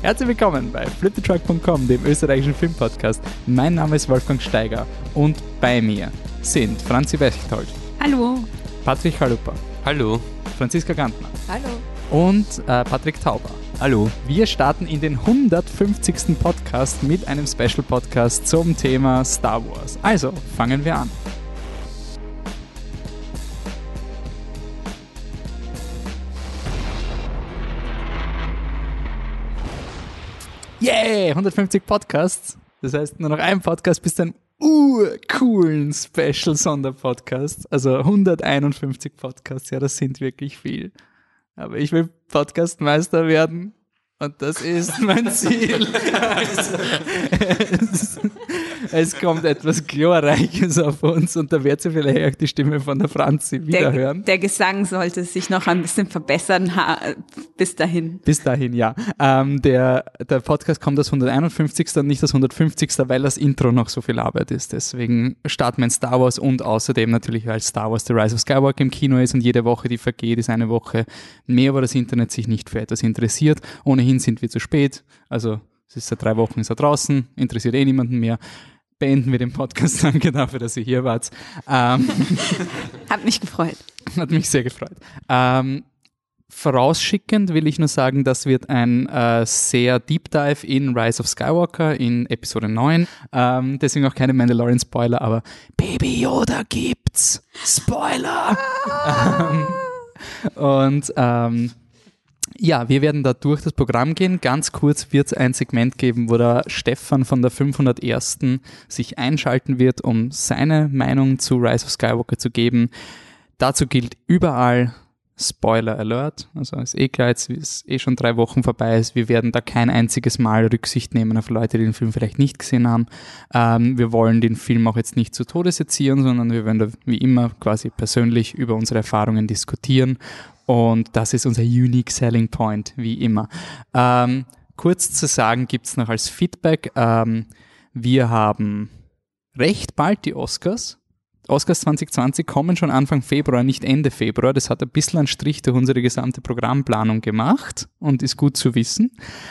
Herzlich willkommen bei flipthetruck.com, dem österreichischen Filmpodcast. Mein Name ist Wolfgang Steiger und bei mir sind Franzi Bechtold. Hallo. Patrick Chalupa. Hallo. Franziska Gantner. Hallo. Und Patrick Tauber. Hallo. Wir starten in den 150. Podcast mit einem Special-Podcast zum Thema Star Wars. Also, fangen wir an. Yeah, 150 Podcasts. Das heißt, nur noch ein Podcast bis zu einem coolen Special-Sonderpodcast. Also 151 Podcasts, ja, das sind wirklich viel. Aber ich will Podcastmeister werden und das ist mein Ziel. Also, es kommt etwas Glorreiches auf uns und da werdet ihr vielleicht auch die Stimme von der Franzi wiederhören. Der Gesang sollte sich noch ein bisschen verbessern bis dahin. Bis dahin, ja. Der Podcast kommt als 151. und nicht als 150., weil das Intro noch so viel Arbeit ist. Deswegen starten wir in Star Wars und außerdem natürlich, weil Star Wars The Rise of Skywalker im Kino ist und jede Woche, die vergeht, ist eine Woche mehr, wo das Internet sich nicht für etwas interessiert. Ohnehin sind wir zu spät. Also es ist seit 3 Wochen ist er draußen, interessiert niemanden mehr. Beenden wir den Podcast. Danke dafür, dass ihr hier wart. Hat mich gefreut. Hat mich sehr gefreut. Vorausschickend will ich nur sagen, das wird ein sehr Deep Dive in Rise of Skywalker in Episode 9. Deswegen auch keine Mandalorian-Spoiler, aber Baby Yoda gibt's! Spoiler! Ja, wir werden da durch das Programm gehen. Ganz kurz wird es ein Segment geben, wo der Stefan von der 501. sich einschalten wird, um seine Meinung zu Rise of Skywalker zu geben. Dazu gilt überall Spoiler Alert. Also ist klar, jetzt ist schon 3 Wochen vorbei ist. Wir werden da kein einziges Mal Rücksicht nehmen auf Leute, die den Film vielleicht nicht gesehen haben. Wir wollen den Film auch jetzt nicht zu Tode sezieren, sondern wir werden da wie immer quasi persönlich über unsere Erfahrungen diskutieren. Und das ist unser Unique Selling Point, wie immer. Kurz zu sagen gibt's noch als Feedback, wir haben recht bald die Oscars. Oscars 2020 kommen schon Anfang Februar, nicht Ende Februar. Das hat ein bisschen einen Strich durch unsere gesamte Programmplanung gemacht und ist gut zu wissen.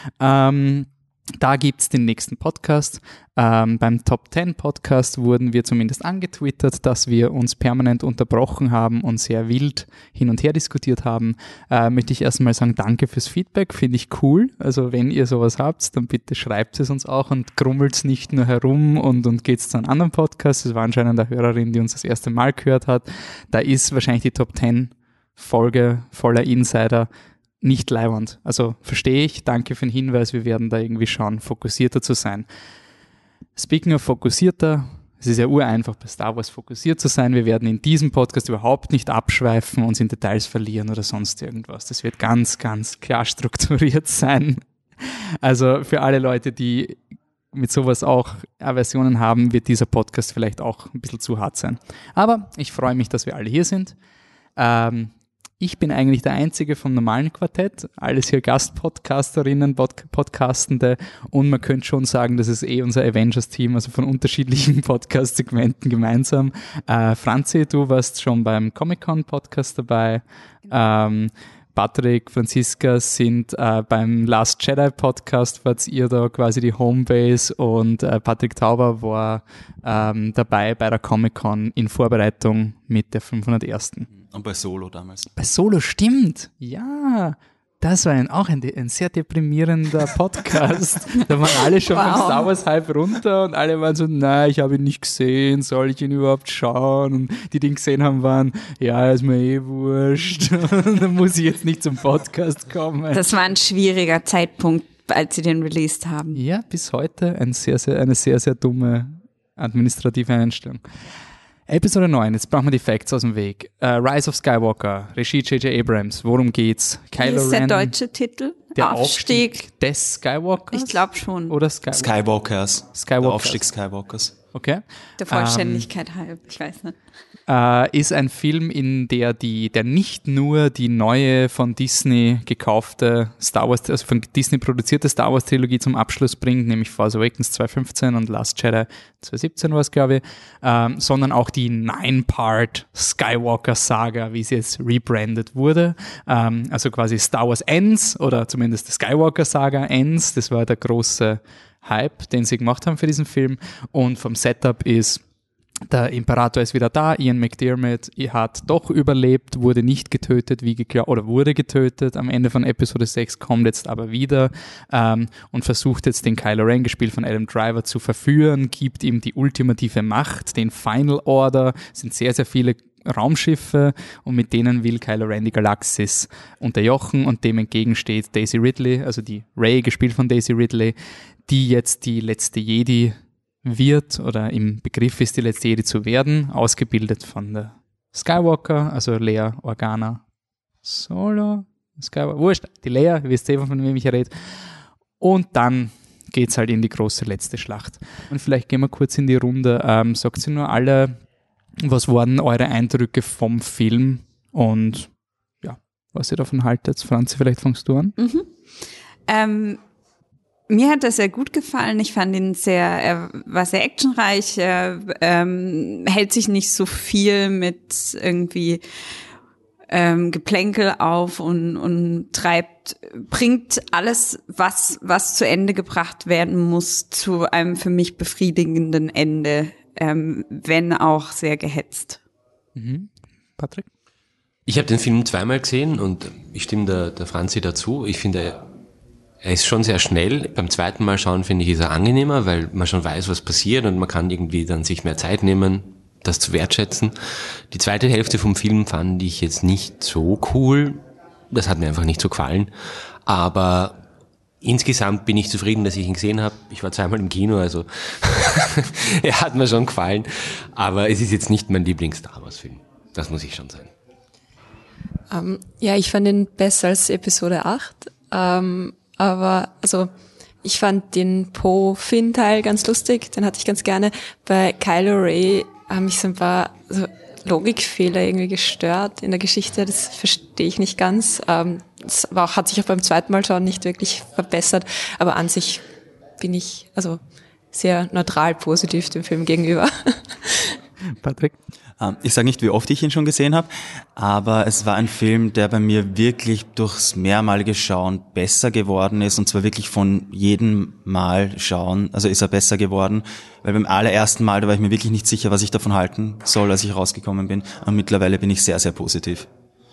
Da gibt's den nächsten Podcast. Beim Top 10 Podcast wurden wir zumindest angetwittert, dass wir uns permanent unterbrochen haben und sehr wild hin und her diskutiert haben. Möchte ich erstmal sagen, danke fürs Feedback, finde ich cool. Also wenn ihr sowas habt, dann bitte schreibt es uns auch und grummelt's nicht nur herum und geht's zu einem anderen Podcast. Das war anscheinend eine Hörerin, die uns das erste Mal gehört hat. Da ist wahrscheinlich die Top 10 Folge voller Insider nicht leiwand. Also verstehe ich, danke für den Hinweis, wir werden da irgendwie schauen, fokussierter zu sein. Speaking of fokussierter, es ist ja ureinfach bei Star Wars fokussiert zu sein, wir werden in diesem Podcast überhaupt nicht abschweifen, uns in Details verlieren oder sonst irgendwas. Das wird ganz, ganz klar strukturiert sein. Also für alle Leute, die mit sowas auch Aversionen haben, wird dieser Podcast vielleicht auch ein bisschen zu hart sein. Aber ich freue mich, dass wir alle hier sind. Ich bin eigentlich der Einzige vom normalen Quartett, alles hier Gastpodcasterinnen, Podcastende und man könnte schon sagen, das ist unser Avengers-Team, also von unterschiedlichen Podcast-Segmenten gemeinsam. Franzi, du warst schon beim Comic-Con-Podcast dabei. Patrick, Franziska sind beim Last Jedi Podcast, wart ihr da quasi die Homebase und Patrick Tauber war dabei bei der Comic-Con in Vorbereitung mit der 501. Und bei Solo damals. Bei Solo, stimmt. Ja, das war auch ein sehr deprimierender Podcast. Da waren alle schon beim Star Wars Hype runter und alle waren so, nein, ich habe ihn nicht gesehen, soll ich ihn überhaupt schauen? Und die ihn gesehen haben, waren, ja, ist mir wurscht. Dann muss ich jetzt nicht zum Podcast kommen. Das war ein schwieriger Zeitpunkt, als sie den released haben. Ja, bis heute eine sehr, sehr dumme administrative Einstellung. Episode 9, jetzt brauchen wir die Facts aus dem Weg. Rise of Skywalker, Regie J.J. Abrams, worum geht's? Kylo Ren. Ist der deutsche Titel? Der Aufstieg des Skywalkers? Ich glaube schon. Oder Skywalkers. Der Aufstieg Skywalkers. Okay. Der Vollständigkeit halb, ich weiß nicht. ist ein Film, in der nicht nur die neue von Disney gekaufte Star Wars, also von Disney produzierte Star Wars Trilogie zum Abschluss bringt, nämlich Force Awakens 2015 und Last Jedi 2017 war es, glaube ich, sondern auch die 9-Part Skywalker Saga, wie sie jetzt rebrandet wurde. Also quasi Star Wars Ends oder zumindest die Skywalker Saga Ends. Das war der große Hype, den sie gemacht haben für diesen Film. Und vom Setup ist, der Imperator ist wieder da, Ian McDiarmid hat doch überlebt, wurde nicht getötet, wie geglaubt, oder wurde getötet am Ende von Episode 6, kommt jetzt aber wieder und versucht jetzt den Kylo Ren, gespielt von Adam Driver, zu verführen, gibt ihm die ultimative Macht, den Final Order, sind sehr, sehr viele Raumschiffe und mit denen will Kylo Ren die Galaxis unterjochen und dem entgegensteht Daisy Ridley, also die Rey, gespielt von Daisy Ridley, die jetzt die letzte Jedi wird oder im Begriff ist, die letzte Jedi zu werden, ausgebildet von der Skywalker, also Leia Organa Solo, Skywalker, wurscht, die Leia, ihr wisst von wem ich rede. Und dann geht's halt in die große letzte Schlacht. Und vielleicht gehen wir kurz in die Runde. Sagt ihr nur alle, was waren eure Eindrücke vom Film und ja, was ihr davon haltet? Franzi, vielleicht fängst du an? Mir hat das sehr gut gefallen. Ich fand ihn er war sehr actionreich, hält sich nicht so viel mit irgendwie Geplänkel auf und bringt alles, was zu Ende gebracht werden muss, zu einem für mich befriedigenden Ende, wenn auch sehr gehetzt. Patrick? Ich habe den Film zweimal gesehen und ich stimme der Franzi dazu. Ich finde, er ist schon sehr schnell. Beim zweiten Mal schauen, finde ich, ist er angenehmer, weil man schon weiß, was passiert und man kann irgendwie dann sich mehr Zeit nehmen, das zu wertschätzen. Die zweite Hälfte vom Film fand ich jetzt nicht so cool. Das hat mir einfach nicht so gefallen. Aber insgesamt bin ich zufrieden, dass ich ihn gesehen habe. Ich war zweimal im Kino, also er hat mir schon gefallen. Aber es ist jetzt nicht mein Lieblings-Star Wars-Film. Das muss ich schon sagen. Ja, ich fand ihn besser als Episode 8. Aber also ich fand den Poe-Finn-Teil ganz lustig, den hatte ich ganz gerne. Bei Kylo Ray haben mich so ein paar Logikfehler irgendwie gestört in der Geschichte, das verstehe ich nicht ganz. Das hat sich auch beim zweiten Mal schauen nicht wirklich verbessert, aber an sich bin ich also sehr neutral positiv dem Film gegenüber. Patrick? Ich sage nicht, wie oft ich ihn schon gesehen habe, aber es war ein Film, der bei mir wirklich durchs mehrmalige Schauen besser geworden ist, und zwar wirklich von jedem Mal schauen, also ist er besser geworden, weil beim allerersten Mal, da war ich mir wirklich nicht sicher, was ich davon halten soll, als ich rausgekommen bin, und mittlerweile bin ich sehr, sehr positiv.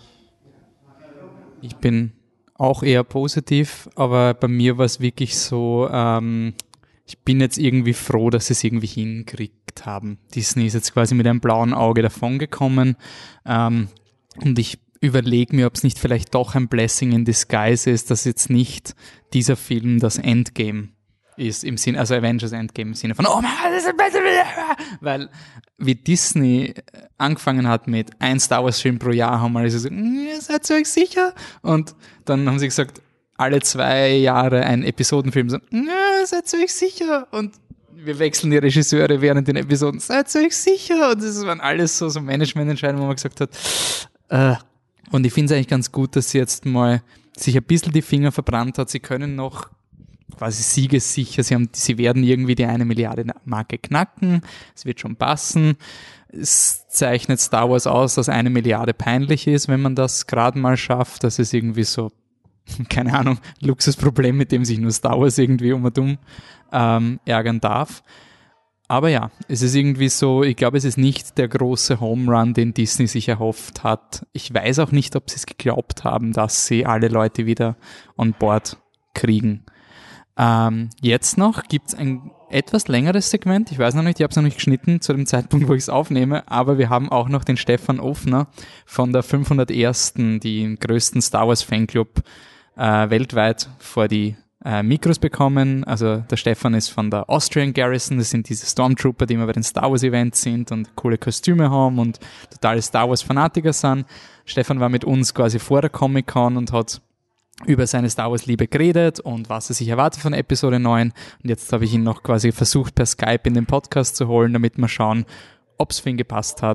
Ich bin auch eher positiv, aber bei mir war es wirklich so, ich bin jetzt irgendwie froh, dass sie es irgendwie hinkriegt haben. Disney ist jetzt quasi mit einem blauen Auge davongekommen, und ich überlege mir, ob es nicht vielleicht doch ein Blessing in Disguise ist, dass jetzt nicht dieser Film das Endgame ist, im Sinne, also Avengers Endgame im Sinne von, oh mein Gott, das ist besser, weil wie Disney angefangen hat mit ein Star Wars Film pro Jahr, haben wir gesagt, seid ihr euch sicher? Und dann haben sie gesagt, alle 2 Jahre ein Episodenfilm, so, seid ihr euch sicher? Und wir wechseln die Regisseure während den Episoden, seid ihr euch sicher? Und das waren alles so Managemententscheidungen, wo man gesagt hat, und ich finde es eigentlich ganz gut, dass sie jetzt mal sich ein bisschen die Finger verbrannt hat. Sie können noch quasi siegessicher, sie werden irgendwie die 1 Milliarde Marke knacken, es wird schon passen. Es zeichnet Star Wars aus, dass 1 Milliarde peinlich ist, wenn man das gerade mal schafft. Das ist irgendwie so, keine Ahnung, Luxusproblem, mit dem sich nur Star Wars irgendwie um und um ärgern darf. Aber ja, es ist irgendwie so, ich glaube, es ist nicht der große Home Run, den Disney sich erhofft hat. Ich weiß auch nicht, ob sie es geglaubt haben, dass sie alle Leute wieder on board kriegen. Jetzt noch gibt es ein etwas längeres Segment, ich weiß noch nicht, ich habe es noch nicht geschnitten zu dem Zeitpunkt, wo ich es aufnehme, aber wir haben auch noch den Stefan Ofner von der 501., den größten Star Wars Fanclub weltweit, vor die Mikros bekommen. Also der Stefan ist von der Austrian Garrison, das sind diese Stormtrooper, die immer bei den Star Wars Events sind und coole Kostüme haben und totale Star Wars Fanatiker sind. Stefan war mit uns quasi vor der Comic-Con und hat über seine Star Wars Liebe geredet und was er sich erwartet von Episode 9. Und jetzt habe ich ihn noch quasi versucht, per Skype in den Podcast zu holen, damit wir schauen, ob es für ihn gepasst hat.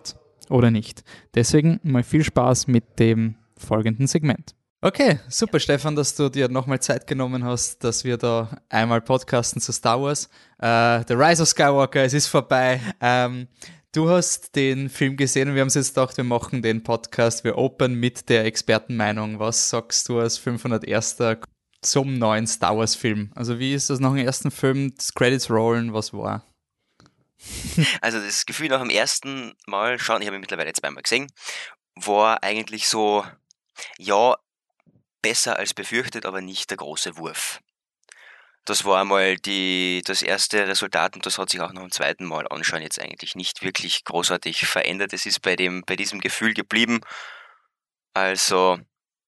oder nicht. Deswegen mal viel Spaß mit dem folgenden Segment. Okay, super Stefan, dass du dir nochmal Zeit genommen hast, dass wir da einmal podcasten zu Star Wars. The Rise of Skywalker, es ist vorbei. Du hast den Film gesehen und wir haben uns jetzt gedacht, wir machen den Podcast, wir open mit der Expertenmeinung. Was sagst du als 501. zum neuen Star Wars Film? Also wie ist das nach dem ersten Film, das Credits rollen, was war? Also das Gefühl nach dem ersten Mal schauen, ich habe ihn mittlerweile zweimal gesehen, war eigentlich so, ja, besser als befürchtet, aber nicht der große Wurf. Das war einmal das erste Resultat und das hat sich auch noch im zweiten Mal anschauen jetzt eigentlich nicht wirklich großartig verändert. Es ist bei diesem Gefühl geblieben. Also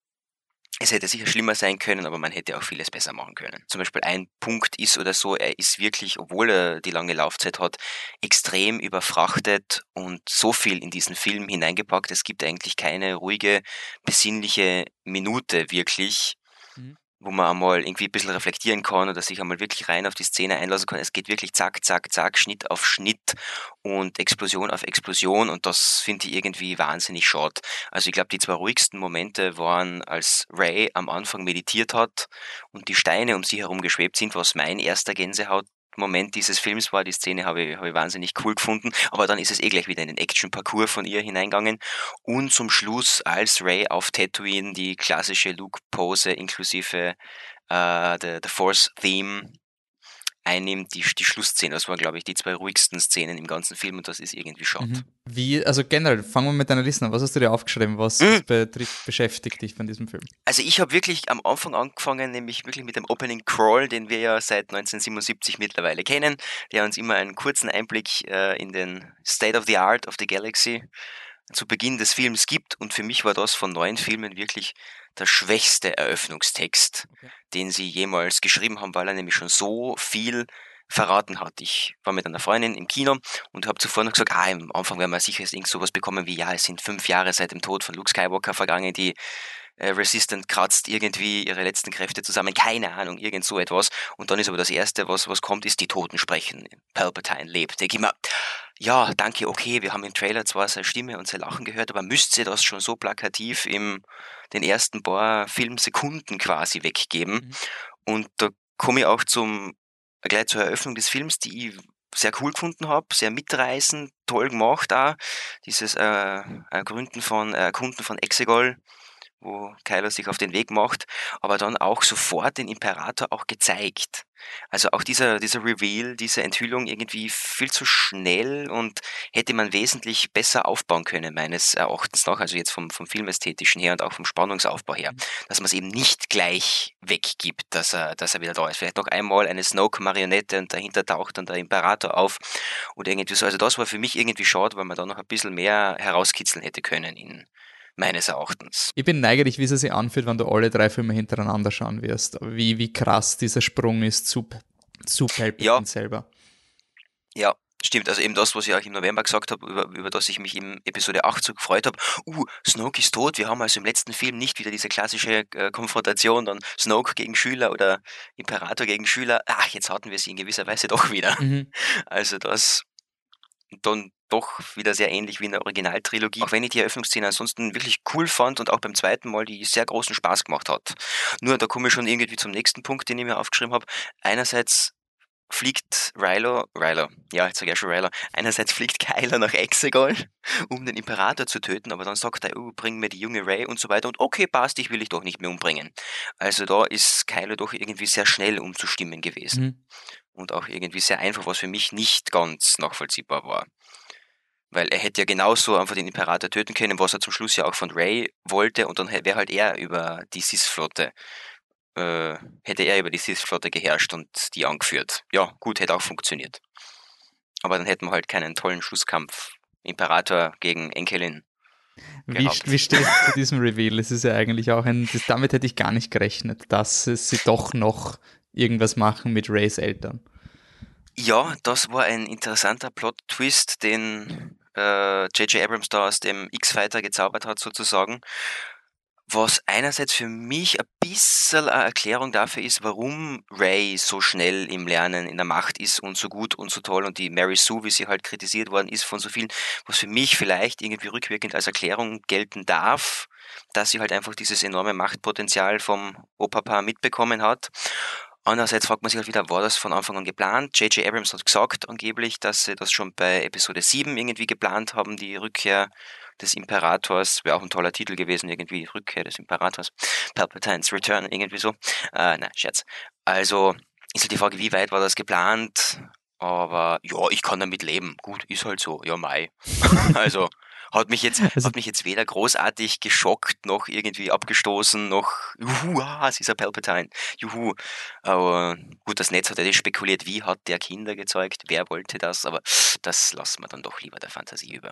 es hätte sicher schlimmer sein können, aber man hätte auch vieles besser machen können. Zum Beispiel ein Punkt ist oder so, er ist wirklich, obwohl er die lange Laufzeit hat, extrem überfrachtet und so viel in diesen Film hineingepackt. Es gibt eigentlich keine ruhige, besinnliche Minute wirklich, wo man einmal irgendwie ein bisschen reflektieren kann oder sich einmal wirklich rein auf die Szene einlassen kann. Es geht wirklich zack, zack, zack, Schnitt auf Schnitt und Explosion auf Explosion und das finde ich irgendwie wahnsinnig schade. Also ich glaube, die zwei ruhigsten Momente waren, als Rey am Anfang meditiert hat und die Steine um sie herum geschwebt sind, was mein erster Gänsehautmoment dieses Films war. Die Szene habe ich wahnsinnig cool gefunden, aber dann ist es gleich wieder in den Action-Parcours von ihr hineingegangen und zum Schluss, als Rey auf Tatooine die klassische Luke-Pose inklusive the Force-Theme einnimmt, die Schlussszene. Das waren, glaube ich, die zwei ruhigsten Szenen im ganzen Film und das ist irgendwie schade. Also generell, fangen wir mit deiner Liste an. Was hast du dir aufgeschrieben? Was beschäftigt dich von diesem Film? Also ich habe wirklich am Anfang angefangen, nämlich wirklich mit dem Opening Crawl, den wir ja seit 1977 mittlerweile kennen, der uns immer einen kurzen Einblick in den State of the Art of the Galaxy zu Beginn des Films gibt und für mich war das von 9 Filmen wirklich der schwächste Eröffnungstext, den sie jemals geschrieben haben, weil er nämlich schon so viel verraten hat. Ich war mit einer Freundin im Kino und habe zuvor noch gesagt, am Anfang werden wir sicher irgend sowas bekommen wie, es sind 5 Jahre seit dem Tod von Luke Skywalker vergangen, die Resistant kratzt irgendwie ihre letzten Kräfte zusammen, keine Ahnung, irgend so etwas. Und dann ist aber das Erste, was kommt, ist die Toten sprechen. Palpatine lebt. Denke ich mir, ja, danke, okay, wir haben im Trailer zwar seine Stimme und sein Lachen gehört, aber müsst ihr das schon so plakativ den ersten paar Filmsekunden quasi weggeben? Und da komme ich auch gleich zur Eröffnung des Films, die ich sehr cool gefunden habe, sehr mitreißend, toll gemacht auch. Dieses Erkunden von Exegol, wo Kylo sich auf den Weg macht, aber dann auch sofort den Imperator auch gezeigt. Also auch dieser Reveal, diese Enthüllung irgendwie viel zu schnell und hätte man wesentlich besser aufbauen können, meines Erachtens nach, also jetzt vom Filmästhetischen her und auch vom Spannungsaufbau her, dass man es eben nicht gleich weggibt, dass er wieder da ist. Vielleicht noch einmal eine Snoke-Marionette und dahinter taucht dann der Imperator auf oder irgendwie so. Also das war für mich irgendwie schade, weil man da noch ein bisschen mehr herauskitzeln hätte können meines Erachtens. Ich bin neugierig, wie es sich anfühlt, wenn du alle 3 Filme hintereinander schauen wirst. Wie krass dieser Sprung ist zu Palpatine selber. Ja, stimmt. Also eben das, was ich auch im November gesagt habe, über das ich mich in Episode 8 so gefreut habe. Snoke ist tot. Wir haben also im letzten Film nicht wieder diese klassische Konfrontation, dann Snoke gegen Schüler oder Imperator gegen Schüler. Jetzt hatten wir sie in gewisser Weise doch wieder. Also das dann doch wieder sehr ähnlich wie in der Originaltrilogie. Auch wenn ich die Eröffnungsszene ansonsten wirklich cool fand und auch beim zweiten Mal die sehr großen Spaß gemacht hat. Nur da komme ich schon irgendwie zum nächsten Punkt, den ich mir aufgeschrieben habe. Einerseits fliegt einerseits fliegt Kylo nach Exegol, um den Imperator zu töten, aber dann sagt er, bring mir die junge Rey und so weiter und okay, passt, dich will ich doch nicht mehr umbringen. Also da ist Kylo doch irgendwie sehr schnell umzustimmen gewesen. Und auch irgendwie sehr einfach, was für mich nicht ganz nachvollziehbar war. Weil er hätte ja genauso einfach den Imperator töten können, was er zum Schluss ja auch von Rey wollte und dann wäre halt er über die Sith-Flotte geherrscht und die angeführt. Ja, gut, hätte auch funktioniert. Aber dann hätten wir halt keinen tollen Schlusskampf Imperator gegen Enkelin gehabt. Wie steht es zu diesem Reveal? Es ist ja eigentlich auch damit hätte ich gar nicht gerechnet, dass sie doch noch irgendwas machen mit Reys Eltern. Ja, das war ein interessanter Plot-Twist, den J.J. Abrams da aus dem X-Fighter gezaubert hat sozusagen. Was einerseits für mich ein bisschen eine Erklärung dafür ist, warum Rey so schnell im Lernen in der Macht ist und so gut und so toll und die Mary Sue, wie sie halt kritisiert worden ist von so vielen, was für mich vielleicht irgendwie rückwirkend als Erklärung gelten darf, dass sie halt einfach dieses enorme Machtpotenzial vom Opapa mitbekommen hat. Andererseits fragt man sich halt wieder, war das von Anfang an geplant? J.J. Abrams hat gesagt angeblich, dass sie das schon bei Episode 7 irgendwie geplant haben, die Rückkehr des Imperators, wäre auch ein toller Titel gewesen, irgendwie Rückkehr des Imperators, Palpatine's Return, irgendwie so. Nein, Scherz. Also ist halt die Frage, wie weit war das geplant? Aber ja, ich kann damit leben. Gut, ist halt so. Ja, Mai. Also hat mich jetzt weder großartig geschockt, noch irgendwie abgestoßen, noch juhu, es ist ein Palpatine. Juhu. Aber gut, das Netz hat ja eh spekuliert, wie hat der Kinder gezeugt, wer wollte das, aber das lassen wir dann doch lieber der Fantasie über.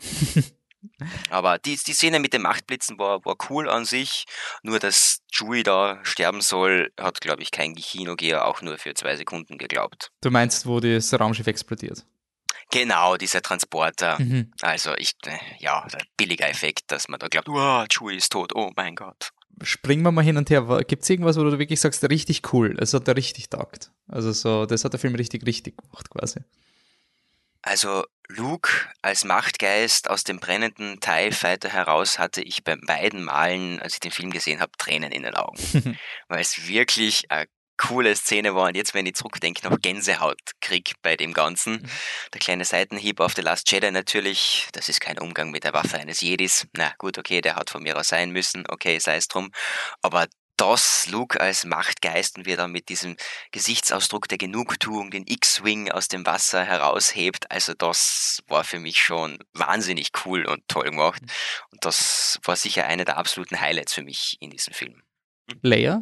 Aber die Szene mit den Machtblitzen war cool an sich, nur dass Chewie da sterben soll, hat, glaube ich, kein Kinogeher auch nur für 2 Sekunden geglaubt. Du meinst, wo das Raumschiff explodiert? Genau, dieser Transporter. Also der billiger Effekt, dass man da glaubt, Chewie ist tot, oh mein Gott. Springen wir mal hin und her. Gibt es irgendwas, wo du wirklich sagst, richtig cool, es hat er richtig taugt? Also so, das hat der Film richtig gemacht quasi. Also Luke als Machtgeist aus dem brennenden TIE Fighter heraus hatte ich bei beiden Malen, als ich den Film gesehen habe, Tränen in den Augen. Weil es wirklich eine coole Szene war und jetzt, wenn ich zurückdenke, noch Gänsehaut krieg bei dem Ganzen. Der kleine Seitenhieb auf The Last Jedi natürlich, das ist kein Umgang mit der Waffe eines Jedis. Na gut, okay, der hat von mir aus sein müssen, okay, sei es drum. Aber dass Luke als Machtgeist und wie er dann mit diesem Gesichtsausdruck der Genugtuung den X-Wing aus dem Wasser heraushebt, also das war für mich schon wahnsinnig cool und toll gemacht. Und das war sicher eine der absoluten Highlights für mich in diesem Film. Leia?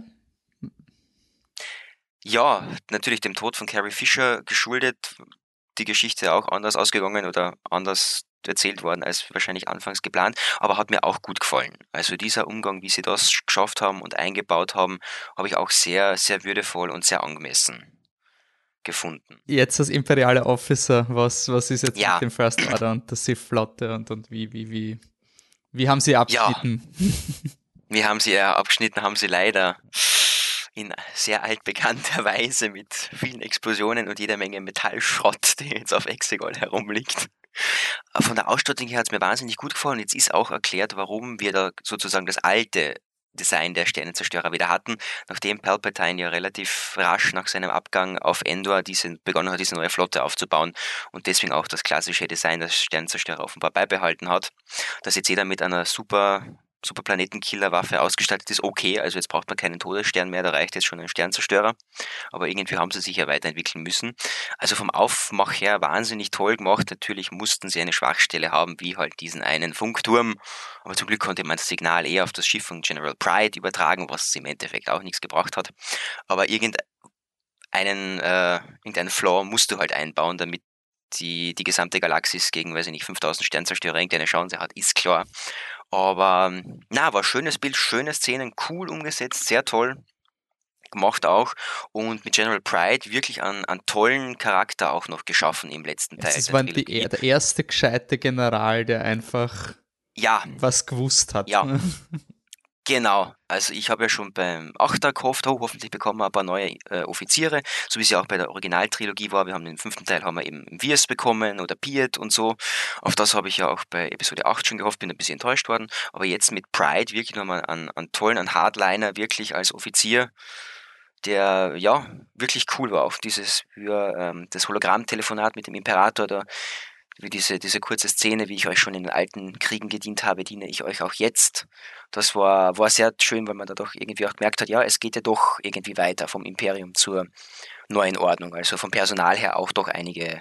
Ja, natürlich dem Tod von Carrie Fisher geschuldet, die Geschichte auch anders ausgegangen oder anders erzählt worden als wahrscheinlich anfangs geplant, aber hat mir auch gut gefallen. Also dieser Umgang, wie sie das geschafft haben und eingebaut haben, habe ich auch sehr, sehr würdevoll und sehr angemessen gefunden. Jetzt als imperialer Officer, was ist jetzt Ja. mit dem First Order und der Sith-Flotte und wie haben sie abgeschnitten? Wie haben sie abgeschnitten, haben sie leider in sehr altbekannter Weise mit vielen Explosionen und jeder Menge Metallschrott, der jetzt auf Exegol herumliegt. Von der Ausstattung her hat es mir wahnsinnig gut gefallen. Jetzt ist auch erklärt, warum wir da sozusagen das alte Design der Sternenzerstörer wieder hatten, nachdem Palpatine ja relativ rasch nach seinem Abgang auf Endor begonnen hat, diese neue Flotte aufzubauen und deswegen auch das klassische Design der Sternenzerstörer offenbar beibehalten hat, dass jetzt jeder mit einer super Planetenkiller-Waffe ausgestattet ist, okay, also jetzt braucht man keinen Todesstern mehr, da reicht jetzt schon ein Sternzerstörer, aber irgendwie haben sie sich ja weiterentwickeln müssen. Also vom Aufmach her wahnsinnig toll gemacht, natürlich mussten sie eine Schwachstelle haben, wie halt diesen einen Funkturm, aber zum Glück konnte man das Signal eher auf das Schiff von General Pride übertragen, was im Endeffekt auch nichts gebracht hat, aber irgendeinen Flaw musst du halt einbauen, damit die gesamte Galaxis gegen, weiß ich nicht, 5000 Sternzerstörer irgendeine Chance hat, ist klar. Aber war ein schönes Bild, schöne Szenen, cool umgesetzt, sehr toll gemacht auch und mit General Pride wirklich einen tollen Charakter auch noch geschaffen im letzten Teil. Das war der erste gescheite General, der einfach was gewusst hat. Ja, genau. Also ich habe ja schon beim Achter gehofft, hoffentlich bekommen wir ein paar neue Offiziere, so wie es ja auch bei der Originaltrilogie war. Wir haben den 5. Teil haben wir eben Viers bekommen oder Piet und so. Auf das habe ich ja auch bei Episode 8 schon gehofft, bin ein bisschen enttäuscht worden. Aber jetzt mit Pride wirklich nochmal einen tollen Hardliner wirklich als Offizier, der ja wirklich cool war. Auch das Hologrammtelefonat mit dem Imperator da. Wie diese kurze Szene, wie ich euch schon in den alten Kriegen gedient habe, diene ich euch auch jetzt. Das war sehr schön, weil man da doch irgendwie auch gemerkt hat, ja, es geht ja doch irgendwie weiter vom Imperium zur neuen Ordnung. Also vom Personal her auch doch einige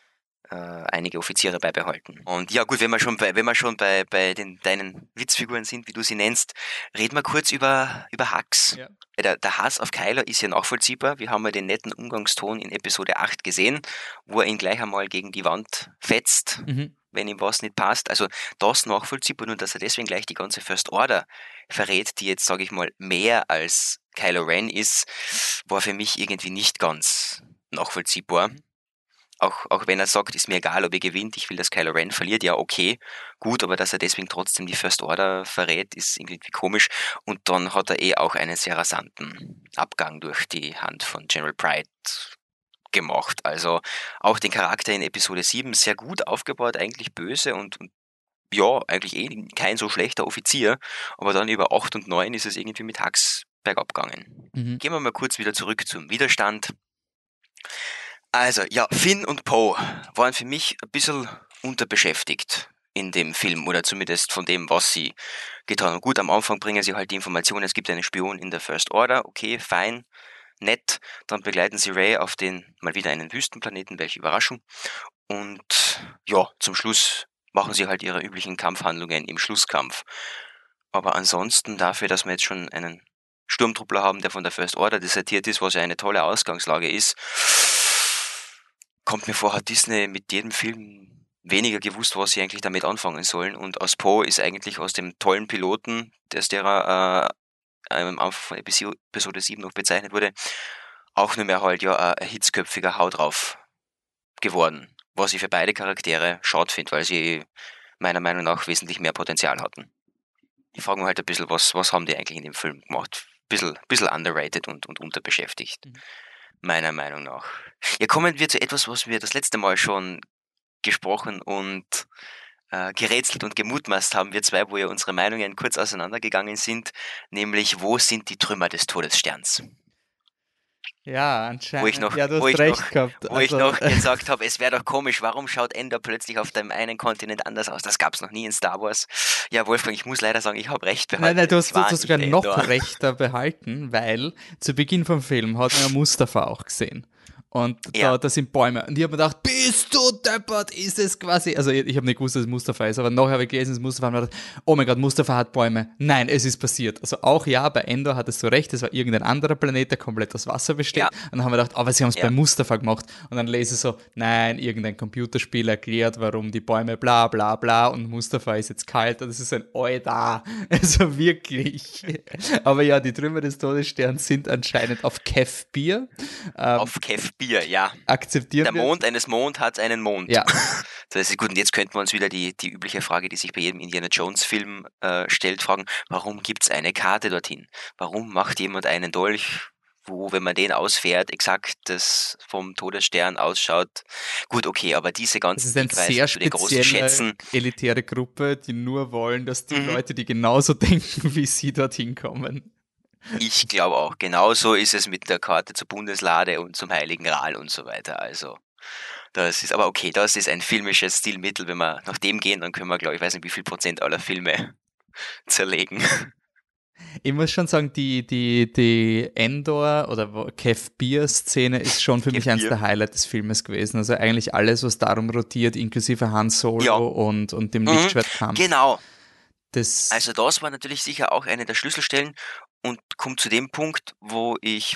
Offiziere beibehalten. Und ja gut, wenn wir schon bei deinen Witzfiguren sind, wie du sie nennst, reden wir kurz über Hux. Ja. Der Hass auf Kylo ist ja nachvollziehbar. Wir haben ja den netten Umgangston in Episode 8 gesehen, wo er ihn gleich einmal gegen die Wand fetzt, wenn ihm was nicht passt. Also das nachvollziehbar, nur dass er deswegen gleich die ganze First Order verrät, die jetzt, sage ich mal, mehr als Kylo Ren ist, war für mich irgendwie nicht ganz nachvollziehbar. auch wenn er sagt, ist mir egal, ob ihr gewinnt, ich will, dass Kylo Ren verliert, ja, okay, gut, aber dass er deswegen trotzdem die First Order verrät, ist irgendwie komisch. Und dann hat er auch einen sehr rasanten Abgang durch die Hand von General Pride gemacht. Also auch den Charakter in Episode 7 sehr gut aufgebaut, eigentlich böse und ja, eigentlich kein so schlechter Offizier, aber dann über 8 und 9 ist es irgendwie mit Hux bergab gegangen. Gehen wir mal kurz wieder zurück zum Widerstand. Also, ja, Finn und Poe waren für mich ein bisschen unterbeschäftigt in dem Film oder zumindest von dem, was sie getan haben. Gut, am Anfang bringen sie halt die Information, es gibt einen Spion in der First Order, okay, fein, nett. Dann begleiten sie Rey auf mal wieder einen Wüstenplaneten, welche Überraschung. Und ja, zum Schluss machen sie halt ihre üblichen Kampfhandlungen im Schlusskampf. Aber ansonsten dafür, dass wir jetzt schon einen Sturmtruppler haben, der von der First Order desertiert ist, was ja eine tolle Ausgangslage ist, kommt mir vor, hat Disney mit jedem Film weniger gewusst, was sie eigentlich damit anfangen sollen. Und aus Poe ist eigentlich aus dem tollen Piloten, der am Anfang von Episode 7 noch bezeichnet wurde, auch nur mehr halt ja ein hitzköpfiger Hau drauf geworden. Was ich für beide Charaktere schade finde, weil sie meiner Meinung nach wesentlich mehr Potenzial hatten. Ich frage mich halt ein bisschen, was haben die eigentlich in dem Film gemacht? Bisschen underrated und unterbeschäftigt. Meiner Meinung nach. Ja, kommen wir zu etwas, was wir das letzte Mal schon gesprochen und gerätselt und gemutmaßt haben, wir zwei, wo ja unsere Meinungen kurz auseinandergegangen sind, nämlich wo sind die Trümmer des Todessterns? Ja, anscheinend. Wo ich noch gesagt habe, es wäre doch komisch, warum schaut Endor plötzlich auf dem einen Kontinent anders aus? Das gab es noch nie in Star Wars. Ja, Wolfgang, ich muss leider sagen, ich habe recht behalten. Nein, du hast sogar noch rechter behalten, weil zu Beginn vom Film hat man ja Mustafa auch gesehen. Und da sind Bäume. Und ich habe mir gedacht, bist du deppert, ist es quasi, also ich habe nicht gewusst, dass es Mustafa ist, aber nachher habe ich gelesen, dass es Mustafa ist und habe gedacht, oh mein Gott, Mustafa hat Bäume. Nein, es ist passiert. Also auch ja, bei Endor hattest du recht, es war irgendein anderer Planet, der komplett aus Wasser besteht. Ja. Und dann haben wir gedacht, aber sie haben es bei Mustafa gemacht. Und dann lese ich so, nein, irgendein Computerspiel erklärt, warum die Bäume bla bla bla und Mustafa ist jetzt kalt und es ist ein Oida. Also wirklich. Aber ja, die Trümmer des Todessterns sind anscheinend auf Kef-Bier. Auf Kef-Bier, ja. Akzeptieren Der Mond eines Mond hat einen Mond. Ja. Das ist gut. Und jetzt könnten wir uns wieder die übliche Frage, die sich bei jedem Indiana Jones Film stellt, fragen, warum gibt es eine Karte dorthin? Warum macht jemand einen Dolch, wo, wenn man den ausfährt, exakt das vom Todesstern ausschaut? Gut, okay, aber diese ganzen Hinweise zu den großen Schätzen, elitäre Gruppe, die nur wollen, dass die Leute, die genauso denken wie sie, dorthin kommen. Ich glaube auch. Genauso ist es mit der Karte zur Bundeslade und zum Heiligen Gral und so weiter. Also, das ist aber okay, das ist ein filmisches Stilmittel. Wenn wir nach dem gehen, dann können wir, glaube ich, weiß nicht, wie viel Prozent aller Filme zerlegen. Ich muss schon sagen, die Endor oder Kef-Bier-Szene ist schon für mich eins der Highlights des Filmes gewesen. Also eigentlich alles, was darum rotiert, inklusive Han Solo und dem Lichtschwertkampf. Genau. Also das war natürlich sicher auch eine der Schlüsselstellen und kommt zu dem Punkt, wo ich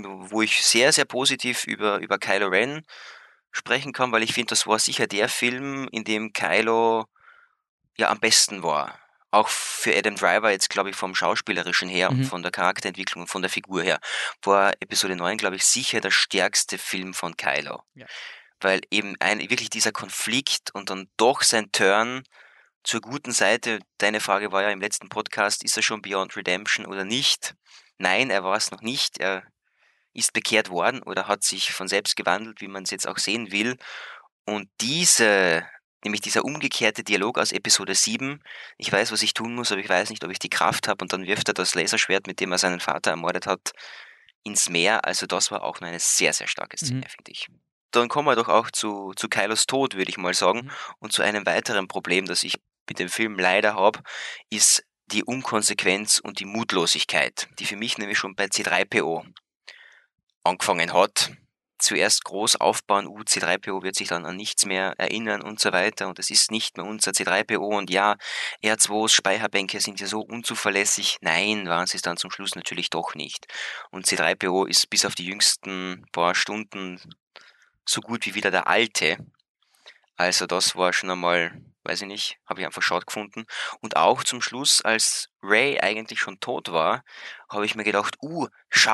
sehr, sehr positiv über Kylo Ren sprechen kann, weil ich finde, das war sicher der Film, in dem Kylo ja am besten war. Auch für Adam Driver jetzt, glaube ich, vom Schauspielerischen her und von der Charakterentwicklung und von der Figur her, war Episode 9, glaube ich, sicher der stärkste Film von Kylo. Ja. Weil eben wirklich dieser Konflikt und dann doch sein Turn zur guten Seite. Deine Frage war ja im letzten Podcast, ist er schon Beyond Redemption oder nicht? Nein, er war es noch nicht. Er ist bekehrt worden oder hat sich von selbst gewandelt, wie man es jetzt auch sehen will. Und nämlich dieser umgekehrte Dialog aus Episode 7, ich weiß, was ich tun muss, aber ich weiß nicht, ob ich die Kraft habe, und dann wirft er das Laserschwert, mit dem er seinen Vater ermordet hat, ins Meer. Also das war auch noch eine sehr, sehr starke Szene, finde ich. Dann kommen wir doch auch zu Kylos Tod, würde ich mal sagen. Und zu einem weiteren Problem, das ich mit dem Film leider habe, ist die Unkonsequenz und die Mutlosigkeit, die für mich nämlich schon bei C3PO angefangen hat. Zuerst groß aufbauen, C3PO wird sich dann an nichts mehr erinnern und so weiter und es ist nicht mehr unser C3PO und ja, R2s Speicherbänke sind ja so unzuverlässig. Nein, waren sie es dann zum Schluss natürlich doch nicht. Und C3PO ist bis auf die jüngsten paar Stunden so gut wie wieder der Alte. Also das war schon einmal, weiß ich nicht, habe ich einfach schade gefunden. Und auch zum Schluss, als Rey eigentlich schon tot war, habe ich mir gedacht, schau,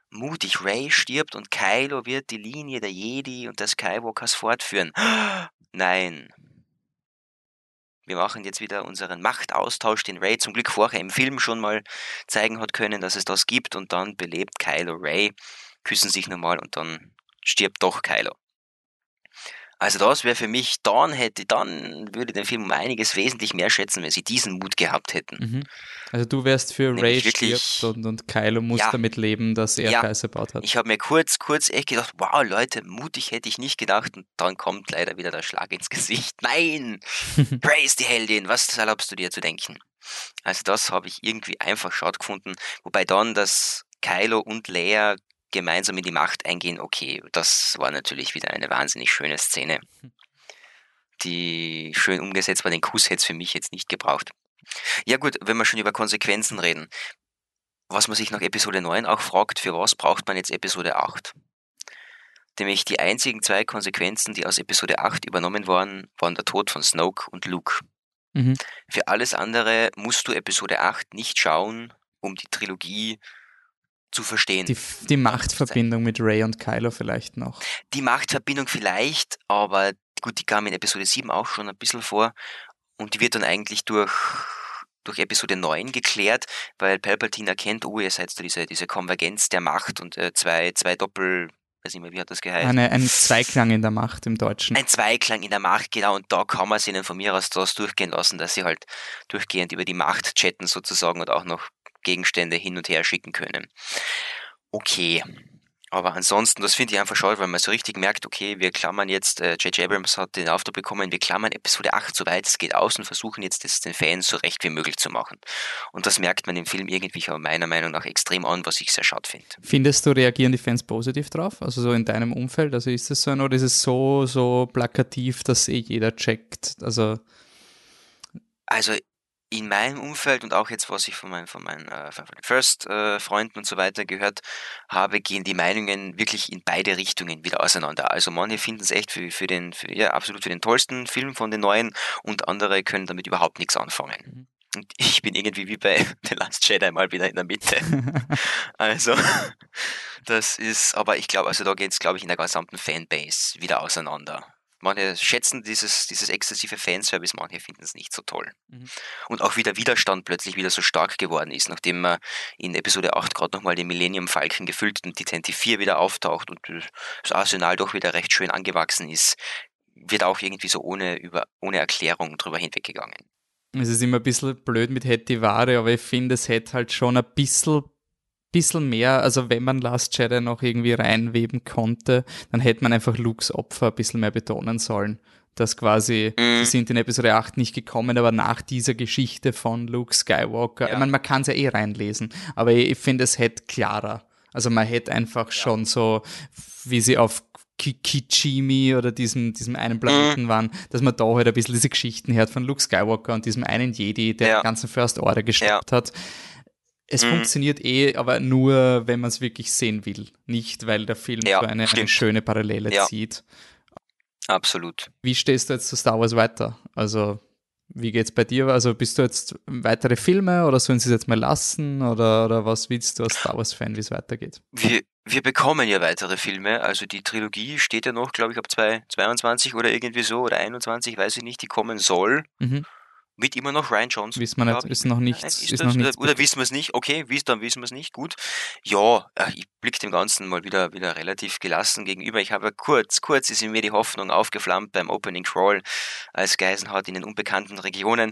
mutig, Rey stirbt und Kylo wird die Linie der Jedi und der Skywalkers fortführen. Nein. Wir machen jetzt wieder unseren Machtaustausch, den Rey zum Glück vorher im Film schon mal zeigen hat können, dass es das gibt, und dann belebt Kylo Rey, küssen sich nochmal und dann stirbt doch Kylo. Also das wäre für mich, dann würde den Film um einiges wesentlich mehr schätzen, wenn sie diesen Mut gehabt hätten. Mhm. Also du wärst für Rey Nämlich wirklich- stirbt und Kylo muss Ja. damit leben, dass er Ja. Scheiße gebaut hat. Ich habe mir kurz echt gedacht, wow, Leute, mutig hätte ich nicht gedacht, und dann kommt leider wieder der Schlag ins Gesicht. Nein, Rey ist die Heldin, was erlaubst du dir zu denken? Also das habe ich irgendwie einfach schade gefunden, wobei dann, dass Kylo und Leia gemeinsam in die Macht eingehen, okay, das war natürlich wieder eine wahnsinnig schöne Szene, die schön umgesetzt war. Den Kuss hätte es für mich jetzt nicht gebraucht. Ja gut, wenn wir schon über Konsequenzen reden, was man sich nach Episode 9 auch fragt, für was braucht man jetzt Episode 8? Nämlich die einzigen 2 Konsequenzen, die aus Episode 8 übernommen waren der Tod von Snoke und Luke. Mhm. Für alles andere musst du Episode 8 nicht schauen, um die Trilogie zu verstehen. Die Machtverbindung mit Rey und Kylo vielleicht noch. Die Machtverbindung vielleicht, aber gut, die kam in Episode 7 auch schon ein bisschen vor, und die wird dann eigentlich durch Episode 9 geklärt, weil Palpatine erkennt, oh, ihr seid da diese Konvergenz der Macht und zwei Doppel, weiß nicht mehr, wie hat das geheißen? Ein Zweiklang in der Macht im Deutschen. Ein Zweiklang in der Macht, genau, und da kann man es ihnen von mir aus das durchgehen lassen, dass sie halt durchgehend über die Macht chatten sozusagen und auch noch Gegenstände hin und her schicken können. Okay, aber ansonsten, das finde ich einfach schade, weil man so richtig merkt, okay, wir klammern jetzt, J.J. Abrams hat den Auftrag bekommen, wir klammern Episode 8 so weit es geht aus und versuchen jetzt das den Fans so recht wie möglich zu machen. Und das merkt man im Film irgendwie auch meiner Meinung nach extrem an, was ich sehr schade finde. Findest du, reagieren die Fans positiv drauf? Also so in deinem Umfeld? Also ist es so oder ist es so plakativ, dass jeder checkt? Also in meinem Umfeld und auch jetzt, was ich von meinen First-Freunden und so weiter gehört habe, gehen die Meinungen wirklich in beide Richtungen wieder auseinander. Also manche finden es echt absolut für den tollsten Film von den neuen, und andere können damit überhaupt nichts anfangen. Und ich bin irgendwie wie bei The Last Jedi mal wieder in der Mitte. Also, das ist, aber ich glaube, also da geht es, glaube ich, in der gesamten Fanbase wieder auseinander. Manche schätzen dieses exzessive Fanservice, manche finden es nicht so toll. Und auch wie der Widerstand plötzlich wieder so stark geworden ist, nachdem man in Episode 8 gerade nochmal den Millennium Falcon gefüllt und die Tantive 4 wieder auftaucht und das Arsenal doch wieder recht schön angewachsen ist, wird auch irgendwie so ohne Erklärung drüber hinweggegangen. es ist immer ein bisschen blöd mit hätte Ware, aber ich finde, es hätte halt schon ein bisschen mehr, also wenn man Last Jedi noch irgendwie reinweben konnte, dann hätte man einfach Lukes Opfer ein bisschen mehr betonen sollen. Dass quasi, sie sind in Episode 8 nicht gekommen, aber nach dieser Geschichte von Luke Skywalker, ich meine, man kann es ja reinlesen, aber ich finde, es hätte klarer. Also man hätte einfach schon so, wie sie auf Kijimi oder diesem einen Planeten waren, dass man da halt ein bisschen diese Geschichten hört von Luke Skywalker und diesem einen Jedi, der den ganzen First Order gestoppt hat. Es funktioniert aber nur, wenn man es wirklich sehen will. Nicht, weil der Film so eine schöne Parallele zieht. Absolut. Wie stehst du jetzt zu Star Wars weiter? Also, wie geht's bei dir? Also, bist du jetzt weitere Filme oder sollen sie es jetzt mal lassen? Oder was willst du als Star Wars-Fan, wie es weitergeht? Wir bekommen ja weitere Filme. Also die Trilogie steht ja noch, glaube ich, ab 2022 oder irgendwie so, oder 21, weiß ich nicht, die kommen soll. Mit immer noch Rian Johnson. Wissen wir nicht, ist noch nichts. Oder wissen wir es nicht? Okay, dann wissen wir es nicht. Gut. Ja, ich blicke dem Ganzen mal wieder relativ gelassen gegenüber. Ich habe kurz ist in mir die Hoffnung aufgeflammt beim Opening Crawl, als Geisenhardt in den unbekannten Regionen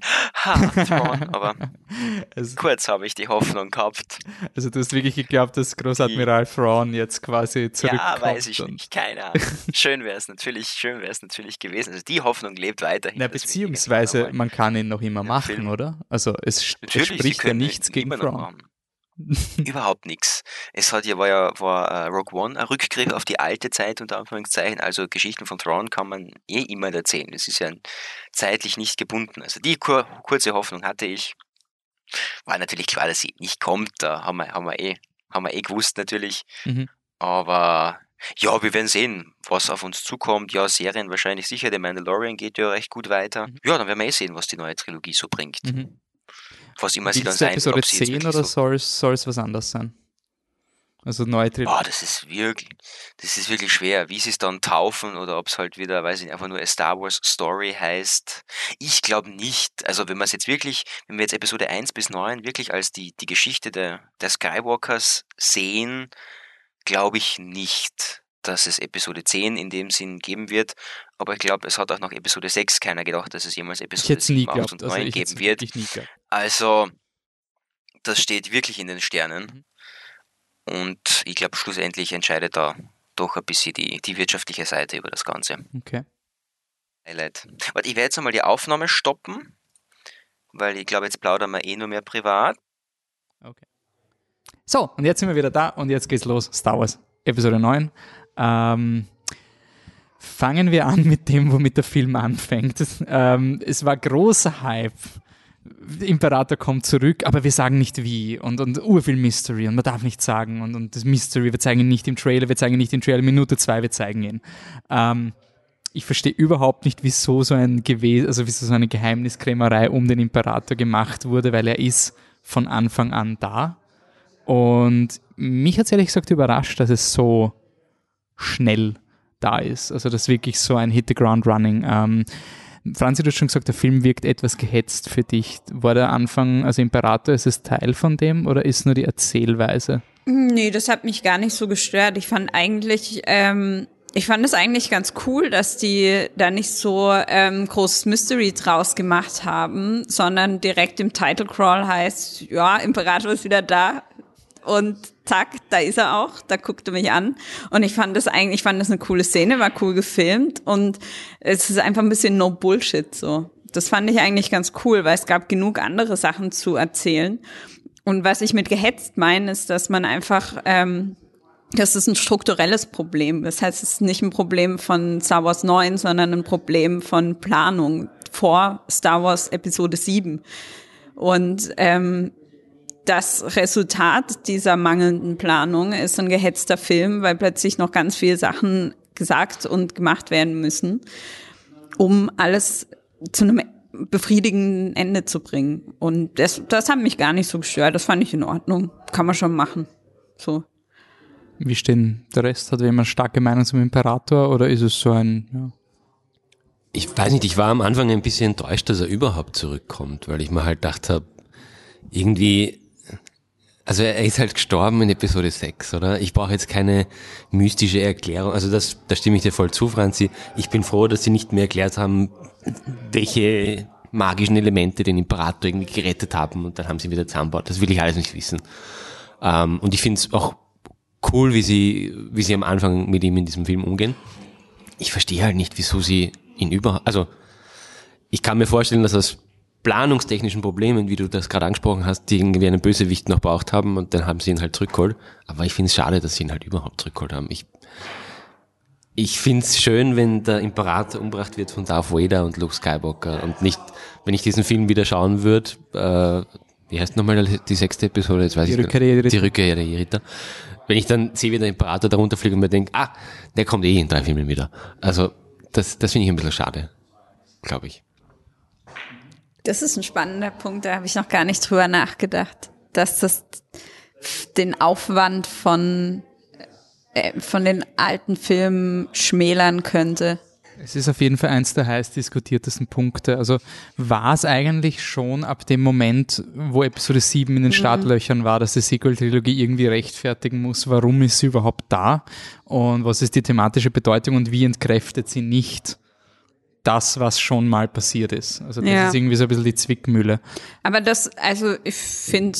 aber kurz habe ich die Hoffnung gehabt. Also du hast wirklich geglaubt, dass Großadmiral Thrawn jetzt quasi zurückkommt? Ja, weiß ich nicht, keine Ahnung. Schön wäre es natürlich gewesen. Also die Hoffnung lebt weiterhin. Na, beziehungsweise man kann ihn noch immer machen, Film. Oder? Also es spricht ja nichts gegen Thrawn. Überhaupt nichts. War Rogue One ein Rückgriff auf die alte Zeit, unter Anführungszeichen. Also Geschichten von Thrawn kann man immer erzählen. Es ist ja zeitlich nicht gebunden. Also die kurze Hoffnung hatte ich. War natürlich klar, dass sie nicht kommt. Da haben wir gewusst natürlich. Aber ja, wir werden sehen, was auf uns zukommt. Ja, Serien wahrscheinlich sicher. Der Mandalorian geht ja recht gut weiter. Ja, dann werden wir sehen, was die neue Trilogie so bringt. Was immer sie dann sein wird. Episode 10 oder soll es was anderes sein? Also neue Trilogie. Das ist wirklich schwer, wie sie es dann taufen oder ob es halt wieder, weiß ich nicht, einfach nur A Star Wars Story heißt. Ich glaube nicht. Also wenn wir jetzt Episode 1 bis 9 wirklich als die Geschichte der Skywalkers sehen, glaube ich nicht, dass es Episode 10 in dem Sinn geben wird. Aber ich glaube, es hat auch nach Episode 6 keiner gedacht, dass es jemals Episode 7, 8 und 9 geben wird. Also das steht wirklich in den Sternen. Und ich glaube, schlussendlich entscheidet da doch ein bisschen die wirtschaftliche Seite über das Ganze. Okay. Highlight. Warte, ich werde jetzt einmal die Aufnahme stoppen, weil ich glaube, jetzt plaudern wir nur mehr privat. Okay. So, und jetzt sind wir wieder da und jetzt geht's los. Star Wars, Episode 9. Fangen wir an mit dem, womit der Film anfängt. Es war großer Hype. Imperator kommt zurück, aber wir sagen nicht wie und urviel Mystery und man darf nicht sagen und das Mystery, wir zeigen ihn nicht im Trailer, Minute 2, wir zeigen ihn. Ich verstehe überhaupt nicht, wieso so eine Geheimniskrämerei um den Imperator gemacht wurde, weil er ist von Anfang an da und mich hat es ehrlich gesagt überrascht, dass es so schnell da ist, also dass wirklich so ein Hit the Ground Running. Franzi, du hast schon gesagt, der Film wirkt etwas gehetzt für dich. War der Anfang, also Imperator, ist es Teil von dem oder ist nur die Erzählweise? Nee, das hat mich gar nicht so gestört. Ich fand es eigentlich ganz cool, dass die da nicht so großes Mystery draus gemacht haben, sondern direkt im Title Crawl heißt, ja, Imperator ist wieder da. Und zack, da ist er auch, da guckt er mich an. Und ich fand das eine coole Szene, war cool gefilmt und es ist einfach ein bisschen no Bullshit so. Das fand ich eigentlich ganz cool, weil es gab genug andere Sachen zu erzählen. Und was ich mit gehetzt meine, ist, dass man einfach, das ist ein strukturelles Problem. Das heißt, es ist nicht ein Problem von Star Wars 9, sondern ein Problem von Planung vor Star Wars Episode 7. Und das Resultat dieser mangelnden Planung ist ein gehetzter Film, weil plötzlich noch ganz viele Sachen gesagt und gemacht werden müssen, um alles zu einem befriedigenden Ende zu bringen. Und das hat mich gar nicht so gestört. Das fand ich in Ordnung. Kann man schon machen. So. Wie stehen der Rest? Hat jemand starke Meinung zum Imperator oder ist es so ein... Ja. Ich weiß nicht, ich war am Anfang ein bisschen enttäuscht, dass er überhaupt zurückkommt, weil ich mir halt gedacht habe, irgendwie... Also er ist halt gestorben in Episode 6, oder? Ich brauche jetzt keine mystische Erklärung. Also da stimme ich dir voll zu, Franzi. Ich bin froh, dass sie nicht mehr erklärt haben, welche magischen Elemente den Imperator irgendwie gerettet haben und dann haben sie ihn wieder zusammengebaut. Das will ich alles nicht wissen. Und ich finde es auch cool, wie sie am Anfang mit ihm in diesem Film umgehen. Ich verstehe halt nicht, wieso sie ihn also ich kann mir vorstellen, dass aus planungstechnischen Problemen, wie du das gerade angesprochen hast, die irgendwie einen Bösewicht noch braucht haben und dann haben sie ihn halt zurückgeholt. Aber ich finde es schade, dass sie ihn halt überhaupt zurückgeholt haben. Ich finde es schön, wenn der Imperator umgebracht wird von Darth Vader und Luke Skywalker und nicht, wenn ich diesen Film wieder schauen würde, wie heißt nochmal die 6. Episode? Jetzt weiß ich nicht. Die Rückkehr der Jedi. Wenn ich dann sehe, wie der Imperator da runterfliegt und mir denke, der kommt in 3 Filmen wieder. Also das finde ich ein bisschen schade, glaube ich. Das ist ein spannender Punkt, da habe ich noch gar nicht drüber nachgedacht, dass das den Aufwand von den alten Filmen schmälern könnte. Es ist auf jeden Fall eins der heiß diskutiertesten Punkte. Also war es eigentlich schon ab dem Moment, wo Episode 7 in den Startlöchern war, dass die Sequel-Trilogie irgendwie rechtfertigen muss, warum ist sie überhaupt da und was ist die thematische Bedeutung und wie entkräftet sie nicht das, was schon mal passiert ist. Also das ist irgendwie so ein bisschen die Zwickmühle. Aber ich finde,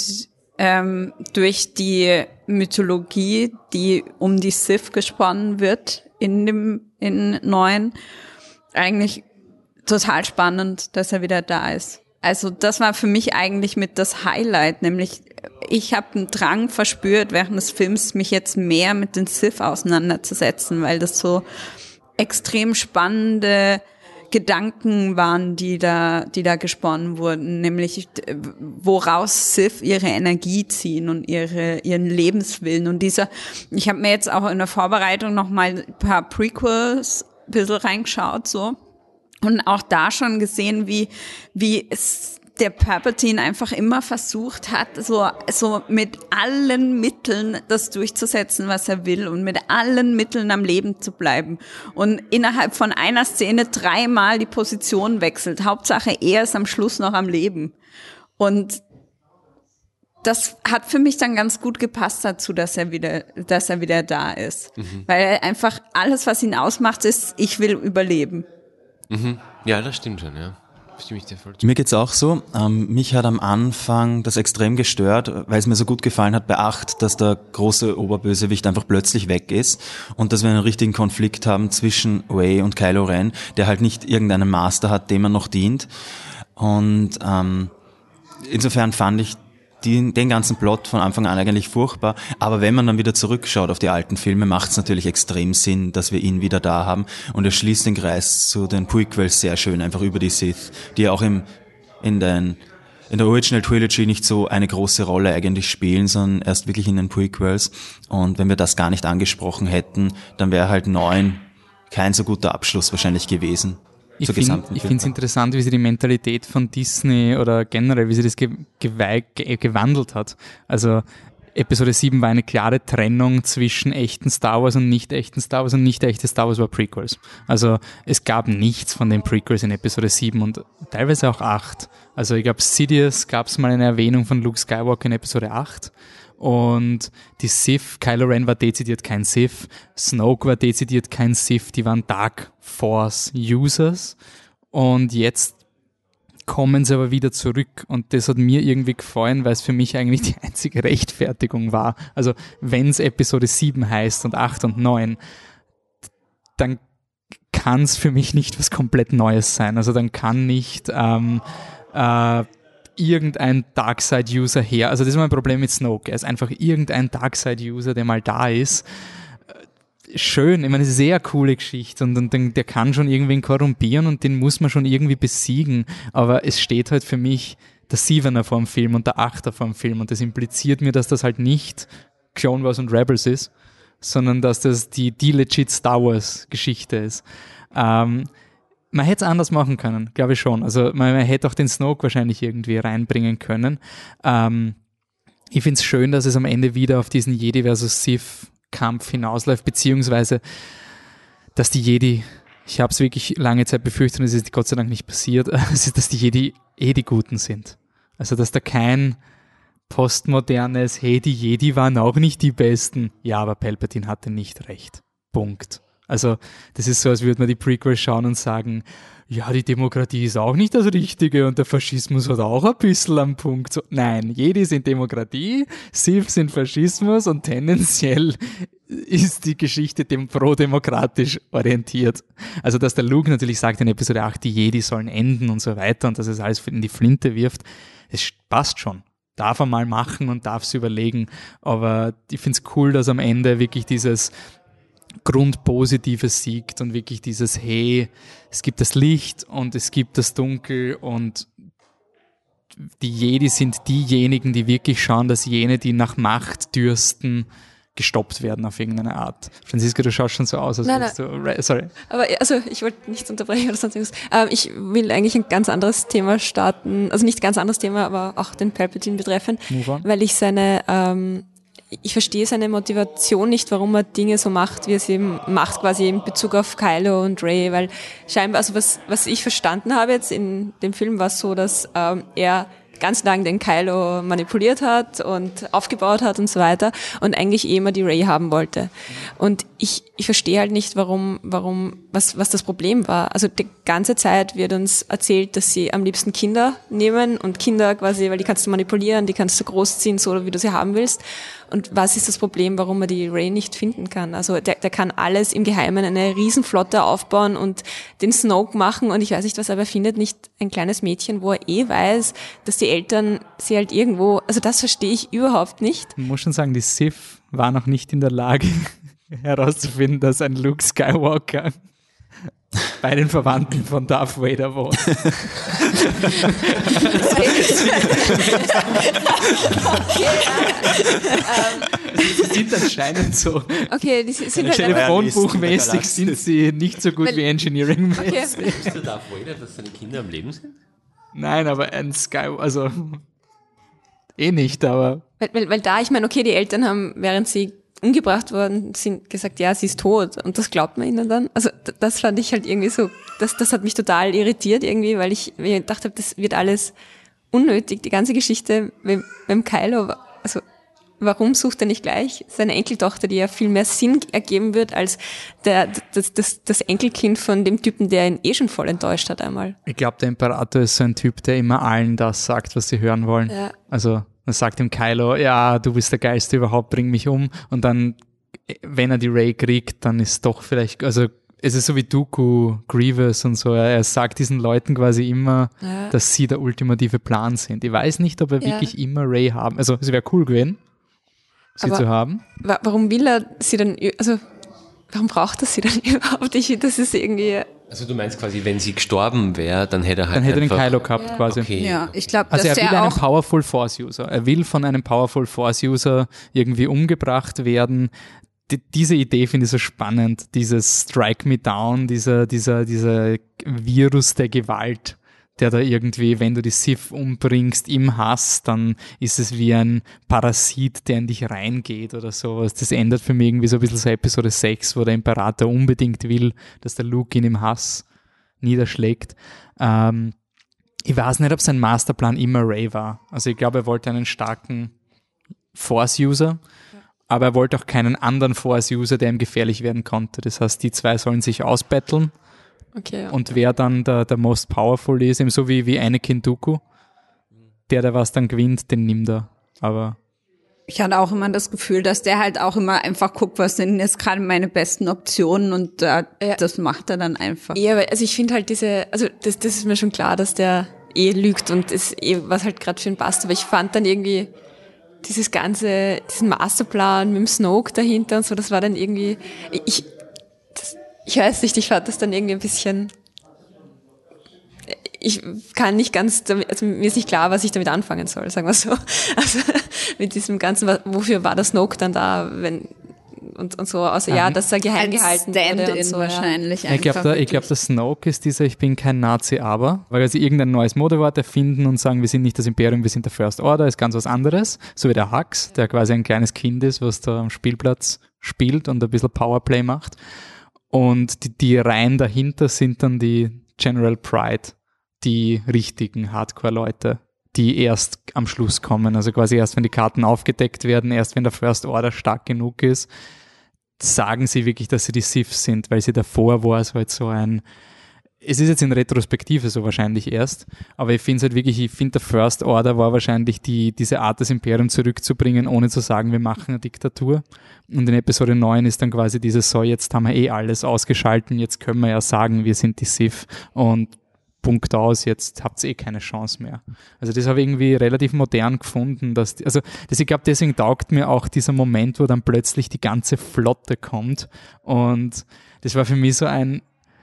durch die Mythologie, die um die Sith gesponnen wird in 9, eigentlich total spannend, dass er wieder da ist. Also das war für mich eigentlich mit das Highlight, nämlich ich habe einen Drang verspürt während des Films, mich jetzt mehr mit den Sith auseinanderzusetzen, weil das so extrem spannende Gedanken waren, die da gesponnen wurden, nämlich woraus Sith ihre Energie ziehen und ihren Lebenswillen. Und ich habe mir jetzt auch in der Vorbereitung noch mal ein paar Prequels ein bisschen reingeschaut, so. Und auch da schon gesehen, wie es der Palpatine einfach immer versucht hat, so mit allen Mitteln das durchzusetzen, was er will und mit allen Mitteln am Leben zu bleiben und innerhalb von einer Szene 3-mal die Position wechselt. Hauptsache, er ist am Schluss noch am Leben. Und das hat für mich dann ganz gut gepasst dazu, dass er wieder da ist. Weil einfach alles, was ihn ausmacht, ist, ich will überleben. Ja, das stimmt schon, ja. Mir geht's auch so. Mich hat am Anfang das extrem gestört, weil es mir so gut gefallen hat bei 8, dass der große Oberbösewicht einfach plötzlich weg ist und dass wir einen richtigen Konflikt haben zwischen Rey und Kylo Ren, der halt nicht irgendeinen Master hat, dem er noch dient. Und insofern fand ich den ganzen Plot von Anfang an eigentlich furchtbar, aber wenn man dann wieder zurückschaut auf die alten Filme, macht es natürlich extrem Sinn, dass wir ihn wieder da haben und er schließt den Kreis zu den Prequels sehr schön, einfach über die Sith, die ja auch in der Original Trilogy nicht so eine große Rolle eigentlich spielen, sondern erst wirklich in den Prequels, und wenn wir das gar nicht angesprochen hätten, dann wäre halt 9 kein so guter Abschluss wahrscheinlich gewesen. Ich finde es interessant, wie sie die Mentalität von Disney oder generell, wie sie das gewandelt hat. Also Episode 7 war eine klare Trennung zwischen echten Star Wars und nicht echten Star Wars, und nicht echte Star Wars war Prequels. Also es gab nichts von den Prequels in Episode 7 und teilweise auch 8. Also ich glaube, Sidious gab es mal eine Erwähnung von Luke Skywalker in Episode 8. Und die Sith, Kylo Ren war dezidiert kein Sith, Snoke war dezidiert kein Sith, die waren Dark Force Users, und jetzt kommen sie aber wieder zurück, und das hat mir irgendwie gefallen, weil es für mich eigentlich die einzige Rechtfertigung war. Also wenn es Episode 7 heißt und 8 und 9, dann kann es für mich nicht was komplett Neues sein. Also dann kann nicht irgendein Darkseid-User her. Also das ist mein Problem mit Snoke. Er ist einfach irgendein Darkseid-User, der mal da ist. Schön, ich meine, sehr coole Geschichte, und der kann schon irgendwen korrumpieren und den muss man schon irgendwie besiegen. Aber es steht halt für mich der 7er vor dem Film und der 8er vor dem Film, und das impliziert mir, dass das halt nicht Clone Wars und Rebels ist, sondern dass das die legit Star Wars Geschichte ist. Man hätte es anders machen können, glaube ich schon. Also man hätte auch den Snoke wahrscheinlich irgendwie reinbringen können. Ich finde es schön, dass es am Ende wieder auf diesen Jedi versus Sith-Kampf hinausläuft, beziehungsweise dass die Jedi, ich habe es wirklich lange Zeit befürchtet und es ist Gott sei Dank nicht passiert, dass die Jedi die Guten sind. Also dass da kein postmodernes, hey, die Jedi waren auch nicht die Besten. Ja, aber Palpatine hatte nicht recht. Punkt. Also das ist so, als würde man die Prequels schauen und sagen, ja, die Demokratie ist auch nicht das Richtige und der Faschismus hat auch ein bisschen am Punkt. So, nein, Jedi sind Demokratie, Sith sind Faschismus, und tendenziell ist die Geschichte pro-demokratisch orientiert. Also dass der Luke natürlich sagt in Episode 8, die Jedi sollen enden und so weiter, und dass es alles in die Flinte wirft, es passt schon. Darf er mal machen und darf es überlegen, aber ich finde es cool, dass am Ende wirklich dieses Grundpositives siegt und wirklich dieses, hey, es gibt das Licht und es gibt das Dunkel, und die Jedi sind diejenigen, die wirklich schauen, dass jene, die nach Macht dürsten, gestoppt werden auf irgendeine Art. Franziska, du schaust schon so aus, als würdest du... Sorry. Aber also ich wollte nichts unterbrechen oder sonst irgendwas. Ich will eigentlich ein ganz anderes Thema starten, also nicht ganz anderes Thema, aber auch den Palpatine betreffend, weil ich ich verstehe seine Motivation nicht, warum er Dinge so macht, wie er sie eben macht, quasi in Bezug auf Kylo und Rey, weil scheinbar, also was ich verstanden habe jetzt in dem Film, war es so, dass er ganz lang den Kylo manipuliert hat und aufgebaut hat und so weiter und eigentlich immer die Rey haben wollte. Und ich verstehe halt nicht, was das Problem war. Also die ganze Zeit wird uns erzählt, dass sie am liebsten Kinder nehmen und Kinder quasi, weil die kannst du manipulieren, die kannst du großziehen, so wie du sie haben willst. Und was ist das Problem, warum man die Rey nicht finden kann? Also der kann alles im Geheimen, eine Riesenflotte aufbauen und den Snoke machen und ich weiß nicht was, aber er findet nicht ein kleines Mädchen, wo er weiß, dass die Eltern sie halt irgendwo, also das verstehe ich überhaupt nicht. Man muss schon sagen, die Sith war noch nicht in der Lage herauszufinden, dass ein Luke Skywalker bei den Verwandten von Darth Vader wohnt. Sie sind anscheinend so. Okay, die sind halt telefonbuchmäßig sind sie nicht so gut wie Engineering-mäßig. Okay. Ist der Darth Vader, dass seine Kinder am Leben sind? Nein, aber ein also nicht, aber... Weil da, ich meine, okay, die Eltern haben, während sie umgebracht worden sind, gesagt, ja, sie ist tot. Und das glaubt man ihnen dann. Also das fand ich halt irgendwie so, das hat mich total irritiert irgendwie, weil ich mir gedacht habe, das wird alles unnötig, die ganze Geschichte mit Kylo. Also warum sucht er nicht gleich seine Enkeltochter, die ja viel mehr Sinn ergeben wird, als das Enkelkind von dem Typen, der ihn schon voll enttäuscht hat einmal. Ich glaube, der Imperator ist so ein Typ, der immer allen das sagt, was sie hören wollen. Ja. Also dann sagt ihm Kylo, ja, du bist der Geilste überhaupt, bring mich um. Und dann, wenn er die Rey kriegt, dann ist doch vielleicht, also es ist so wie Dooku, Grievous und so. Er sagt diesen Leuten quasi immer, dass sie der ultimative Plan sind. Ich weiß nicht, ob er wirklich immer Rey haben. Also es wäre cool gewesen, sie zu haben. Warum will er sie dann, also warum braucht er sie dann überhaupt? Das ist irgendwie... Also du meinst quasi, wenn sie gestorben wäre, dann hätte er halt dann hätte er den Kylo gehabt quasi. Okay. Ja, ich glaube, also dass er will der einen auch Powerful Force User. Er will von einem Powerful Force User irgendwie umgebracht werden. Diese Idee finde ich so spannend. Dieses Strike Me Down, dieser Virus der Gewalt, der da irgendwie, wenn du die Sith umbringst im Hass, dann ist es wie ein Parasit, der in dich reingeht oder sowas. Das ändert für mich irgendwie so ein bisschen so Episode 6, wo der Imperator unbedingt will, dass der Luke ihn im Hass niederschlägt. Ich weiß nicht, ob sein Masterplan immer Rey war. Also ich glaube, er wollte einen starken Force-User, aber er wollte auch keinen anderen Force-User, der ihm gefährlich werden konnte. Das heißt, die zwei sollen sich ausbattlen. Okay, ja. Und wer dann der most powerful ist, eben so wie Anakin Dooku, der was dann gewinnt, den nimmt er. Aber ich hatte auch immer das Gefühl, dass der halt auch immer einfach guckt, was sind jetzt gerade meine besten Optionen und das macht er dann einfach. Ja, also ich finde halt das ist mir schon klar, dass der lügt und es was halt gerade für ihn passt, aber ich fand dann irgendwie diesen Masterplan mit dem Snoke dahinter und so, das war dann irgendwie, ich weiß nicht, ich fand das dann irgendwie ein bisschen, ich kann nicht ganz, also mir ist nicht klar, was ich damit anfangen soll, sagen wir so. Also mit diesem ganzen, wofür war der Snoke dann da, und so, außer dass er geheim gehalten wurde und so. Wahrscheinlich ich glaube, der Snoke ist dieser Ich bin kein Nazi, aber, weil sie irgendein neues Modewort erfinden und sagen, wir sind nicht das Imperium, wir sind der First Order, ist ganz was anderes. So wie der Hux, der quasi ein kleines Kind ist, was da am Spielplatz spielt und ein bisschen Powerplay macht. Und die Reihen dahinter sind dann die General Pride, die richtigen Hardcore-Leute, die erst am Schluss kommen. Also quasi erst, wenn die Karten aufgedeckt werden, erst wenn der First Order stark genug ist, sagen sie wirklich, dass sie die Sith sind, weil sie davor war es halt so es ist jetzt in Retrospektive so wahrscheinlich erst, aber ich finde es halt wirklich, der First Order war wahrscheinlich diese Art, das Imperium zurückzubringen, ohne zu sagen, wir machen eine Diktatur. Und in Episode 9 ist dann quasi dieses so, jetzt haben wir alles ausgeschalten, jetzt können wir ja sagen, wir sind die Sith und Punkt aus, jetzt habt ihr keine Chance mehr. Also das habe ich irgendwie relativ modern gefunden, ich glaube, deswegen taugt mir auch dieser Moment, wo dann plötzlich die ganze Flotte kommt und das war für mich so ein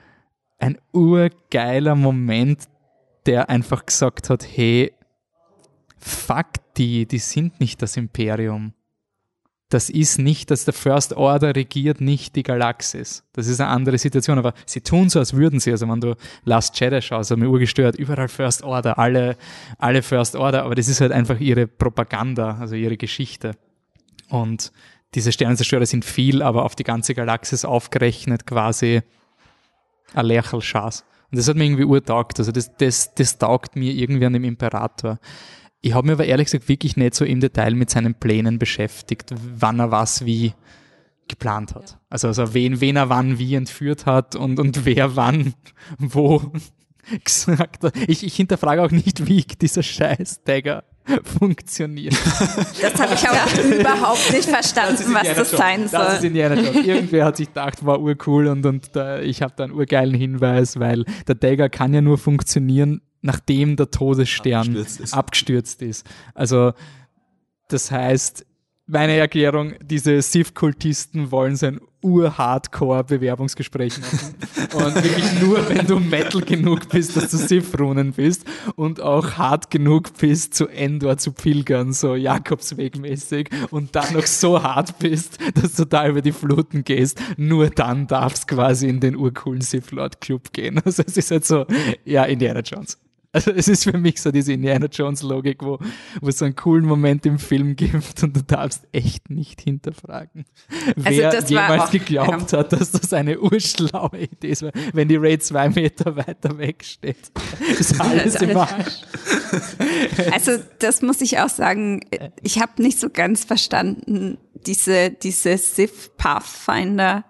urgeiler Moment, der einfach gesagt hat, hey, fuck die sind nicht das Imperium. Das ist nicht, dass der First Order regiert nicht die Galaxis. Das ist eine andere Situation, aber sie tun so, als würden sie. Also wenn du Last Jedi schaust, hat mich urgestört, überall First Order, alle First Order, aber das ist halt einfach ihre Propaganda, also ihre Geschichte. Und diese Sternenzerstörer sind viel, aber auf die ganze Galaxis aufgerechnet quasi ein Lerchelschas. Und das hat mir irgendwie urtaugt. Also das taugt mir irgendwie an dem Imperator. Ich habe mir aber ehrlich gesagt wirklich nicht so im Detail mit seinen Plänen beschäftigt, wann er was wie geplant hat. Also wen er wann wie entführt hat und wer wann wo gesagt hat. Ich hinterfrage auch nicht, wie dieser Scheiß-Dagger funktioniert. Das habe ich auch überhaupt nicht verstanden, was das sein soll. Das ist Indiana Jones. Irgendwer hat sich gedacht, war urcool und ich habe da einen urgeilen Hinweis, weil der Dagger kann ja nur funktionieren, nachdem der Todesstern abgestürzt ist. Also das heißt, meine Erklärung, diese Sith-Kultisten wollen so ein Ur-Hardcore-Bewerbungsgespräch machen. Und wirklich nur, wenn du Metal genug bist, dass du Sith-Runen bist und auch hart genug bist, zu Endor zu pilgern, so Jakobsweg-mäßig, und dann noch so hart bist, dass du da über die Fluten gehst, nur dann darfst quasi in den urcoolen Sith-Lord-Club gehen. Also es ist halt so, ja, Indiana Jones. Also es ist für mich so diese Indiana Jones Logik, wo es so einen coolen Moment im Film gibt und du darfst echt nicht hinterfragen, wer jemals geglaubt hat, dass das eine urschlaue Idee ist, wenn die Rey 2 Meter weiter weg steht. Ist alles im Arsch. Also das muss ich auch sagen, ich habe nicht so ganz verstanden, diese Sith Pathfinder.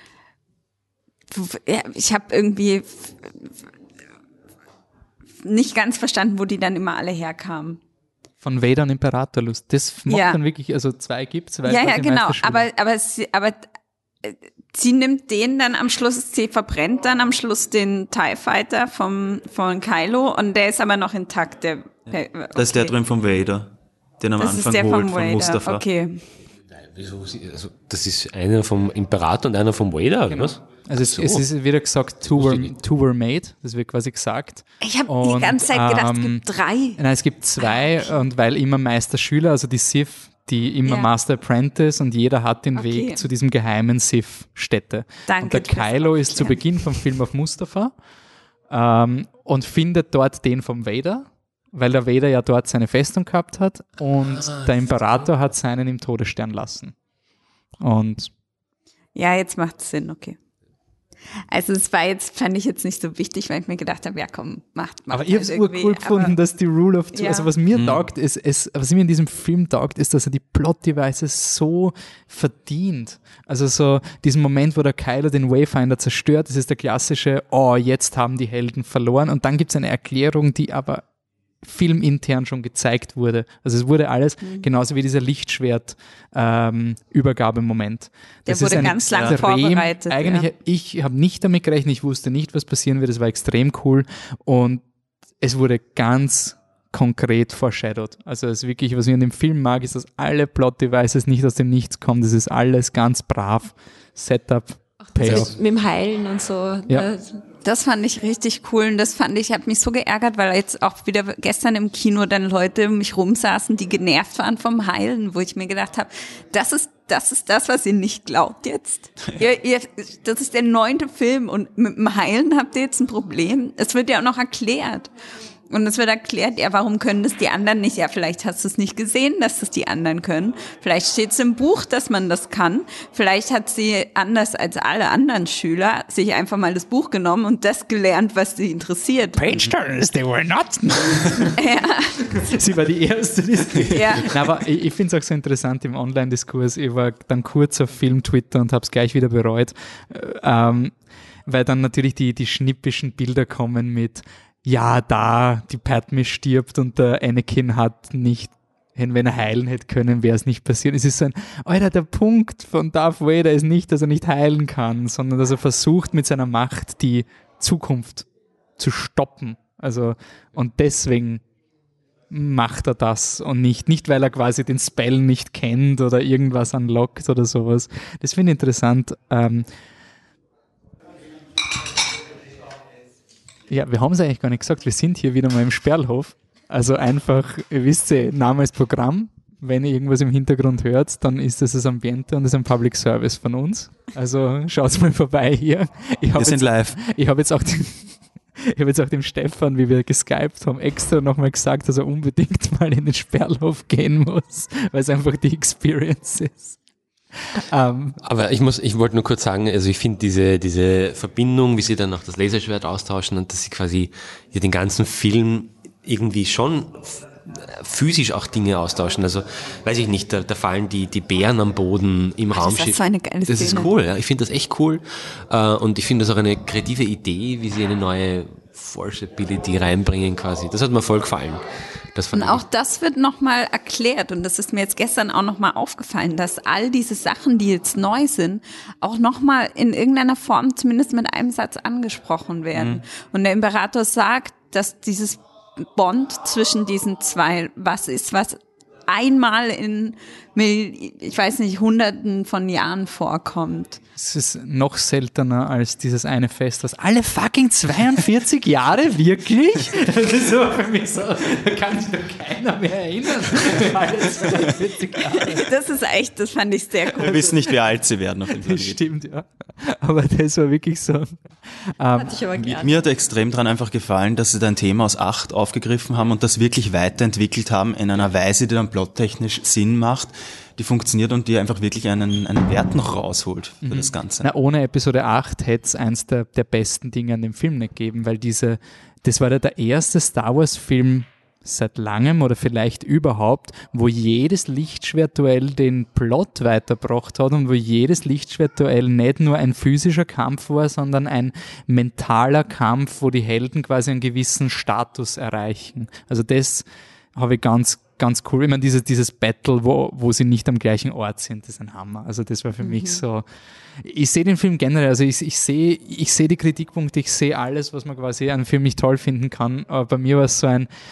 Ich habe irgendwie nicht ganz verstanden, wo die dann immer alle herkamen. Von Vader und Imperatorlust. Das macht dann wirklich, also 2 gibt's. Ja, genau. Aber sie nimmt den dann am Schluss, sie verbrennt dann am Schluss den TIE Fighter von Kylo und der ist aber noch intakt. Okay. Das ist der drin vom Vader, den am Anfang holt von Mustafa. Okay. Also, das ist einer vom Imperator und einer vom Vader, oder was? Also es ist wieder gesagt, two were made, das wird quasi gesagt. Ich habe die ganze Zeit gedacht, es gibt 3. Nein, es gibt 2 und weil immer Meister-Schüler, also die Sith, die immer Master Apprentice und jeder hat den Weg zu diesem geheimen Sith-Stätte. Und der Kylo ist zu Beginn vom Film auf Mustafa und findet dort den vom Vader, weil der Vader ja dort seine Festung gehabt hat und der Imperator hat seinen im Todesstern lassen. Und ja, jetzt macht es Sinn, okay. Also es fand ich jetzt nicht so wichtig, weil ich mir gedacht habe, ja komm, macht aber ich habe es urcool gefunden, dass die Rule of Two, also was mir taugt, was mir in diesem Film taugt, ist, dass er die Plot-Devices so verdient. Also so diesen Moment, wo der Kylo den Wayfinder zerstört, das ist der klassische, jetzt haben die Helden verloren und dann gibt es eine Erklärung, die aber filmintern schon gezeigt wurde. Also es wurde alles, genauso wie dieser Lichtschwert-Übergabemoment. Der wurde ganz lang vorbereitet. Eigentlich, ich habe nicht damit gerechnet, ich wusste nicht, was passieren wird, es war extrem cool und es wurde ganz konkret foreshadowed. Also es ist wirklich, was ich an dem Film mag, ist, dass alle Plot-Devices nicht aus dem Nichts kommen. Das ist alles ganz brav. Setup, Payoff. Mit dem Heilen und so. Ja. Das fand ich richtig cool und das fand ich, hat mich so geärgert, weil jetzt auch wieder gestern im Kino dann Leute um mich rumsaßen, die genervt waren vom Heilen, wo ich mir gedacht habe, das ist das, was ihr nicht glaubt jetzt. Das ist der 9. Film und mit dem Heilen habt ihr jetzt ein Problem. Es wird ja auch noch erklärt. Und es wird erklärt, warum können das die anderen nicht? Ja, vielleicht hast du es nicht gesehen, dass das die anderen können. Vielleicht steht es im Buch, dass man das kann. Vielleicht hat sie, anders als alle anderen Schüler, sich einfach mal das Buch genommen und das gelernt, was sie interessiert. Page turners, they were not. Sie war die Erste. Na, aber ich finde es auch so interessant im Online-Diskurs. Ich war dann kurz auf Film-Twitter und habe es gleich wieder bereut. Weil dann natürlich die schnippischen Bilder kommen mit die Padme stirbt und der Anakin hat nicht, wenn er heilen hätte können, wäre es nicht passiert. Es ist so der Punkt von Darth Vader ist nicht, dass er nicht heilen kann, sondern dass er versucht, mit seiner Macht die Zukunft zu stoppen. Also, und deswegen macht er das und nicht, weil er quasi den Spell nicht kennt oder irgendwas unlockt oder sowas. Das finde ich interessant. Ja, wir haben es eigentlich gar nicht gesagt. Wir sind hier wieder mal im Sperlhof. Also einfach, ihr wisst Name ist Programm. Wenn ihr irgendwas im Hintergrund hört, dann ist das Ambiente und das ist ein Public Service von uns. Also schaut mal vorbei hier. Wir sind live. Ich habe jetzt auch dem Stefan, wie wir geskypt haben, extra nochmal gesagt, dass er unbedingt mal in den Sperlhof gehen muss, weil es einfach die Experience ist. Aber ich wollte nur kurz sagen, also ich finde diese Verbindung, wie sie dann noch das Laserschwert austauschen und dass sie quasi den ganzen Film irgendwie schon physisch auch Dinge austauschen. Also, weiß ich nicht, da fallen die Bären am Boden im Raumschiff. Das ist so eine geile Szene. Das ist cool, ja. Ich finde das echt cool. Und ich finde das auch eine kreative Idee, wie sie eine neue Force-Ability reinbringen quasi. Das hat mir voll gefallen. Und auch das wird nochmal erklärt und das ist mir jetzt gestern auch nochmal aufgefallen, dass all diese Sachen, die jetzt neu sind, auch nochmal in irgendeiner Form zumindest mit einem Satz angesprochen werden. Und der Imperator sagt, dass dieses Bond zwischen diesen zwei was ist, was einmal in, ich weiß nicht, Hunderten von Jahren vorkommt. Es ist noch seltener als dieses eine Fest, was alle fucking 42 Jahre, wirklich? Das ist so für mich so, da kann sich doch keiner mehr erinnern. Alle 42 Jahre. Das ist echt, das fand ich sehr cool. Wir wissen nicht, wie alt sie werden auf dem Das Planeten. stimmt, ja. Aber das war wirklich so. Hatte ich aber gerne. Mir hat extrem dran einfach gefallen, dass sie da ein Thema aus 8 aufgegriffen haben und das wirklich weiterentwickelt haben in einer Weise, die dann plottechnisch Sinn macht, die funktioniert und die einfach wirklich einen Wert noch rausholt für das Ganze. Na, ohne Episode 8 hätte es eins der besten Dinge an dem Film nicht gegeben, weil das war der erste Star Wars Film seit langem oder vielleicht überhaupt, wo jedes Lichtschwertduell den Plot weitergebracht hat und wo jedes Lichtschwertduell nicht nur ein physischer Kampf war, sondern ein mentaler Kampf, wo die Helden quasi einen gewissen Status erreichen. Also das habe ich ganz cool. Ich meine, dieses Battle, wo sie nicht am gleichen Ort sind, das ist ein Hammer. Also das war für mich so. Ich sehe den Film generell, also ich sehe die Kritikpunkte, ich sehe alles, was man quasi an einem Film nicht toll finden kann. Aber bei mir war es so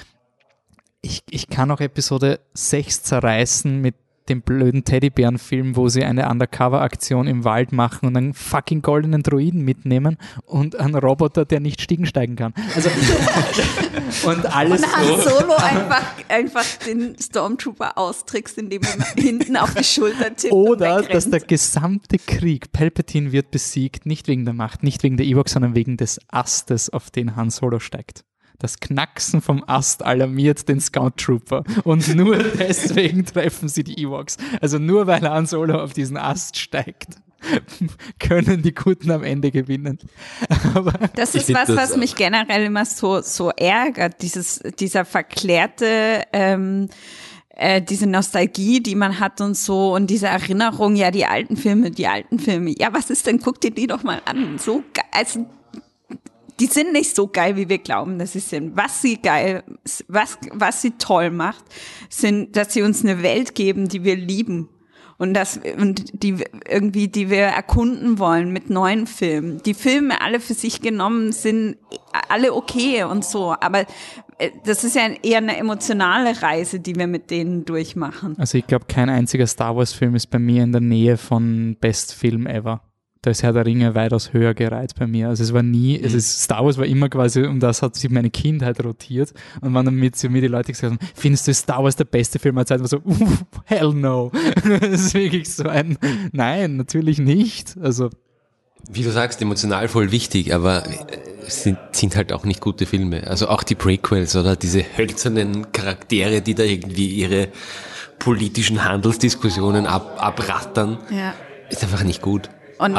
ich kann auch Episode 6 zerreißen mit dem blöden Teddybärenfilm, wo sie eine Undercover-Aktion im Wald machen und einen fucking goldenen Droiden mitnehmen und einen Roboter, der nicht Stiegen steigen kann. Also und alles und Han Solo einfach den Stormtrooper austrickst, indem er hinten auf die Schulter tippt. Oder und dass der gesamte Krieg, Palpatine wird besiegt, nicht wegen der Macht, nicht wegen der Ewoks, sondern wegen des Astes, auf den Han Solo steigt. Das Knacksen vom Ast alarmiert den Scout Trooper und nur deswegen treffen sie die Ewoks. Also nur weil Han Solo auf diesen Ast steigt, können die Guten am Ende gewinnen. Aber das ist was mich generell immer so ärgert, dieser verklärte diese Nostalgie, die man hat und so und diese Erinnerung, ja, die alten Filme, ja, was ist denn, guck dir die doch mal an, so geil, also die sind nicht so geil, wie wir glauben, dass sie sind. Was sie toll macht, sind, dass sie uns eine Welt geben, die wir lieben. Und die wir erkunden wollen mit neuen Filmen. Die Filme alle für sich genommen sind alle okay und so, aber das ist ja eher eine emotionale Reise, die wir mit denen durchmachen. Also ich glaube, kein einziger Star Wars Film ist bei mir in der Nähe von Best Film Ever. Da ist Herr der Ringe weitaus höher gereiht bei mir. Also Star Wars war immer quasi, um das hat sich meine Kindheit rotiert. Und wenn dann mir die Leute gesagt haben, findest du Star Wars der beste Film aller Zeit? War so, hell no. Das ist wirklich so nein, natürlich nicht. Also wie du sagst, emotional voll wichtig, aber es sind halt auch nicht gute Filme. Also auch die Prequels oder diese hölzernen Charaktere, die da irgendwie ihre politischen Handelsdiskussionen abrattern, ist einfach nicht gut. Und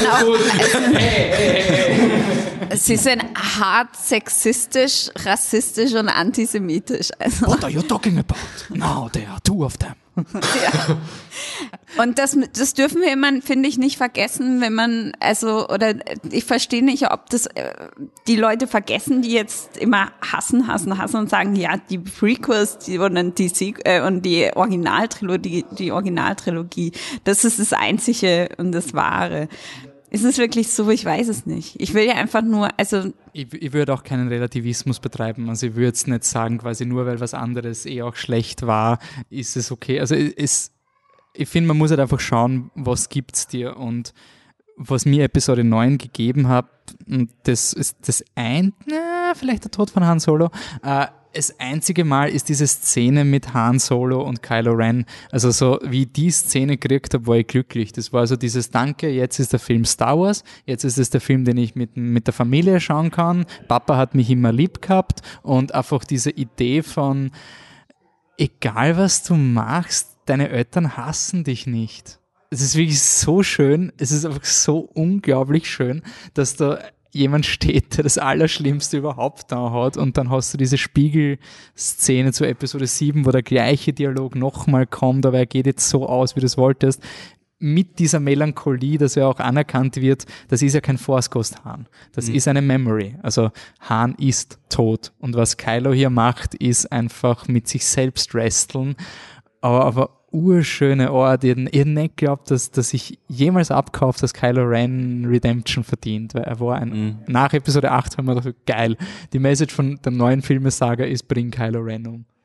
sie sind hart sexistisch, rassistisch und antisemitisch. Also. What are you talking about? No, there are 2 of them. Ja. Und das dürfen wir immer, finde ich, nicht vergessen, wenn man, oder ich verstehe nicht, ob das die Leute vergessen, die jetzt immer hassen und sagen, ja, die Prequels und die Originaltrilogie, das ist das Einzige und das Wahre. Ist es wirklich so? Ich weiß es nicht. Ich will ja einfach nur, Ich würde auch keinen Relativismus betreiben. Also ich würde jetzt nicht sagen, quasi nur weil was anderes auch schlecht war, ist es okay. Also ich finde, man muss halt einfach schauen, was gibt's dir, und was mir Episode 9 gegeben hat, und das ist vielleicht der Tod von Han Solo, das einzige Mal ist diese Szene mit Han Solo und Kylo Ren, also so wie ich die Szene gekriegt habe, war ich glücklich. Das war so dieses Danke, jetzt ist der Film Star Wars, jetzt ist es der Film, den ich mit der Familie schauen kann. Papa hat mich immer lieb gehabt, und einfach diese Idee von, egal was du machst, deine Eltern hassen dich nicht. Es ist wirklich so schön, es ist einfach so unglaublich schön, dass da jemand steht, der das Allerschlimmste überhaupt da hat, und dann hast du diese Spiegelszene zu Episode 7, wo der gleiche Dialog nochmal kommt, aber er geht jetzt so aus, wie du es wolltest, mit dieser Melancholie, dass ja auch anerkannt wird, das ist ja kein Force Ghost Han, das ist eine Memory, also Han ist tot, und was Kylo hier macht, ist einfach mit sich selbst wresteln, aber urschöne Ort. Ich hätte nicht geglaubt, dass ich jemals abkaufe, dass Kylo Ren Redemption verdient, weil er war nach Episode 8 haben wir gedacht, geil, die Message von der neuen Filmesaga ist, bring Kylo Ren um.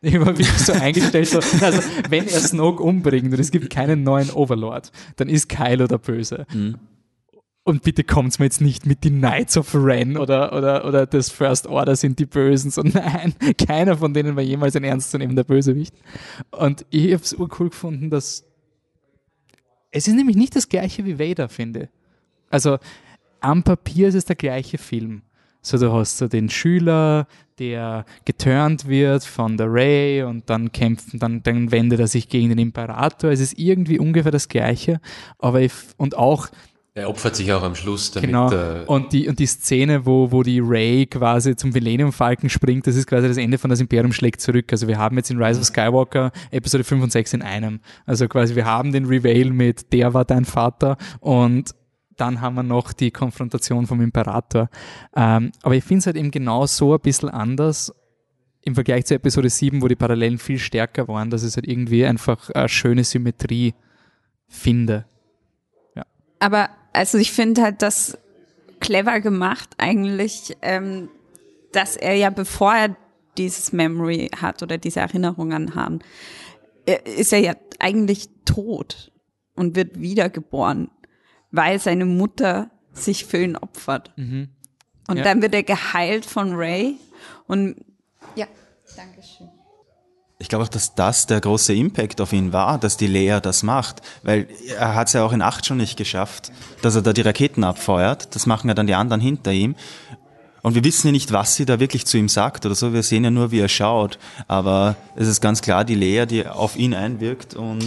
Ich war wirklich so eingestellt, so, also wenn er Snoke umbringt und es gibt keinen neuen Overlord, dann ist Kylo der Böse. Und bitte kommt's mir jetzt nicht mit die Knights of Ren oder das First Order sind die Bösen, so nein, keiner von denen war jemals ein ernstzunehmender Bösewicht. Und ich hab's urcool gefunden, dass es ist nämlich nicht das gleiche wie Vader, finde. Also am Papier ist es der gleiche Film. So, du hast so den Schüler, der geturnt wird von der Rey und dann dann wendet er sich gegen den Imperator. Es ist irgendwie ungefähr das Gleiche, aber und auch er opfert sich auch am Schluss damit. Genau. Und die Szene, wo die Rey quasi zum Millennium Falcon springt, das ist quasi das Ende von Das Imperium schlägt zurück. Also wir haben jetzt in Rise of Skywalker Episode 5 und 6 in einem. Also quasi wir haben den Reveal mit der war dein Vater und dann haben wir noch die Konfrontation vom Imperator. Aber ich finde es halt eben genau so ein bisschen anders im Vergleich zu Episode 7, wo die Parallelen viel stärker waren, dass ich halt irgendwie einfach eine schöne Symmetrie finde. Ja. Aber also ich finde halt das clever gemacht eigentlich, dass er ja bevor er dieses Memory hat oder diese Erinnerung an Han, ist er ja eigentlich tot und wird wiedergeboren, weil seine Mutter sich für ihn opfert. Und dann wird er geheilt von Rey und ja, danke schön. Ich glaube auch, dass das der große Impact auf ihn war, dass die Leia das macht, weil er hat es ja auch in 8 schon nicht geschafft, dass er da die Raketen abfeuert, das machen ja dann die anderen hinter ihm und wir wissen ja nicht, was sie da wirklich zu ihm sagt oder so, wir sehen ja nur, wie er schaut, aber es ist ganz klar die Leia, die auf ihn einwirkt und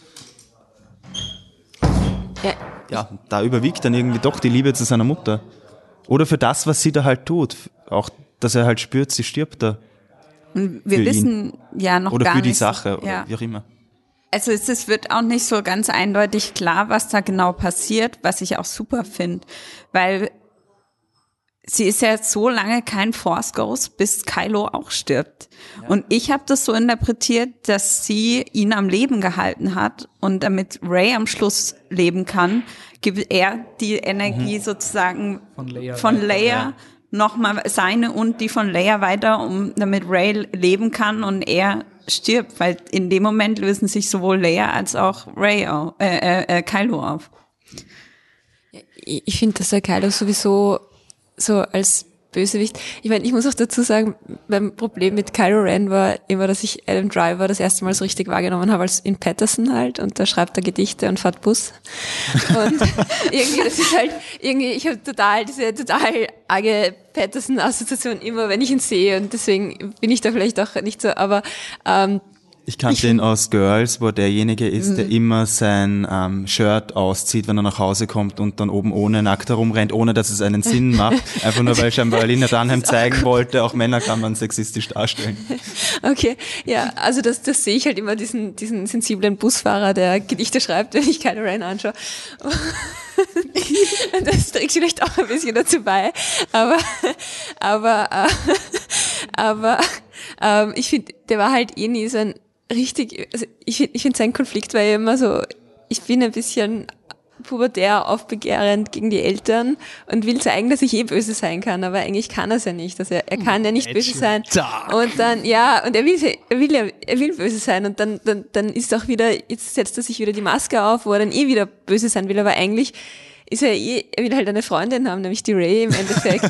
ja, da überwiegt dann irgendwie doch die Liebe zu seiner Mutter. Oder für das, was sie da halt tut. Auch, dass er halt spürt, sie stirbt da. Und wir wissen ja noch oder gar nicht. Oder für die Sache, ja. oder wie auch immer. Also es wird auch nicht so ganz eindeutig klar, was da genau passiert, was ich auch super finde. Weil sie ist ja jetzt so lange kein Force Ghost, bis Kylo auch stirbt. Ja. Und ich habe das so interpretiert, dass sie ihn am Leben gehalten hat und damit Rey am Schluss leben kann, gibt er die Energie sozusagen von Leia nochmal seine und die von Leia weiter, damit Rey leben kann und er stirbt, weil in dem Moment lösen sich sowohl Leia als auch Kylo auf. Ich finde, dass der Kylo sowieso so als Bösewicht. Ich meine, ich muss auch dazu sagen, mein Problem mit Kylo Ren war immer, dass ich Adam Driver das erste Mal so richtig wahrgenommen habe als in Patterson halt und da schreibt er Gedichte und fährt Bus. Und irgendwie, das ist halt, irgendwie, ich habe diese total arge Patterson-Assoziation immer, wenn ich ihn sehe und deswegen bin ich da vielleicht auch nicht so, aber ich kannte ihn aus Girls, wo derjenige ist, der immer sein Shirt auszieht, wenn er nach Hause kommt und dann oben ohne nackt herumrennt, ohne dass es einen Sinn macht. Einfach nur, weil scheinbar Lina Dunham zeigen wollte, auch Männer kann man sexistisch darstellen. Okay, ja, also das sehe ich halt immer, diesen sensiblen Busfahrer, der Gedichte schreibt, wenn ich Kylo Ren anschaue. Das trägt vielleicht auch ein bisschen dazu bei, aber ich finde, der war halt nie so ein richtig, also ich finde sein Konflikt war ja immer so, ich bin ein bisschen pubertär aufbegehrend gegen die Eltern und will zeigen, dass ich böse sein kann, aber eigentlich kann er es ja nicht, also er kann ja nicht böse sein und dann, ja, und er will böse sein und dann ist auch wieder, jetzt setzt er sich wieder die Maske auf, wo er dann wieder böse sein will, aber eigentlich ist er will halt eine Freundin haben, nämlich die Rey im Endeffekt.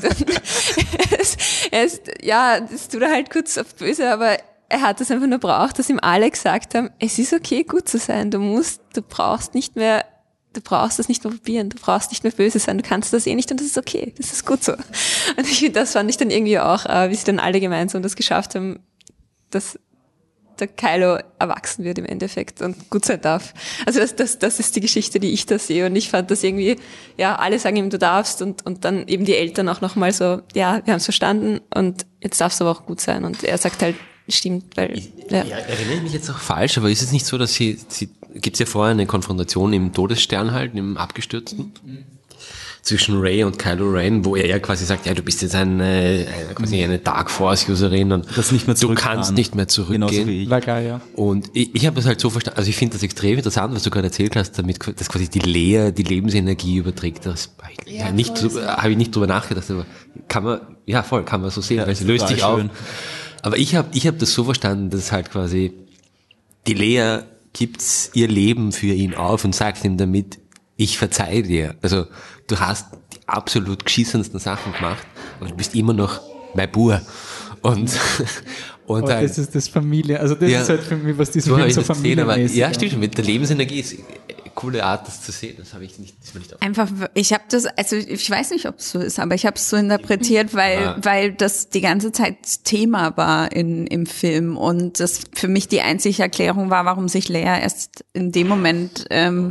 Das tut er halt kurz auf böse, aber er hat es einfach nur braucht, dass ihm alle gesagt haben, es ist okay, gut zu sein, du brauchst das nicht mehr probieren, du brauchst nicht mehr böse sein, du kannst das nicht und das ist okay, das ist gut so. Und ich finde, das fand ich dann irgendwie auch, wie sie dann alle gemeinsam das geschafft haben, dass der Kylo erwachsen wird im Endeffekt und gut sein darf. Also das ist die Geschichte, die ich da sehe und ich fand das irgendwie, ja, alle sagen ihm, du darfst und dann eben die Eltern auch nochmal so, ja, wir haben es verstanden und jetzt darfst du aber auch gut sein und er sagt halt, stimmt, weil, ja, erinnere ich mich jetzt auch falsch, aber ist es nicht so, dass sie gibt's ja vorher eine Konfrontation im Todesstern halt, im Abgestürzten? Zwischen Rey und Kylo Ren, wo er ja quasi sagt, ja, du bist jetzt eine Dark Force-Userin und du kannst nicht mehr zurückgehen. Genauso wie ich. War geil, ja. Und ich habe das halt so verstanden, also ich finde das extrem interessant, was du gerade erzählt hast, damit, dass quasi die Leia die Lebensenergie überträgt. Das habe ich nicht drüber nachgedacht, aber kann man so sehen, weil sie löst sich auf. Aber ich hab das so verstanden, dass halt quasi die Lea gibt ihr Leben für ihn auf und sagt ihm damit, ich verzeih dir. Also du hast die absolut geschissensten Sachen gemacht, aber du bist immer noch mein Bub. Und aber halt, das ist das Familie, also das ist halt für mich, was dieser Film so familienmäßig ja, stimmt schon, mit der Lebensenergie ist eine coole Art, das zu sehen. Das habe ich nicht, das ist mir nicht Einfach, ich habe das, also ich weiß nicht, ob es so ist, aber ich habe es so interpretiert, weil das die ganze Zeit Thema war im Film und das für mich die einzige Erklärung war, warum sich Lea erst in dem Moment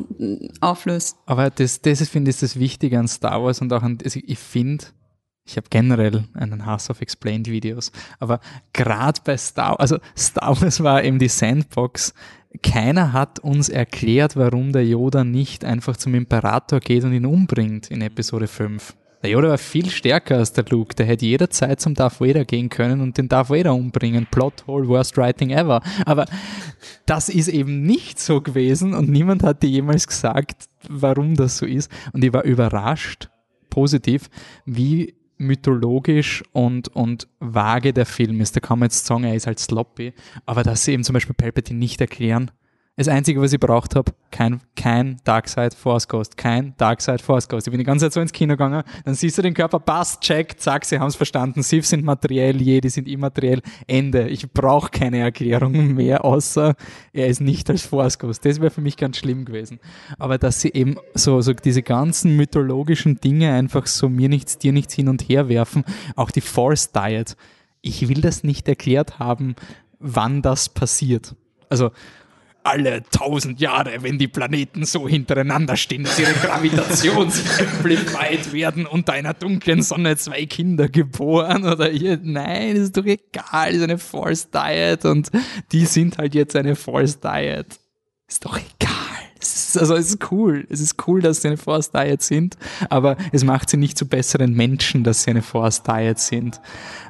auflöst. Aber das ist, finde ich, das Wichtige an Star Wars und auch an, also ich finde, ich habe generell einen Hass auf Explained-Videos, aber gerade bei Star Wars war eben die Sandbox. Keiner hat uns erklärt, warum der Yoda nicht einfach zum Imperator geht und ihn umbringt in Episode 5. Der Yoda war viel stärker als der Luke. Der hätte jederzeit zum Darth Vader gehen können und den Darth Vader umbringen. Plothole, worst writing ever. Aber das ist eben nicht so gewesen und niemand hat dir jemals gesagt, warum das so ist. Und ich war überrascht, positiv, wie mythologisch und vage der Film ist. Da kann man jetzt sagen, er ist halt sloppy, aber dass sie eben zum Beispiel Palpatine nicht erklären. Das Einzige, was ich braucht habe, kein Darkseid Force Ghost, kein Darkseid Force Ghost. Ich bin die ganze Zeit so ins Kino gegangen, dann siehst du den Körper, passt, check, zack, sie haben es verstanden, Sith sind materiell, Jedi sind immateriell, Ende. Ich brauche keine Erklärung mehr, außer er ist nicht als Force Ghost. Das wäre für mich ganz schlimm gewesen. Aber dass sie eben so diese ganzen mythologischen Dinge einfach so mir nichts, dir nichts hin und her werfen, auch die Force Diet. Ich will das nicht erklärt haben, wann das passiert. Also alle 1000 Jahre, wenn die Planeten so hintereinander stehen, dass ihre Gravitation sich amplified werden, unter einer dunklen Sonne 2 Kinder geboren oder nein, ist doch egal, ist eine Force Diet und die sind halt jetzt eine Force Diet. Ist doch egal. Es ist cool. Es ist cool, dass sie eine Force Diet sind, aber es macht sie nicht zu besseren Menschen, dass sie eine Force Diet sind.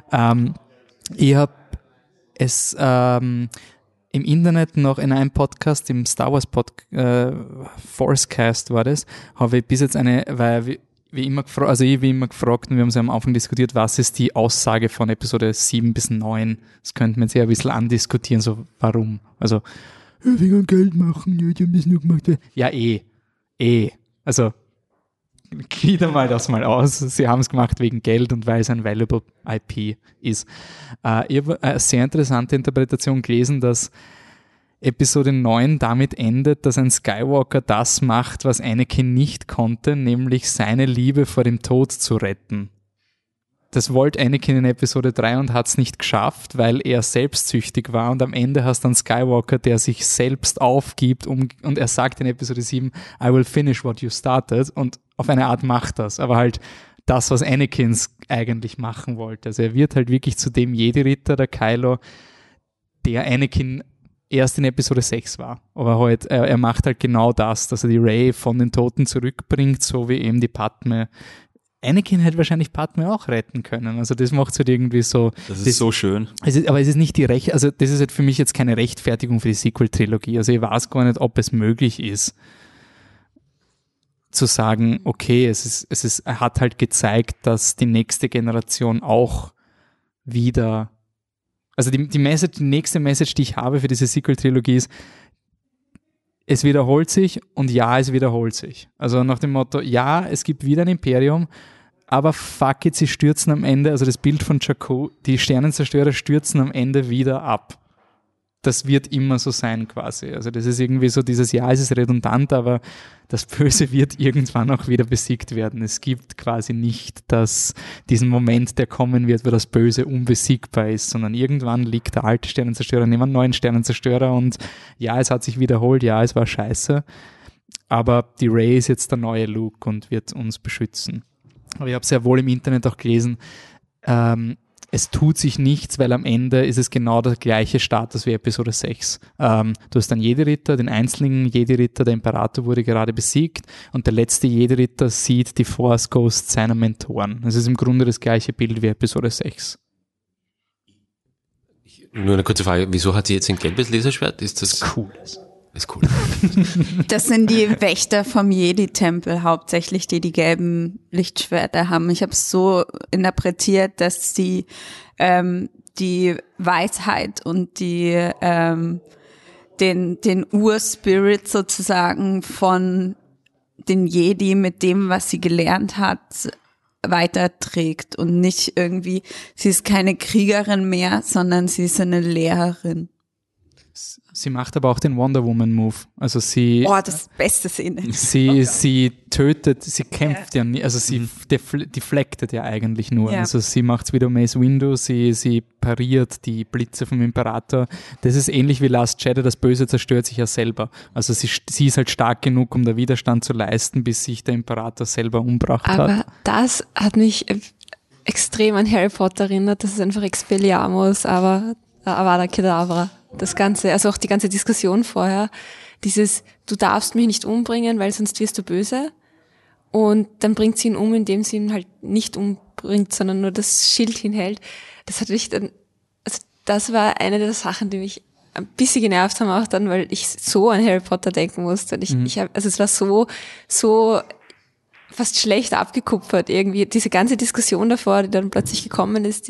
Ich habe es im Internet noch in einem Podcast, im Star Wars Forcecast war das, habe ich bis jetzt weil wie immer gefragt und wir haben es am Anfang diskutiert, was ist die Aussage von Episode 7 bis 9? Das könnte man jetzt ja ein bisschen andiskutieren, so warum? Also, wegen Geld machen, die haben das nur gemacht. Ja, Also, glieder mal das mal aus. Sie haben es gemacht wegen Geld und weil es ein valuable IP ist. Ich habe eine sehr interessante Interpretation gelesen, dass Episode 9 damit endet, dass ein Skywalker das macht, was Anakin nicht konnte, nämlich seine Liebe vor dem Tod zu retten. Das wollte Anakin in Episode 3 und hat es nicht geschafft, weil er selbstsüchtig war und am Ende hast du einen Skywalker, der sich selbst aufgibt und er sagt in Episode 7, I will finish what you started und auf eine Art macht das, aber halt das, was Anakins eigentlich machen wollte. Also er wird halt wirklich zu dem Jedi-Ritter, der Kylo, der Anakin erst in Episode 6 war. Aber halt, er macht halt genau das, dass er die Rey von den Toten zurückbringt, so wie eben die Padme. Anakin hätte wahrscheinlich Padme auch retten können. Also das macht es halt irgendwie so. Das ist so schön. Aber es ist nicht also das ist halt für mich jetzt keine Rechtfertigung für die Sequel-Trilogie. Also ich weiß gar nicht, ob es möglich ist, zu sagen, okay, er hat halt gezeigt, dass die nächste Generation auch wieder, also die nächste Message, die ich habe für diese Sequel-Trilogie ist, es wiederholt sich und ja, es wiederholt sich. Also nach dem Motto, ja, es gibt wieder ein Imperium, aber fuck it, sie stürzen am Ende, also das Bild von Jakku, die Sternenzerstörer stürzen am Ende wieder ab. Das wird immer so sein quasi. Also das ist irgendwie so dieses, ja, es ist redundant, aber das Böse wird irgendwann auch wieder besiegt werden. Es gibt quasi nicht diesen Moment, der kommen wird, wo das Böse unbesiegbar ist, sondern irgendwann liegt der alte Sternenzerstörer neben einem neuen Sternenzerstörer und ja, es hat sich wiederholt, ja, es war scheiße, aber die Rey ist jetzt der neue Luke und wird uns beschützen. Aber ich habe sehr wohl im Internet auch gelesen, es tut sich nichts, weil am Ende ist es genau der gleiche Status wie Episode 6. Du hast einen Jedi-Ritter, den einzelnen Jedi-Ritter, der Imperator wurde gerade besiegt und der letzte Jedi-Ritter sieht die Force Ghost seiner Mentoren. Es ist im Grunde das gleiche Bild wie Episode 6. Nur eine kurze Frage, wieso hat sie jetzt ein gelbes Laserschwert? Ist das Cooles. Ist cool. Das sind die Wächter vom Jedi-Tempel hauptsächlich, die gelben Lichtschwerter haben. Ich habe es so interpretiert, dass sie die Weisheit und den Urspirit sozusagen von den Jedi mit dem, was sie gelernt hat, weiterträgt und nicht irgendwie, sie ist keine Kriegerin mehr, sondern sie ist eine Lehrerin. Sie macht aber auch den Wonder Woman Move. Also sie. Oh, das beste Szene. Sie tötet, sie kämpft ja nicht, also sie deflectet ja eigentlich nur. Ja. Also sie macht's wieder Mace Windu, sie pariert die Blitze vom Imperator. Das ist ähnlich wie Last Jedi, das Böse zerstört sich ja selber. Also sie ist halt stark genug, um da Widerstand zu leisten, bis sich der Imperator selber umgebracht hat. Aber das hat mich extrem an Harry Potter erinnert. Das ist einfach Expelliarmus, aber Avada Kedavra. Das Ganze, also auch die ganze Diskussion vorher, du darfst mich nicht umbringen, weil sonst wirst du böse. Und dann bringt sie ihn um, indem sie ihn halt nicht umbringt, sondern nur das Schild hinhält. Das hat mich dann, also das war eine der Sachen, die mich ein bisschen genervt haben auch dann, weil ich so an Harry Potter denken musste. Und also es war so fast schlecht abgekupfert irgendwie. Diese ganze Diskussion davor, die dann plötzlich gekommen ist,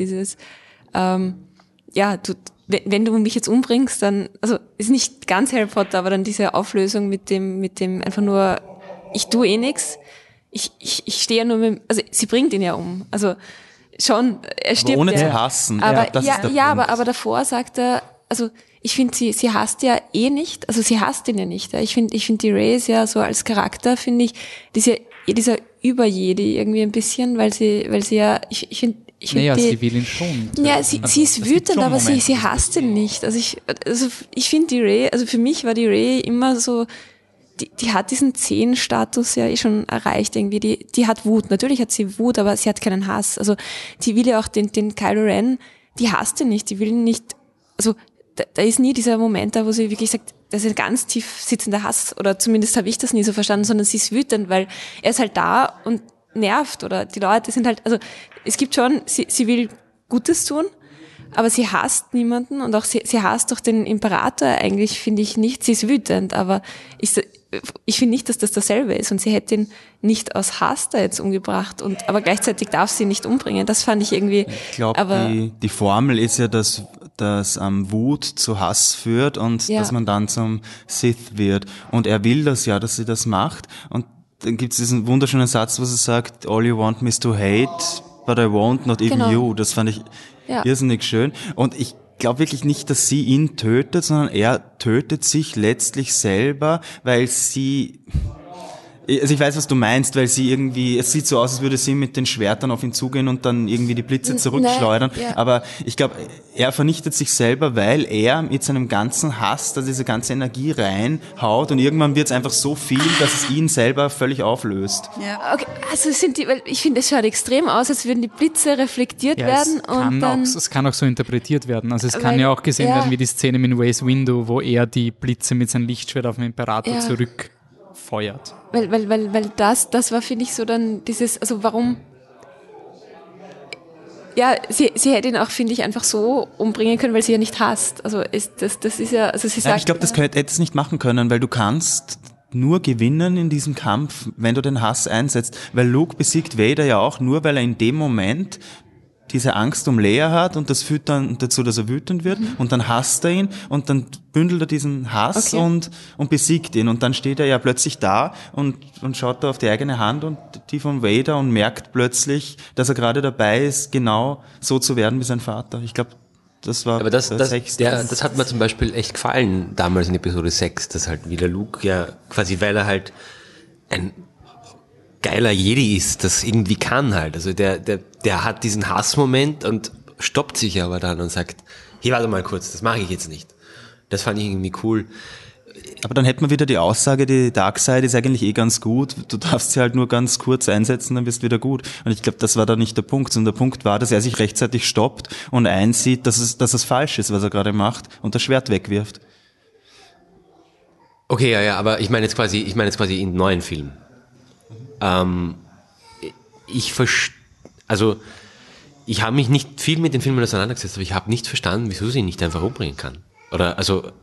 wenn du mich jetzt umbringst, dann, also ist nicht ganz Harry Potter, aber dann diese Auflösung mit dem einfach nur, ich tue eh nix, ich stehe ja nur also sie bringt ihn ja um, also schon, er stirbt aber ohne ja. zu hassen. Aber, das ist der Punkt. aber davor sagt er, also ich finde, sie hasst ja eh nicht, also sie hasst ihn ja nicht. Ja. Ich finde die Rey ist ja so als Charakter, finde ich, dieser Über-Jedi irgendwie ein bisschen, weil sie ja, ich finde, sie will ihn schon. Ja, sie ist wütend, aber sie hasst ihn nicht. Also ich finde die Rey, also für mich war die Rey immer so, die hat diesen 10-Status ja eh schon erreicht irgendwie. Die hat Wut. Natürlich hat sie Wut, aber sie hat keinen Hass. Also die will ja auch den Kylo Ren, die hasst ihn nicht, die will ihn nicht, also da ist nie dieser Moment da, wo sie wirklich sagt, das ist ein ganz tief sitzender Hass, oder zumindest habe ich das nie so verstanden, sondern sie ist wütend, weil er ist halt da und nervt, oder die Leute sind halt, also es gibt schon, sie will Gutes tun, aber sie hasst niemanden, und auch sie hasst doch den Imperator eigentlich, finde ich nicht. Sie ist wütend, aber ich finde nicht, dass das dasselbe ist, und sie hätte ihn nicht aus Hass da jetzt umgebracht, aber gleichzeitig darf sie ihn nicht umbringen. Das fand ich irgendwie. Ich glaube, die Formel ist ja, dass Wut zu Hass führt und dass man dann zum Sith wird. Und er will das ja, dass sie das macht. Und dann gibt es diesen wunderschönen Satz, wo sie sagt, all you want me is to hate, but I won't, not even you. Das fand ich irrsinnig schön. Und ich glaube wirklich nicht, dass sie ihn tötet, sondern er tötet sich letztlich selber, weil sie, also ich weiß, was du meinst, weil sie irgendwie, es sieht so aus, als würde sie mit den Schwertern auf ihn zugehen und dann irgendwie die Blitze zurückschleudern. Aber ich glaube, er vernichtet sich selber, weil er mit seinem ganzen Hass, da diese ganze Energie reinhaut, und irgendwann wird es einfach so viel, dass es ihn selber völlig auflöst. Ja. Okay, also weil ich finde, es schaut extrem aus, als würden die Blitze reflektiert werden. Es kann auch so interpretiert werden. Also es kann ja auch gesehen werden wie die Szene mit Mace Windu, wo er die Blitze mit seinem Lichtschwert auf den Imperator zurückfeuert. Weil das war, finde ich, so dann dieses, also warum, ja, sie hätte ihn auch, finde ich, einfach so umbringen können, weil sie ja nicht hasst. Also das ist ja, also sie sagt. Ich glaube, das hätte es nicht machen können, weil du kannst nur gewinnen in diesem Kampf, wenn du den Hass einsetzt. Weil Luke besiegt Vader ja auch nur, weil er in dem Moment diese Angst um Leia hat, und das führt dann dazu, dass er wütend wird, und dann hasst er ihn, und dann bündelt er diesen Hass und besiegt ihn, und dann steht er ja plötzlich da und schaut da auf die eigene Hand und die von Vader und merkt plötzlich, dass er gerade dabei ist, genau so zu werden wie sein Vater. Ich glaube, das war das hat mir zum Beispiel echt gefallen damals in Episode 6, dass halt wieder Luke ja quasi, weil er halt ein geiler Jedi ist, das irgendwie kann halt. Also der hat diesen Hassmoment und stoppt sich aber dann und sagt, hey, warte mal kurz, das mache ich jetzt nicht. Das fand ich irgendwie cool. Aber dann hätte man wieder die Aussage, die Darkseid ist eigentlich ganz gut, du darfst sie halt nur ganz kurz einsetzen, dann bist du wieder gut. Und ich glaube, das war da nicht der Punkt, sondern der Punkt war, dass er sich rechtzeitig stoppt und einsieht, dass es falsch ist, was er gerade macht, und das Schwert wegwirft. Okay, ja, aber ich meine jetzt quasi in neuen Filmen. Ich habe mich nicht viel mit den Filmen auseinandergesetzt, aber ich habe nicht verstanden, wieso sie nicht einfach umbringen kann. Oder, also,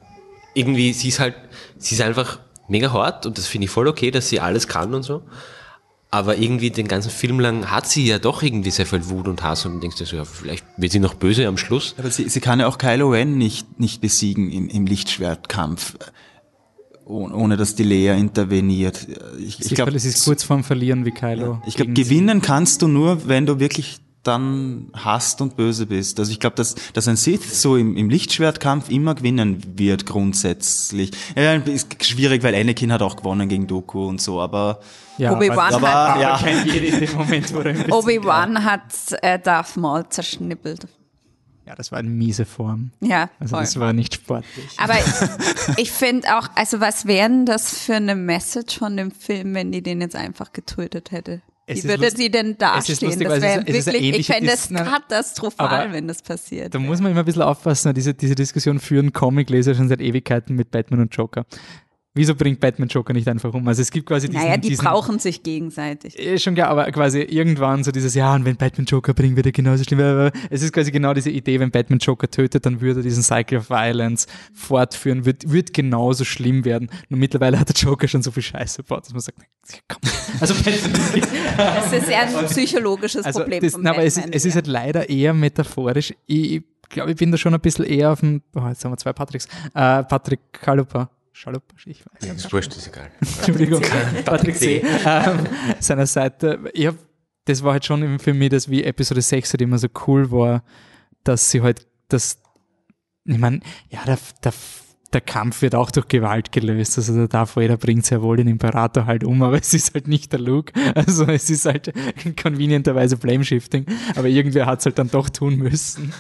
irgendwie, sie ist einfach mega hart und das finde ich voll okay, dass sie alles kann und so. Aber irgendwie den ganzen Film lang hat sie ja doch irgendwie sehr viel Wut und Hass und du denkst dir so, ja, vielleicht wird sie noch böse am Schluss. Aber sie kann ja auch Kylo Ren nicht besiegen im Lichtschwertkampf, ohne dass die Leia interveniert. Ich glaube, es ist kurz vorm Verlieren wie Kylo. Ja, ich glaube, gewinnen kannst du nur, wenn du wirklich dann hasst und böse bist. Also ich glaube, dass ein Sith so im Lichtschwertkampf immer gewinnen wird grundsätzlich. Ja, ist schwierig, weil Anakin hat auch gewonnen gegen Dooku und so, aber ja, Obi-Wan kein Jedi in dem Moment, wo er Obi-Wan hat Darth Maul zerschnippelt. Ja, das war eine miese Form. Ja, also voll. das war nicht sportlich. Aber ich finde auch, also was wäre denn das für eine Message von dem Film, wenn die den jetzt einfach getötet hätte? Wie würde sie denn dastehen? Lustig, das wäre wirklich, ich fände es es katastrophal, wenn das passiert. Da muss man immer ein bisschen aufpassen, diese Diskussion führen Comicleser schon seit Ewigkeiten mit Batman und Joker. Wieso bringt Batman Joker nicht einfach um? Also es gibt quasi die brauchen sich gegenseitig. Schon klar, aber quasi irgendwann so dieses, ja, und wenn Batman Joker bringt, wird er genauso schlimm. Es ist quasi genau diese Idee, wenn Batman Joker tötet, dann würde er diesen Cycle of Violence fortführen, wird genauso schlimm werden. Nur mittlerweile hat der Joker schon so viel Scheiße gebaut, dass man sagt, komm. Also das ist ja ein psychologisches Problem von Batman. Aber es ist halt leider eher metaphorisch. Ich glaube, ich bin da schon ein bisschen eher auf dem, jetzt haben wir zwei Patricks, Patrick Chalupa, ich weiß nicht. Das wurscht, ist egal. Entschuldigung, Patrick C. Seiner Seite. Das war halt schon für mich, dass wie Episode 6 halt immer so cool war, dass sie halt ich meine, ja, der Kampf wird auch durch Gewalt gelöst. Also der Darth Vader bringt sehr wohl den Imperator halt um, aber es ist halt nicht der Luke. Also es ist halt convenienterweise Blame-Shifting, aber irgendwer hat es halt dann doch tun müssen.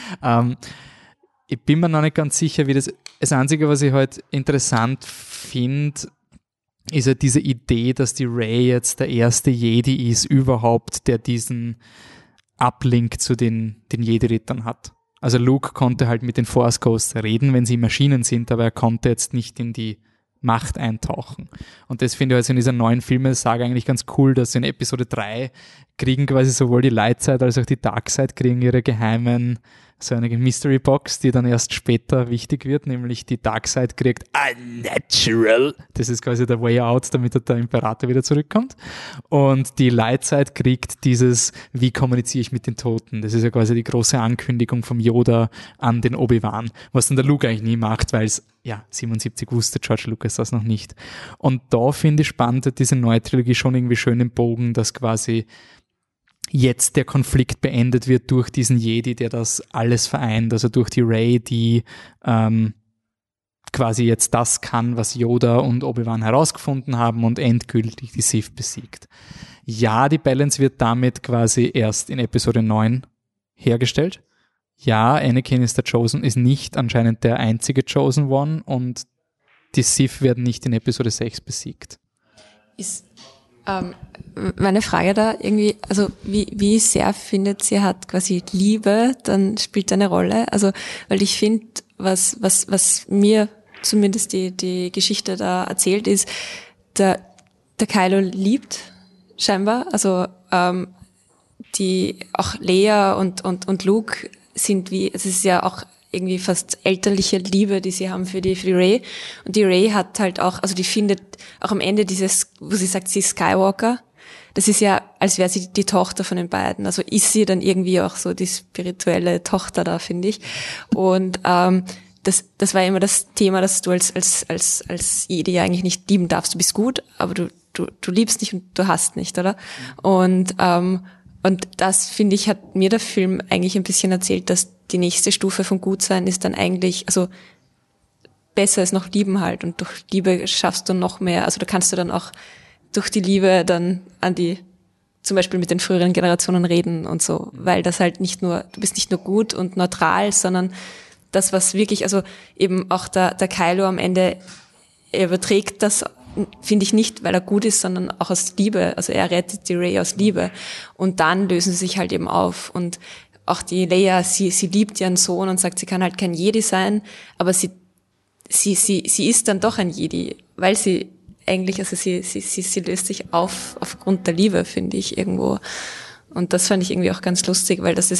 Ich bin mir noch nicht ganz sicher, wie das Einzige, was ich halt interessant finde, ist halt diese Idee, dass die Rey jetzt der erste Jedi ist überhaupt, der diesen Uplink zu den Jedi-Rittern hat. Also Luke konnte halt mit den Force Ghosts reden, wenn sie Maschinen sind, aber er konnte jetzt nicht in die Macht eintauchen. Und das finde ich also in dieser neuen Filmesage eigentlich ganz cool, dass in Episode 3 kriegen quasi sowohl die Light Side als auch die Dark Side kriegen ihre geheimen, so eine Mystery Box, die dann erst später wichtig wird, nämlich die Dark Side kriegt Unnatural. Das ist quasi der Way Out, damit der Imperator wieder zurückkommt. Und die Light Side kriegt dieses, wie kommuniziere ich mit den Toten? Das ist ja quasi die große Ankündigung vom Yoda an den Obi-Wan, was dann der Luke eigentlich nie macht, weil es, 77 wusste George Lucas das noch nicht. Und da finde ich spannend, diese neue Trilogie schon irgendwie schön im Bogen, dass quasi jetzt der Konflikt beendet wird durch diesen Jedi, der das alles vereint, also durch die Rey, die quasi jetzt das kann, was Yoda und Obi-Wan herausgefunden haben und endgültig die Sith besiegt. Ja, die Balance wird damit quasi erst in Episode 9 hergestellt. Ja, Anakin ist nicht anscheinend der einzige Chosen One und die Sith werden nicht in Episode 6 besiegt. Meine Frage da irgendwie, also wie sehr findet sie hat quasi Liebe, dann spielt eine Rolle? Also, weil ich finde, was mir zumindest die Geschichte da erzählt ist, der Kylo liebt scheinbar, also die auch Leia und Luke sind es ist ja auch irgendwie fast elterliche Liebe, die sie haben für die Rey. Und die Rey hat halt auch, also die findet auch am Ende dieses, wo sie sagt, sie ist Skywalker. Das ist ja, als wäre sie die Tochter von den beiden. Also ist sie dann irgendwie auch so die spirituelle Tochter da, finde ich. Und das war immer das Thema, dass du als Jedi eigentlich nicht lieben darfst. Du bist gut, aber du liebst nicht und du hasst nicht, oder? Und das, finde ich, hat mir der Film eigentlich ein bisschen erzählt, dass die nächste Stufe von Gutsein ist dann eigentlich, also besser ist noch lieben halt, und durch Liebe schaffst du noch mehr, also da kannst du dann auch durch die Liebe dann an die, zum Beispiel mit den früheren Generationen reden und so, weil das halt nicht nur, du bist nicht nur gut und neutral, sondern das, was wirklich, also eben auch der Kylo am Ende, er überträgt das, finde ich, nicht, weil er gut ist, sondern auch aus Liebe. Also er rettet die Rey aus Liebe. Und dann lösen sie sich halt eben auf. Und auch die Leia, sie liebt ihren Sohn und sagt, sie kann halt kein Jedi sein, aber sie ist dann doch ein Jedi, weil sie eigentlich, also sie löst sich auf aufgrund der Liebe, finde ich, irgendwo. Und das fand ich irgendwie auch ganz lustig, weil das ist halt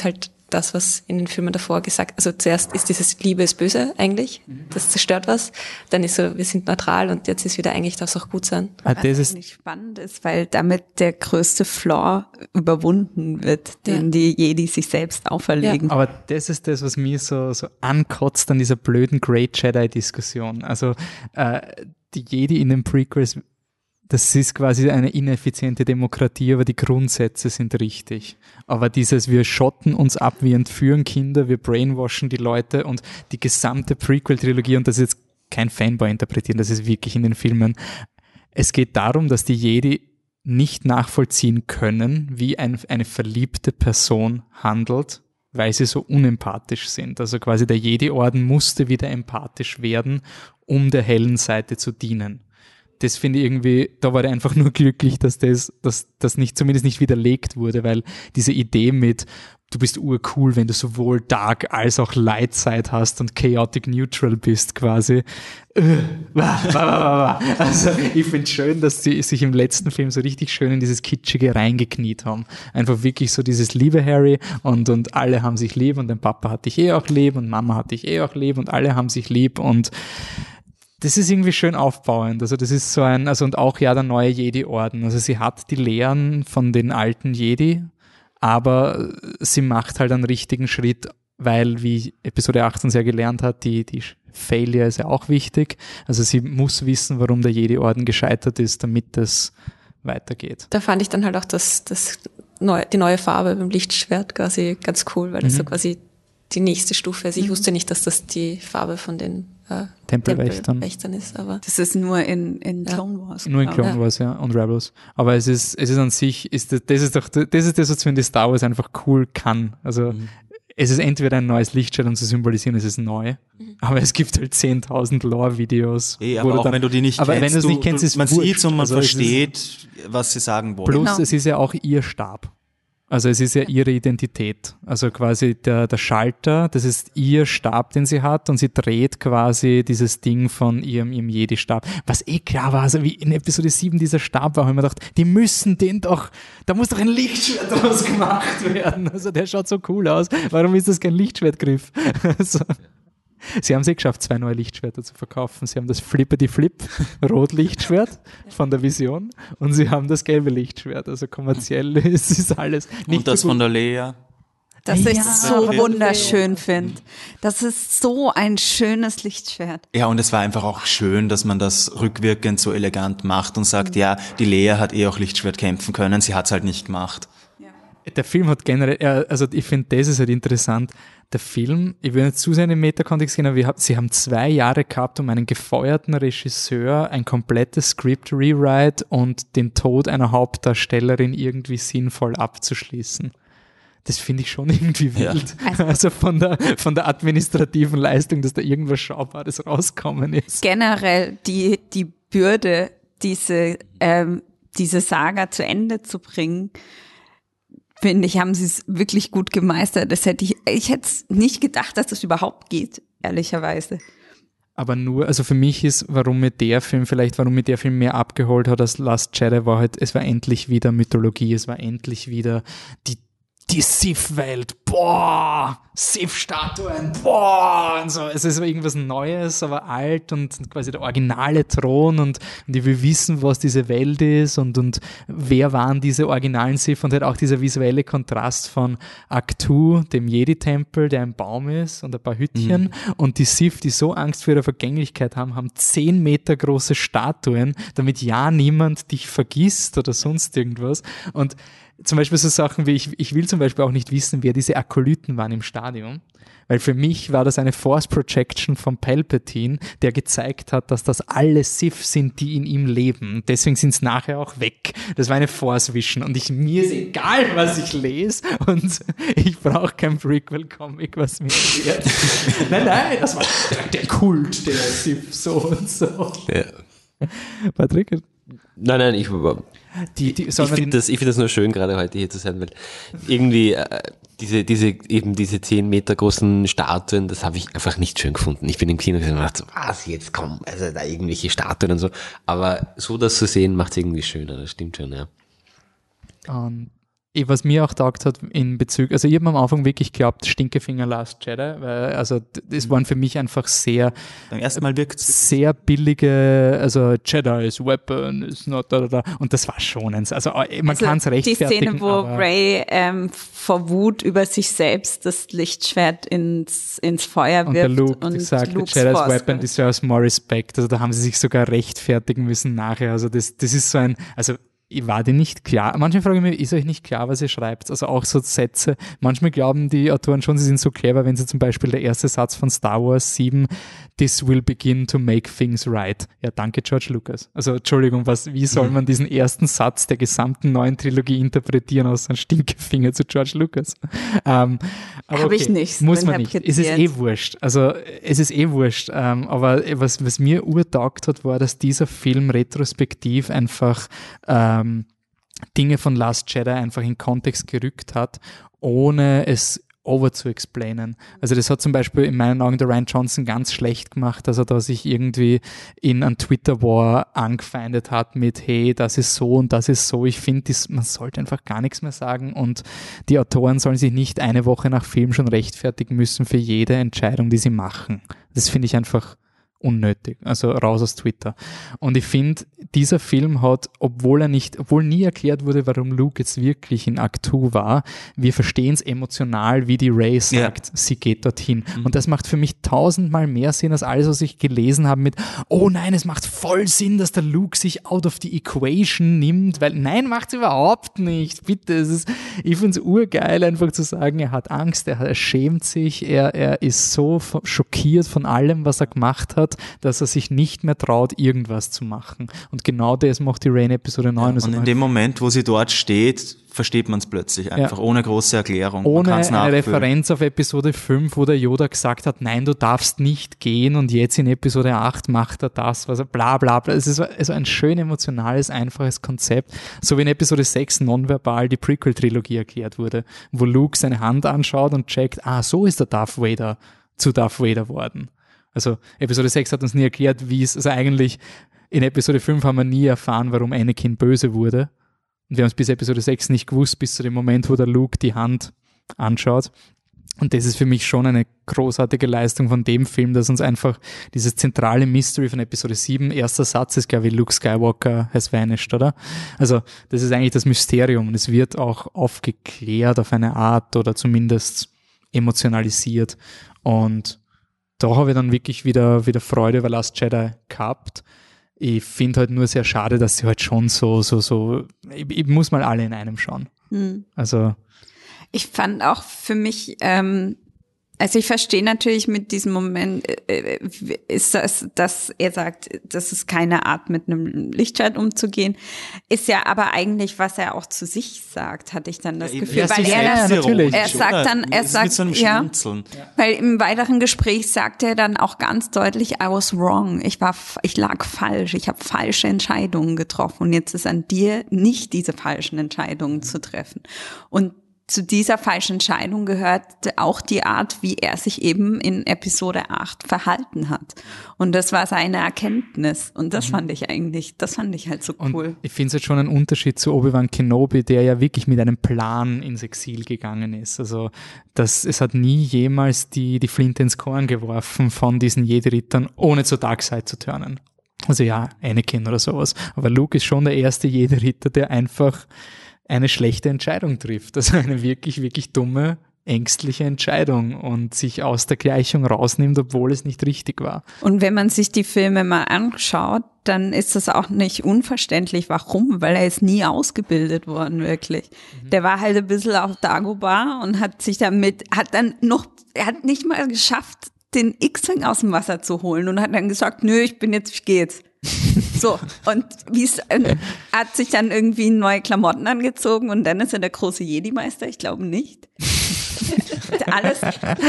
das, was in den Filmen davor gesagt, also zuerst ist dieses Liebe ist böse eigentlich, das zerstört was, dann ist so, wir sind neutral und jetzt ist wieder eigentlich, darf es auch gut sein. Ah, Was das ist eigentlich spannend ist, weil damit der größte Flaw überwunden wird, den die Jedi sich selbst auferlegen. Aber das ist das, was mir so ankotzt an dieser blöden Great Jedi-Diskussion. Also die Jedi in den Prequels, das ist quasi eine ineffiziente Demokratie, aber die Grundsätze sind richtig. Aber dieses, wir schotten uns ab, wir entführen Kinder, wir brainwashen die Leute und die gesamte Prequel-Trilogie, und das ist jetzt kein Fanboy interpretieren, das ist wirklich in den Filmen. Es geht darum, dass die Jedi nicht nachvollziehen können, wie eine verliebte Person handelt, weil sie so unempathisch sind. Also quasi der Jedi-Orden musste wieder empathisch werden, um der hellen Seite zu dienen. Das finde ich irgendwie, da war ich einfach nur glücklich, dass das nicht, zumindest nicht widerlegt wurde, weil diese Idee mit, du bist urcool, wenn du sowohl Dark als auch Light Side hast und Chaotic Neutral bist quasi. Also ich finde es schön, dass sie sich im letzten Film so richtig schön in dieses Kitschige reingekniet haben. Einfach wirklich so dieses Liebe Harry und alle haben sich lieb und dein Papa hat dich auch lieb und Mama hat dich auch lieb und alle haben sich lieb und das ist irgendwie schön aufbauend. Also das ist so und auch ja der neue Jedi-Orden. Also sie hat die Lehren von den alten Jedi, aber sie macht halt einen richtigen Schritt, weil, wie Episode 18 sehr gelernt hat, die Failure ist ja auch wichtig. Also sie muss wissen, warum der Jedi-Orden gescheitert ist, damit es weitergeht. Da fand ich dann halt auch die neue Farbe beim Lichtschwert quasi ganz cool, weil das so quasi die nächste Stufe ist. Ich wusste nicht, dass das die Farbe von den Tempelwächtern ist, aber das ist nur in Clone Wars. Nur in Clone Wars, ja, und Rebels. Aber es ist an sich, das ist das, was in die Star Wars einfach cool kann. Also es ist entweder ein neues Lichtschwert, um zu symbolisieren, es ist neu, aber es gibt halt 10.000 Lore-Videos. Aber auch wenn du die nicht kennst, wenn du es nicht kennst, ist man wurscht. sieht und man Also versteht, was sie sagen wollen. Plus, es ist ja auch ihr Stab. Also es ist ja ihre Identität. Also quasi der Schalter, das ist ihr Stab, den sie hat und sie dreht quasi dieses Ding von ihrem Jedi-Stab. Was klar war, also wie in Episode 7 dieser Stab war, habe ich mir gedacht, die müssen den doch, da muss doch ein Lichtschwert draus gemacht werden. Also der schaut so cool aus. Warum ist das kein Lichtschwertgriff? Also, sie haben es geschafft, 2 neue Lichtschwerter zu verkaufen. Sie haben das Flippity-Flip Rot-Lichtschwert von der Vision und sie haben das gelbe Lichtschwert. Also kommerziell ist alles nicht und das so von der Leia. Das ich so wunderschön finde. Das ist so ein schönes Lichtschwert. Ja, und es war einfach auch schön, dass man das rückwirkend so elegant macht und sagt, ja, die Leia hat auch Lichtschwert kämpfen können, sie hat es halt nicht gemacht. Der Film hat generell, also ich finde, das ist halt interessant. Der Film, ich will nicht zu sehr in den Metakontext gehen, aber sie haben 2 Jahre gehabt, um einen gefeuerten Regisseur ein komplettes Script-Rewrite und den Tod einer Hauptdarstellerin irgendwie sinnvoll abzuschließen. Das finde ich schon irgendwie wild. Ja. Also von der administrativen Leistung, dass da irgendwas Schaubares rauskommen ist. Generell die Bürde, diese Saga zu Ende zu bringen, finde ich, haben sie es wirklich gut gemeistert. Ich hätte es nicht gedacht, dass das überhaupt geht, ehrlicherweise. Aber nur, also für mich ist, warum mir der Film mehr abgeholt hat als Last Jedi, war halt, es war endlich wieder Mythologie, es war endlich wieder die Sith-Welt, boah, Sith-Statuen, boah, und so. Es ist irgendwas Neues, aber alt und quasi der originale Thron und ich will wissen, was diese Welt ist und wer waren diese originalen Sith und halt auch dieser visuelle Kontrast von Ahch-To, dem Jedi-Tempel, der ein Baum ist und ein paar Hütchen und die Sith, die so Angst vor ihrer Vergänglichkeit haben 10 Meter große Statuen, damit ja niemand dich vergisst oder sonst irgendwas und zum Beispiel so Sachen wie, ich will zum Beispiel auch nicht wissen, wer diese Akolyten waren im Stadion, weil für mich war das eine Force Projection von Palpatine, der gezeigt hat, dass das alle Sith sind, die in ihm leben. Deswegen sind es nachher auch weg. Das war eine Force Vision und mir ist egal, was ich lese und ich brauche kein Prequel-Comic, was mir erklärt. Nein, das war der Kult der Sith, so und so. Ja. Patrick? Nein, ich finde das nur schön, gerade heute hier zu sein, weil irgendwie diese 10 Meter großen Statuen, das habe ich einfach nicht schön gefunden. Ich bin im Kino gesessen und dachte so, was jetzt komm, also da irgendwelche Statuen und so. Aber so das zu sehen, macht es irgendwie schöner, das stimmt schon, ja. was mir auch taugt hat in Bezug, also ich habe am Anfang wirklich geglaubt, Stinkefinger Last Jedi, weil also das waren für mich einfach sehr Beim ersten Mal wirkt es sehr billige, also Jedi's weapon is not da. Und das war schonend. Also man kann es rechtfertigen. Die Szene, wo Rey vor Wut über sich selbst das Lichtschwert ins Feuer wirft. Und der Luke sagt, Luke's Jedi's Force weapon deserves more respect. Also da haben sie sich sogar rechtfertigen müssen nachher. Also das ist so ein, also ich war dir nicht klar. Manchmal frage ich mich, ist euch nicht klar, was ihr schreibt? Also auch so Sätze. Manchmal glauben die Autoren schon, sie sind so clever, wenn sie zum Beispiel der erste Satz von Star Wars 7, this will begin to make things right. Ja, danke George Lucas. Also Entschuldigung, wie soll man diesen ersten Satz der gesamten neuen Trilogie interpretieren aus einem Stinkefinger zu George Lucas? Habe okay, ich nicht. Muss man nicht. Es ist wurscht. Also es ist wurscht. Aber was mir urtaugt hat, war, dass dieser Film retrospektiv einfach Dinge von Last Jedi einfach in Kontext gerückt hat, ohne es over zu explainen. Also das hat zum Beispiel in meinen Augen der Rian Johnson ganz schlecht gemacht, dass er da sich irgendwie in einen Twitter-War angefeindet hat mit, hey, das ist so und das ist so. Ich finde, man sollte einfach gar nichts mehr sagen und die Autoren sollen sich nicht eine Woche nach Film schon rechtfertigen müssen für jede Entscheidung, die sie machen. Das finde ich einfach unnötig, also raus aus Twitter. Und ich finde, dieser Film hat, obwohl nie erklärt wurde, warum Luke jetzt wirklich in Akt 2 war, wir verstehen es emotional, wie die Rey sagt, sie geht dorthin. Und das macht für mich 1000-mal mehr Sinn, als alles, was ich gelesen habe mit, oh nein, es macht voll Sinn, dass der Luke sich out of the equation nimmt, weil nein, macht es überhaupt nicht. Bitte, ich finde es urgeil, einfach zu sagen, er hat Angst, er schämt sich, er ist so schockiert von allem, was er gemacht hat, dass er sich nicht mehr traut, irgendwas zu machen. Und genau das macht die Rey in Episode 9. Ja, und in dem Moment, wo sie dort steht, versteht man es plötzlich einfach, ohne große Erklärung. Ohne eine Referenz auf Episode 5, wo der Yoda gesagt hat, nein, du darfst nicht gehen und jetzt in Episode 8 macht er das, was er bla bla bla. Es ist also ein schön emotionales, einfaches Konzept, so wie in Episode 6 nonverbal die Prequel-Trilogie erklärt wurde, wo Luke seine Hand anschaut und checkt, so ist der Darth Vader zu Darth Vader worden. Also Episode 6 hat uns nie erklärt, wie es, also eigentlich in Episode 5 haben wir nie erfahren, warum Anakin böse wurde. Und wir haben es bis Episode 6 nicht gewusst, bis zu dem Moment, wo der Luke die Hand anschaut. Und das ist für mich schon eine großartige Leistung von dem Film, dass uns einfach dieses zentrale Mystery von Episode 7, erster Satz ist, glaube ich, Luke Skywalker has vanished, oder? Also das ist eigentlich das Mysterium und es wird auch aufgeklärt auf eine Art oder zumindest emotionalisiert. Und da habe ich dann wirklich wieder Freude über Last Jedi gehabt. Ich finde halt nur sehr schade, dass sie halt schon so, ich muss mal alle in einem schauen. Also. Ich fand auch für mich, also ich verstehe natürlich mit diesem Moment, ist das, dass er sagt, das ist keine Art, mit einem Lichtschwert umzugehen, ist ja aber eigentlich, was er auch zu sich sagt, hatte ich dann das Gefühl, weil er sagt, weil im weiteren Gespräch sagt er dann auch ganz deutlich, I was wrong, ich lag falsch, ich habe falsche Entscheidungen getroffen und jetzt ist an dir, nicht diese falschen Entscheidungen zu treffen. Und zu dieser falschen Entscheidung gehört auch die Art, wie er sich eben in Episode 8 verhalten hat. Und das war seine Erkenntnis. Und das fand ich halt so cool. Und ich finde es jetzt schon ein Unterschied zu Obi-Wan Kenobi, der ja wirklich mit einem Plan ins Exil gegangen ist. Also es hat nie jemals die Flinte ins Korn geworfen von diesen Jedi-Rittern, ohne zur Darkseid zu turnen. Also ja, Anakin oder sowas. Aber Luke ist schon der erste Jedi-Ritter, der einfach eine schlechte Entscheidung trifft. Also eine wirklich, wirklich dumme, ängstliche Entscheidung und sich aus der Gleichung rausnimmt, obwohl es nicht richtig war. Und wenn man sich die Filme mal anschaut, dann ist das auch nicht unverständlich. Warum? Weil er ist nie ausgebildet worden, wirklich. Der war halt ein bisschen auf Dagobah und hat nicht mal geschafft, den X-Wing aus dem Wasser zu holen und hat dann gesagt, nö, ich gehe jetzt. So, und hat sich dann irgendwie neue Klamotten angezogen und dann ist er der große Jedi-Meister? Ich glaube nicht. Alles,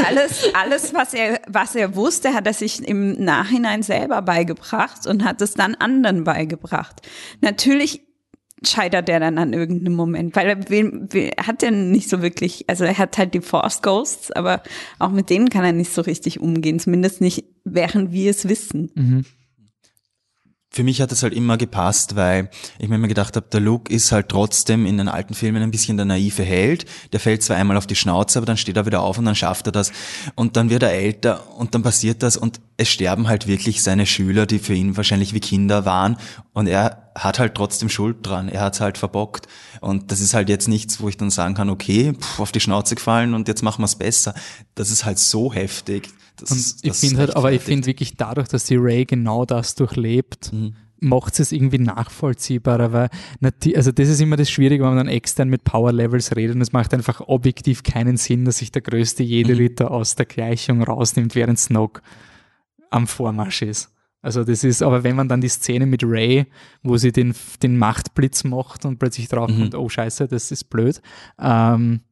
was er wusste, hat er sich im Nachhinein selber beigebracht und hat es dann anderen beigebracht. Natürlich scheitert er dann an irgendeinem Moment, weil er hat ja nicht so wirklich, also er hat halt die Force Ghosts, aber auch mit denen kann er nicht so richtig umgehen, zumindest nicht, während wir es wissen. für mich hat es halt immer gepasst, weil ich mir immer gedacht habe, der Luke ist halt trotzdem in den alten Filmen ein bisschen der naive Held. Der fällt zwar einmal auf die Schnauze, aber dann steht er wieder auf und dann schafft er das. Und dann wird er älter und dann passiert das und es sterben halt wirklich seine Schüler, die für ihn wahrscheinlich wie Kinder waren. Und er hat halt trotzdem Schuld dran. Er hat's halt verbockt. Und das ist halt jetzt nichts, wo ich dann sagen kann, okay, auf die Schnauze gefallen und jetzt machen wir's besser. Das ist halt so heftig. Ich finde wirklich dadurch, dass die Rey genau das durchlebt, macht es irgendwie nachvollziehbarer, weil also das ist immer das Schwierige, wenn man dann extern mit Power Levels redet und es macht einfach objektiv keinen Sinn, dass sich der größte Jedi-Ritter aus der Gleichung rausnimmt, während Snoke am Vormarsch ist. Also das ist, aber wenn man dann die Szene mit Rey, wo sie den Machtblitz macht und plötzlich draufkommt, oh Scheiße, das ist blöd, dann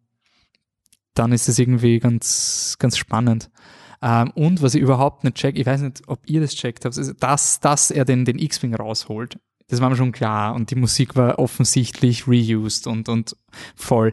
ist das irgendwie ganz, ganz spannend. Und was ich überhaupt nicht check, ich weiß nicht, ob ihr das checkt habt, ist, dass er den X-Wing rausholt. Das war mir schon klar und die Musik war offensichtlich reused und voll.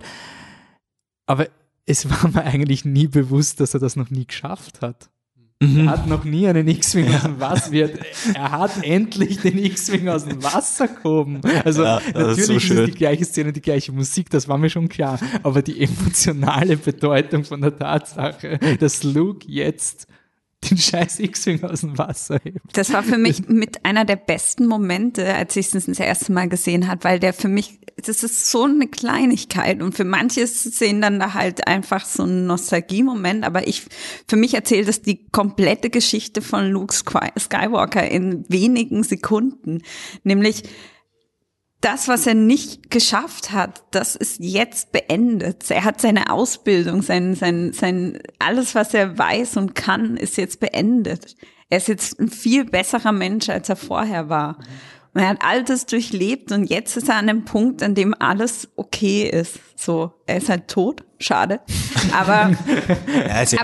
Aber es war mir eigentlich nie bewusst, dass er das noch nie geschafft hat. Er hat noch nie einen X-Wing aus dem Wasser. Er hat endlich den X-Wing aus dem Wasser gehoben. Also natürlich ist es die gleiche Szene, die gleiche Musik, das war mir schon klar. Aber die emotionale Bedeutung von der Tatsache, dass Luke jetzt den scheiß X-Wing aus dem Wasser hebt. Das war für mich mit einer der besten Momente, als ich es das erste Mal gesehen habe, weil der für mich, das ist so eine Kleinigkeit und für manche sehen dann da halt einfach so ein Nostalgie-Moment, aber für mich erzählt das die komplette Geschichte von Luke Skywalker in wenigen Sekunden, nämlich das, was er nicht geschafft hat, das ist jetzt beendet. Er hat seine Ausbildung, sein alles, was er weiß und kann, ist jetzt beendet. Er ist jetzt ein viel besserer Mensch, als er vorher war. Und er hat all das durchlebt und jetzt ist er an einem Punkt, an dem alles okay ist. So, er ist halt tot, schade. Aber, er ist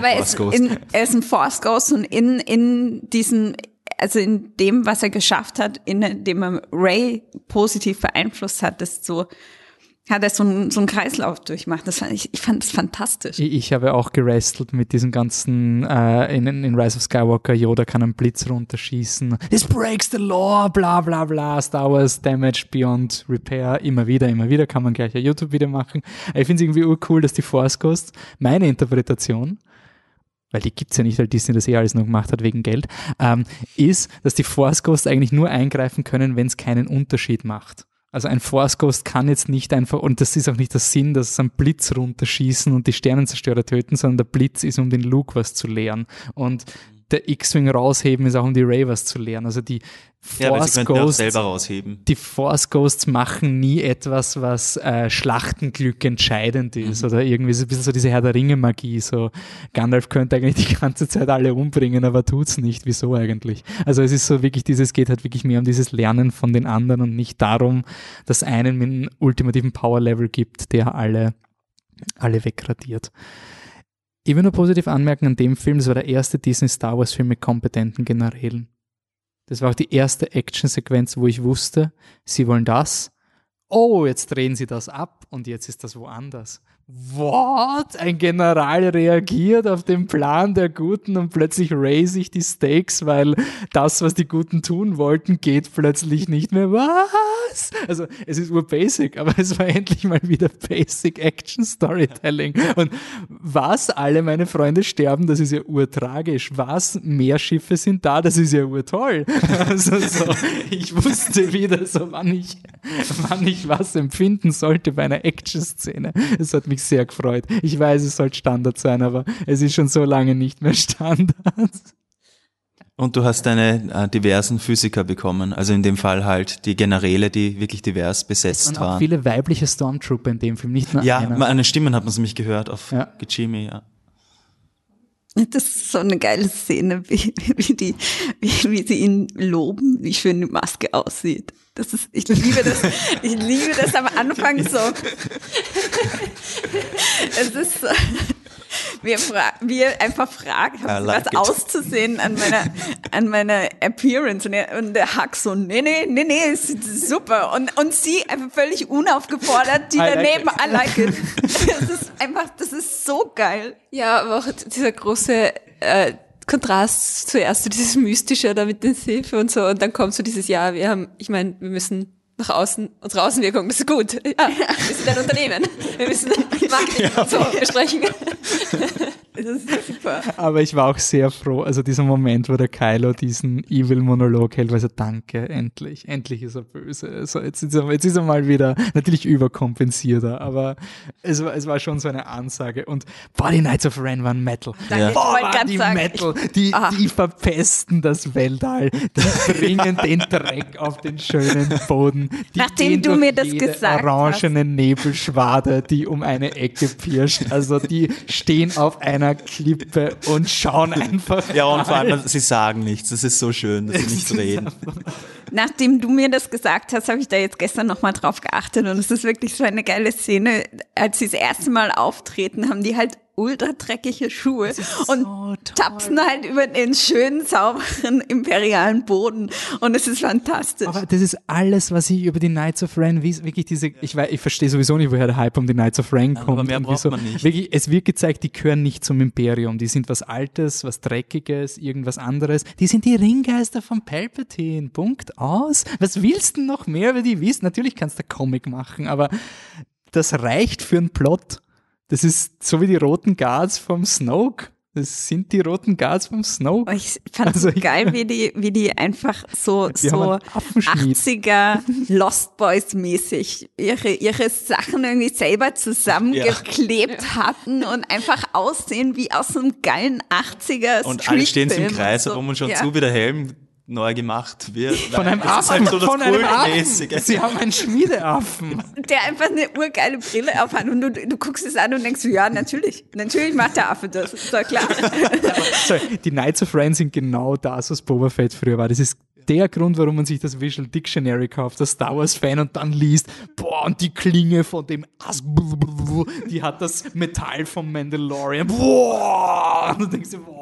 ein Force Ghost und in diesen, also in dem, was er geschafft hat, in dem er Rey positiv beeinflusst hat, hat er so einen Kreislauf durchmacht. Ich fand das fantastisch. Ich habe auch gerestelt mit diesem ganzen, in Rise of Skywalker, Yoda kann einen Blitz runterschießen. This breaks the law, bla bla bla, Star Wars damaged beyond repair. Immer wieder, kann man gleich ein YouTube-Video machen. Ich finde es irgendwie urcool, dass die Force Ghosts, meine Interpretation, weil die gibt's ja nicht, weil Disney das alles nur gemacht hat wegen Geld, ist, dass die Force Ghosts eigentlich nur eingreifen können, wenn es keinen Unterschied macht. Also ein Force Ghost kann jetzt nicht einfach, und das ist auch nicht der Sinn, dass sie einen Blitz runterschießen und die Sternenzerstörer töten, sondern der Blitz ist, um den Luke was zu lehren. Und der X-Wing rausheben ist auch, um die Rey was zu lernen. Also die Force Ghosts, selber rausheben. Die Force Ghosts machen nie etwas, was Schlachtenglück entscheidend ist oder irgendwie so ein bisschen so diese Herr der Ringe Magie. So Gandalf könnte eigentlich die ganze Zeit alle umbringen, aber tut's nicht. Wieso eigentlich? Also es ist so wirklich es geht halt wirklich mehr um dieses Lernen von den anderen und nicht darum, dass einen mit einem ultimativen Power Level gibt, der alle wegradiert. Ich will nur positiv anmerken an dem Film, das war der erste Disney-Star Wars-Film mit kompetenten Generälen. Das war auch die erste Action-Sequenz, wo ich wusste, sie wollen das. Oh, jetzt drehen sie das ab und jetzt ist das woanders. What? Ein General reagiert auf den Plan der Guten und plötzlich raise ich die Stakes, weil das, was die Guten tun wollten, geht plötzlich nicht mehr. Was? Also es ist urbasic, aber es war endlich mal wieder Basic Action Storytelling. Und was? Alle meine Freunde sterben, das ist ja urtragisch. Was? Mehr Schiffe sind da, das ist ja urtoll. Also so, ich wusste wieder so, wann ich was empfinden sollte bei einer Action-Szene. Es hat mich sehr gefreut. Ich weiß, es sollte Standard sein, aber es ist schon so lange nicht mehr Standard. Und du hast deine diversen Physiker bekommen, also in dem Fall halt die Generäle, die wirklich divers besetzt waren. Auch viele weibliche Stormtrooper in dem Film, nicht nur einer. Ja, an den Stimmen hat man es nämlich gehört auf Gijimi, ja. Das ist so eine geile Szene, wie sie ihn loben, wie schön die Maske aussieht. Ich liebe das am Anfang so. Es ist so, wir einfach fragen, was auszusehen an meiner Appearance. Und der Huck so, nee, ist super. Und sie einfach völlig unaufgefordert, die daneben, I like it. Das ist so geil. Ja, aber auch dieser große Kontrast zuerst so dieses Mystische da mit den Sith und so und dann kommt so dieses Jahr, wir müssen nach außen, unsere Außenwirkung, das ist gut. Ja, wir sind ein Unternehmen. Wir müssen Marketing so besprechen. Das ist super. Aber ich war auch sehr froh, also dieser Moment, wo der Kylo diesen Evil-Monolog hält, weil so, danke, endlich ist er böse. Also jetzt ist er mal wieder, natürlich überkompensierter, aber es war schon so eine Ansage. Und die Knights of Ren waren Metal. Danke, Die Metal, die verpesten das Weltall, die bringen den Dreck auf den schönen Boden. Die Nachdem gehen du durch mir das jede gesagt orangene Nebelschwade, die um eine Ecke pirscht. Also die stehen auf einer Klippe und schauen einfach. Ja, und vor allem, sie sagen nichts. Das ist so schön, dass sie nicht reden. Nachdem du mir das gesagt hast, habe ich da jetzt gestern nochmal drauf geachtet und es ist wirklich so eine geile Szene. Als sie das erste Mal auftreten, haben die halt ultra dreckige Schuhe und so tapsen halt über den schönen, sauberen, imperialen Boden und es ist fantastisch. Aber das ist alles, was ich über die Knights of Ren wirklich ich verstehe sowieso nicht, woher der Hype um die Knights of Ren kommt. Aber mehr braucht man nicht. Wirklich, es wird gezeigt, die gehören nicht zum Imperium. Die sind was Altes, was Dreckiges, irgendwas anderes. Die sind die Ringgeister von Palpatine. Punkt aus. Was willst du noch mehr über die wissen? Natürlich kannst du Comic machen, aber das reicht für einen Plot. Das ist so wie die roten Guards vom Snoke. Das sind die roten Guards vom Snoke. Ich fand es geil, wie die einfach so haben einen Affenschmied. 80er Lost Boys mäßig ihre Sachen irgendwie selber zusammengeklebt hatten und einfach aussehen wie aus einem geilen 80er Und alle stehen so im Streetfilm Kreis und so. herum und schauen Ja. zu, wie der Helm neu gemacht wird. Von einem Das ist Affen, halt so das von einem Kultmäßige. Affen. Sie haben einen Schmiedeaffen. Der einfach eine urgeile Brille aufhat und du guckst es an und denkst so, ja, natürlich macht der Affe das, ist doch klar. Sorry, die Knights of Ren sind genau das, was Boba Fett früher war. Das ist der Grund, warum man sich das Visual Dictionary kauft, das Star Wars Fan und dann liest, und die Klinge von dem Ask, die hat das Metall vom Mandalorian, und du denkst dir,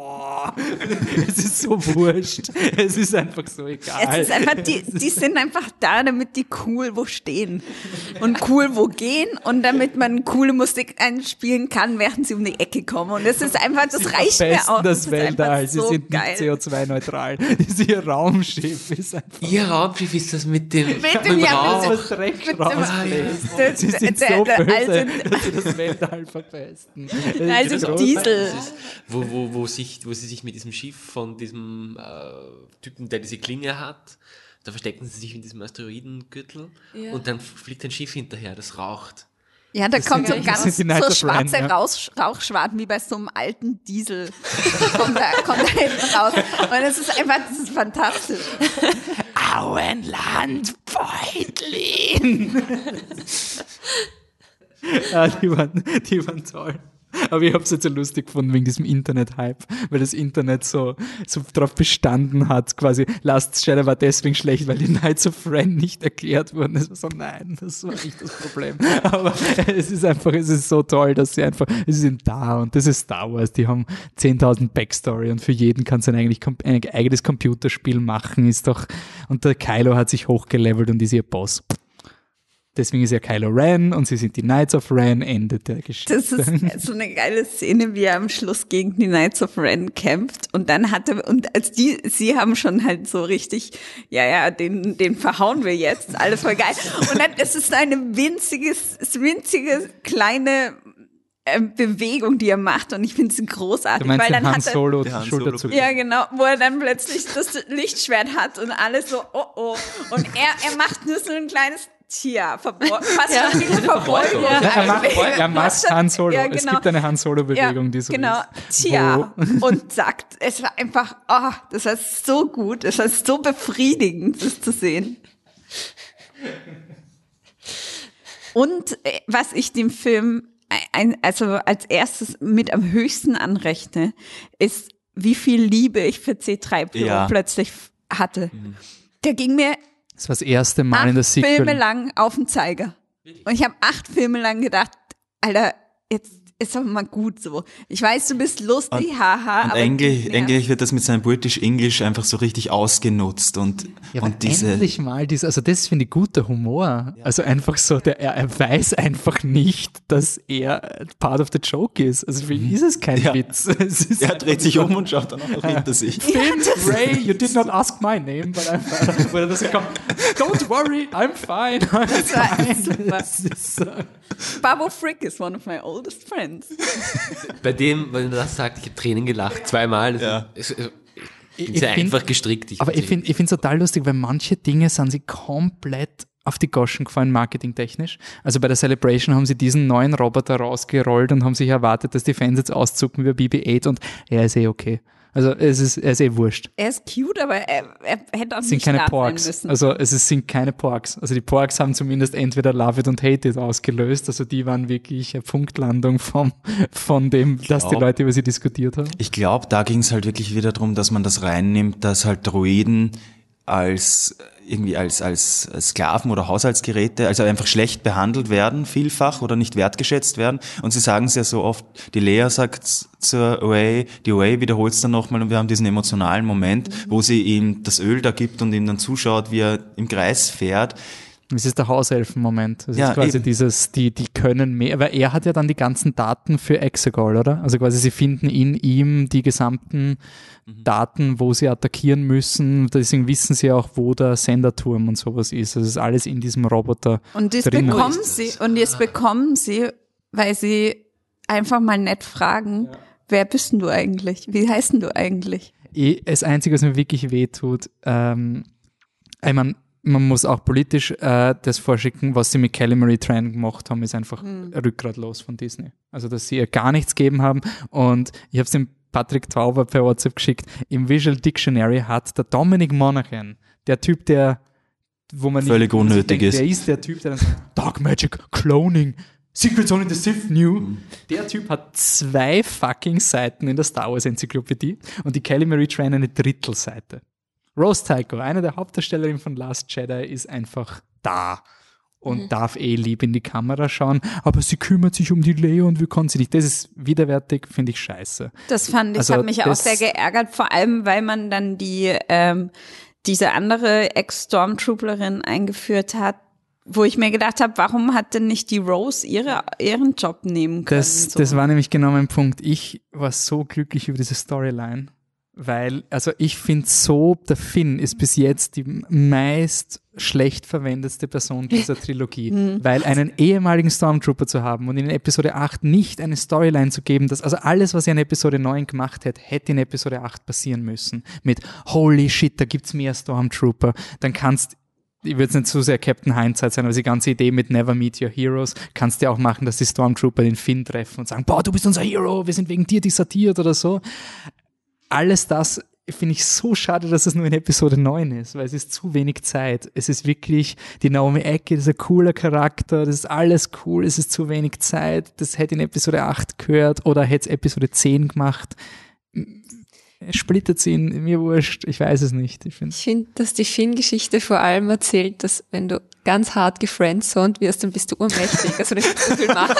es ist so wurscht. Es ist einfach so egal. Es ist einfach, die sind einfach da, damit die cool wo stehen und cool wo gehen und damit man coole Musik einspielen kann, während sie um die Ecke kommen. Und das ist einfach, das reicht mir auch. Das ist Weltall, einfach sie so sind geil. nicht CO2-neutral. Ihr Raumschiff ist einfach Ihr Raumschiff ist das mit dem ja, Rauch. mit das Dreck mit dem- rausbläst. Sie sind so der böse, alte- dass sie das Weltall verpesten. Also Das ist Diesel. Wo sie sich mit diesem Schiff von diesem Typen, der diese Klinge hat, da verstecken sie sich in diesem Asteroidengürtel und dann fliegt ein Schiff hinterher, das raucht. Ja, da kommt so das ganz sind die Knights so of Ren, schwarze ja. Rauchschwaden wie bei so einem alten Diesel. kommt da hinten raus. Und das ist fantastisch. Auenland, Beutlin. Die waren toll. Aber ich habe es jetzt so lustig gefunden wegen diesem Internet-Hype, weil das Internet so drauf bestanden hat, quasi Last Jedi war deswegen schlecht, weil die Knights of Ren nicht erklärt wurden. Es war so, nein, das war nicht das Problem. Aber es ist so toll, dass sie sind da und das ist Star Wars, die haben 10.000 Backstory und für jeden kannst du ein eigenes Computerspiel machen, und der Kylo hat sich hochgelevelt und ist ihr Boss. Deswegen ist er Kylo Ren und sie sind die Knights of Ren, Ende der Geschichte. Das ist so eine geile Szene, wie er am Schluss gegen die Knights of Ren kämpft und dann sie haben schon halt so richtig, den verhauen wir jetzt, alles voll geil. Und dann ist es eine winzige kleine Bewegung, die er macht und ich finde sie großartig. Du meinst weil den dann Han Solo Han Schulterzug. ja, genau, wo er dann plötzlich das Lichtschwert hat und alles so, oh. Und er macht nur so ein kleines fast schon wie eine Verbeugung. Er macht Han Solo. Ja, Es genau. gibt eine Han Solo-Bewegung, die so genau, ist. Tja, und sagt, es war einfach, das war so gut, es war so befriedigend, das zu sehen. Und was ich dem Film also als erstes mit am höchsten anrechne, ist, wie viel Liebe ich für C3PO plötzlich hatte. Der ging mir Das war das erste Mal in der 8 Filme lang auf den Zeiger. Und ich habe 8 Filme lang gedacht, Alter, ist aber mal gut so. Ich weiß, du bist lustig, haha. Und aber eigentlich wird das mit seinem British English einfach so richtig ausgenutzt und diese... Endlich mal, also das finde ich guter Humor. Ja. Also einfach so, er weiß einfach nicht, dass er part of the joke ist. Also für ihn ist es kein Witz. Er dreht sich um und schaut dann auch noch hinter sich. Finn, Ray, you did not ask my name, but I'm fine. Oder das kommt, don't worry, I'm fine. Das ist super. Babo Frick is one of my oldest friends. Bei dem, wenn er das sagt, ich habe Tränen gelacht, zweimal. Ich bin einfach gestrickt. Aber ich finde es total lustig, weil manche Dinge sind sie komplett auf die Goschen gefallen, marketingtechnisch. Also bei der Celebration haben sie diesen neuen Roboter rausgerollt und haben sich erwartet, dass die Fans jetzt auszucken wie BB-8 und er ist okay. Also er ist wurscht. Er ist cute, aber er hätte auch nicht nicht keine da Porks. sein müssen. Also es sind keine Porks. Also die Porks haben zumindest entweder Love It und Hate It ausgelöst. Also die waren wirklich eine Punktlandung von dem, dass die Leute über sie diskutiert haben. Ich glaube, da ging es halt wirklich wieder darum, dass man das reinnimmt, dass halt Droiden als Sklaven oder Haushaltsgeräte, also einfach schlecht behandelt werden, vielfach oder nicht wertgeschätzt werden. Und sie sagen es ja so oft, die Leia sagt zur Rey, die Rey wiederholt es dann nochmal und wir haben diesen emotionalen Moment, wo sie ihm das Öl da gibt und ihm dann zuschaut, wie er im Kreis fährt. Das ist der Hauselfen-Moment. Das ist quasi eben dieses, die können mehr, weil er hat ja dann die ganzen Daten für Exegol, oder? Also quasi sie finden in ihm die gesamten Daten, wo sie attackieren müssen. Deswegen wissen sie auch, wo der Senderturm und sowas ist. Das ist alles in diesem Roboter. Und das bekommen sie, weil sie einfach mal nett fragen, wer bist denn du eigentlich? Wie heißt denn du eigentlich? Das Einzige, was mir wirklich wehtut, ich meine, man muss auch politisch das vorschicken, was sie mit Calamari Tran gemacht haben, ist einfach rückgratlos von Disney. Also, dass sie ihr gar nichts gegeben haben. Und ich habe es dem Patrick Tauber per WhatsApp geschickt. Im Visual Dictionary hat der Dominic Monaghan, der Typ, wo man völlig nicht unnötig denkt, ist. der ist der Typ, der dann sagt, Dark Magic, Cloning, Secrets only the Sith knew. Der Typ hat 2 fucking Seiten in der Star Wars Enzyklopädie und die Calamari Tran eine Drittelseite. Rose Tycho, eine der Hauptdarstellerinnen von Last Jedi, ist einfach da und darf lieb in die Kamera schauen, aber sie kümmert sich um die Leia und wir können sie nicht. Das ist widerwärtig, finde ich scheiße. Das fand ich, hat mich auch sehr geärgert, vor allem, weil man dann diese andere Ex-Stormtrooperin eingeführt hat, wo ich mir gedacht habe, warum hat denn nicht die Rose ihren Job nehmen können? Das war nämlich genau mein Punkt. Ich war so glücklich über diese Storyline. Weil, also ich finde so, der Finn ist bis jetzt die meist schlecht verwendetste Person dieser Trilogie. Weil einen ehemaligen Stormtrooper zu haben und in Episode 8 nicht eine Storyline zu geben, also alles, was er in Episode 9 gemacht hätte in Episode 8 passieren müssen. Mit holy shit, da gibt's mehr Stormtrooper. Dann ich würde es nicht so sehr Captain Hindsight sein, aber die ganze Idee mit Never Meet Your Heroes kannst du ja auch machen, dass die Stormtrooper den Finn treffen und sagen, boah, du bist unser Hero, wir sind wegen dir dissertiert oder so. Alles das finde ich so schade, dass es nur in Episode 9 ist, weil es ist zu wenig Zeit. Es ist wirklich, die Naomi Ecke, das ist ein cooler Charakter, das ist alles cool, es ist zu wenig Zeit. Das hätte in Episode 8 gehört oder hätte es Episode 10 gemacht. Splittet sie ihn, mir wurscht, ich weiß es nicht. Ich finde, dass die Finn-Geschichte vor allem erzählt, dass wenn du ganz hart gefriendzoned wirst, dann bist du urmächtig, also nicht so viel Macht.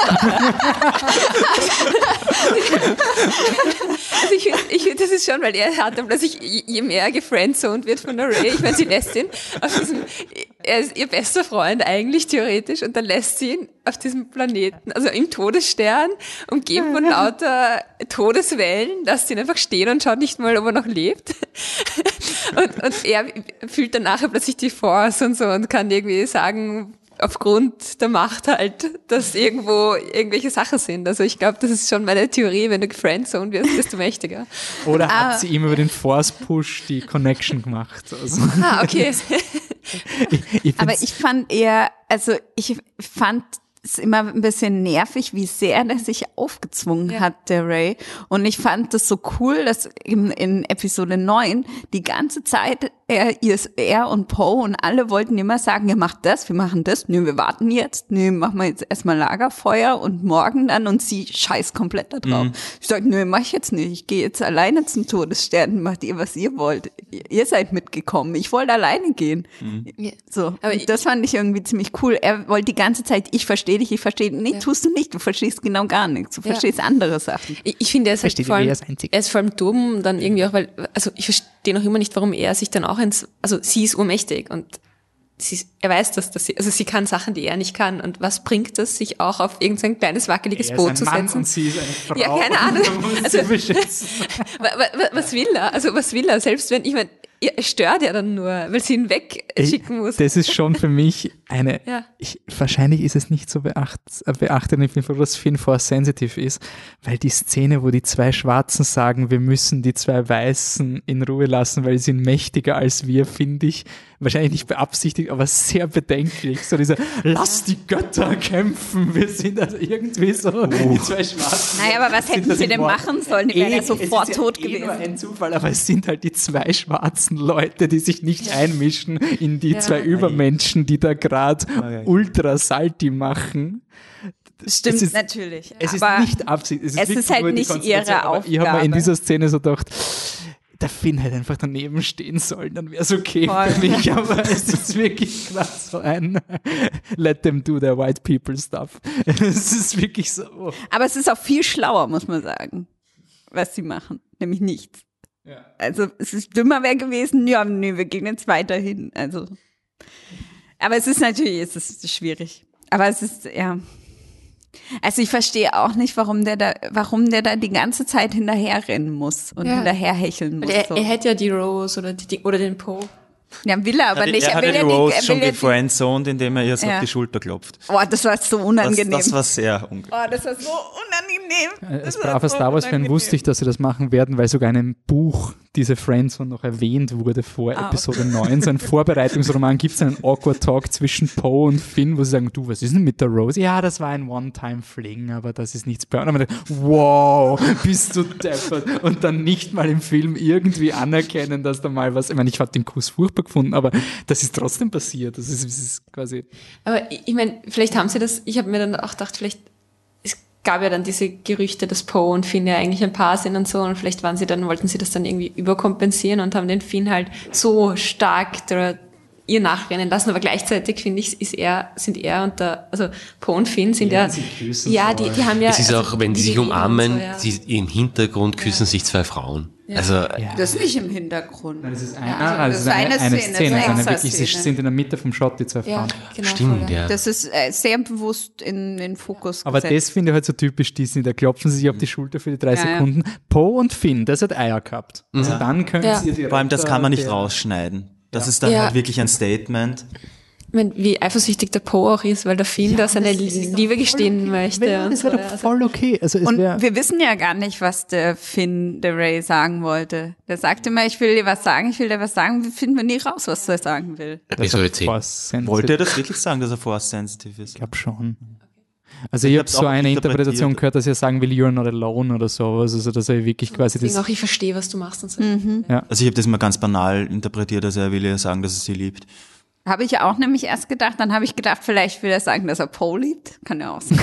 Also ich finde, das ist schon, weil er hat dann plötzlich, je mehr er gefriendzoned wird von der Rey, ich meine, sie lässt ihn auf diesem, er ist ihr bester Freund eigentlich theoretisch und dann lässt sie ihn auf diesem Planeten, also im Todesstern, umgeben von lauter Todeswellen, lässt sie ihn einfach stehen und schaut nicht mal, ob er noch lebt. Und er fühlt dann nachher plötzlich die Force und so und kann irgendwie sagen, aufgrund der Macht halt, dass irgendwo irgendwelche Sachen sind. Also ich glaube, das ist schon meine Theorie, wenn du gefriendzoned wirst, bist du mächtiger. Oder hat sie ihm über den Force-Push die Connection gemacht? Also. Okay. Aber ich fand es immer ein bisschen nervig, wie sehr der sich aufgezwungen hat, der Rey. Und ich fand das so cool, dass in Episode 9 die ganze Zeit er und Poe und alle wollten immer sagen, ihr macht das, wir machen das, nö, wir warten jetzt, nö, machen wir jetzt erstmal Lagerfeuer und morgen dann und sie scheißt komplett da drauf. Ich sag, nö, mach ich jetzt nicht, ich gehe jetzt alleine zum Todesstern, macht ihr, was ihr wollt. Ihr seid mitgekommen, ich wollte alleine gehen. So, aber das fand ich irgendwie ziemlich cool. Er wollte die ganze Zeit, ich verstehe dich, nee, tust du nicht, du verstehst genau gar nichts, du verstehst andere Sachen. Ich finde, er ist vor allem dumm, dann irgendwie auch, weil, also ich verstehe noch immer nicht, warum er sich dann auch also sie ist ohnmächtig und er weiß, dass sie kann Sachen, die er nicht kann. Und was bringt das, sich auch auf irgendein kleines wackeliges Boot zu setzen? Und sie ist eine Frau. Ja, keine Ahnung. Also, was will er? Also was will er? Selbst wenn, ich meine, er stört ja dann nur, weil sie ihn wegschicken muss. Das ist schon für mich eine, wahrscheinlich ist es nicht so beachtet, ich bin froh, dass Finn Force sensitive ist, weil die Szene, wo die zwei Schwarzen sagen, wir müssen die zwei Weißen in Ruhe lassen, weil sie sind mächtiger als wir, finde ich, wahrscheinlich nicht beabsichtigt, aber sehr bedenklich. So dieser, lass die Götter kämpfen, wir sind also irgendwie so, die zwei Schwarzen. Naja, aber was hätten sie denn machen sollen? Die wären ja sofort tot gewesen. Nur ein Zufall, aber es sind halt die zwei schwarzen Leute, die sich nicht einmischen in die zwei Übermenschen, die da gerade ultra salty machen. Stimmt, natürlich. Es ist nicht Absicht. Es ist halt nicht ihre Aufgabe. Ich habe mir in dieser Szene so gedacht, der Finn hätte einfach daneben stehen sollen, dann wäre es okay für mich, aber es ist wirklich krass so ein let them do their white people stuff. Es ist wirklich so. Aber es ist auch viel schlauer, muss man sagen, was sie machen, nämlich nichts. Ja. Also es ist dümmer wäre gewesen, wir gehen jetzt weiterhin. Also, aber es ist natürlich, schwierig. Aber es ist, also ich verstehe auch nicht, warum der da die ganze Zeit hinterher rennen muss und hinterher hecheln muss. Er hätte ja die Rose oder den Poe. Ja, will er aber nicht. Er hat die Rose schon gefriendzoned, indem er ihr so auf die Schulter klopft. Oh, das war so unangenehm. Das war sehr unangenehm. Oh, das war so unangenehm. Als braver Star Wars-Fan wusste ich, dass sie das machen werden, weil sogar in einem Buch diese Friendzone noch erwähnt wurde vor Episode 9. So ein Vorbereitungsroman, gibt es einen Awkward Talk zwischen Poe und Finn, wo sie sagen, du, was ist denn mit der Rose? Ja, das war ein One-Time-Fling, aber das ist nichts. Und dann man denkt, wow, bist du deppert. Und dann nicht mal im Film irgendwie anerkennen, dass da mal was, ich meine, ich habe den Kuss furchtbar gefunden, aber das ist trotzdem passiert. Das ist quasi. Aber ich meine, vielleicht haben sie das, ich habe mir dann auch gedacht, vielleicht, es gab ja dann diese Gerüchte, dass Poe und Finn ja eigentlich ein Paar sind und so, und vielleicht wollten sie das dann irgendwie überkompensieren und haben den Finn halt so stark ihr nachrennen lassen, aber gleichzeitig finde ich, sind er und also Poe und Finn sind die haben ja. Es ist auch, wenn die sich umarmen, so, im Hintergrund küssen sich zwei Frauen. Ja. Also, das ist nicht im Hintergrund. Nein, das ist eine Szene. Sie sind in der Mitte vom Shot, die zwei Frauen. Genau, stimmt, voll, ja. Das ist sehr bewusst in den Fokus aber gesetzt. das finde ich halt so typisch Disney, da klopfen sie sich auf die Schulter für die 3 Sekunden. Poe und Finn, das hat Eier gehabt. Also dann können sie die Vor allem, das kann man nicht rausschneiden. Das ist dann halt wirklich ein Statement. Ich meine, wie eifersüchtig der Poe auch ist, weil der Finn da seine Liebe gestehen möchte. Das wäre doch voll okay. Also und wir wissen ja gar nicht, was der Finn der Rey sagen wollte. Der sagte immer, ich will dir was sagen. Wir finden wir nie raus, was er sagen will. Episode 10. Wollte er das wirklich sagen, dass er Force-sensitive ist? Ich glaube schon. Also ich habe so eine Interpretation gehört, dass er sagen will, you're not alone oder sowas. Also dass er wirklich quasi das... Auch ich verstehe, was du machst und so. Ja. Also ich habe das immer ganz banal interpretiert, also er will ja sagen, dass er sie liebt. Habe ich auch nämlich erst gedacht. Dann habe ich gedacht, vielleicht will er sagen, dass er Poe liebt. Kann ja auch sein.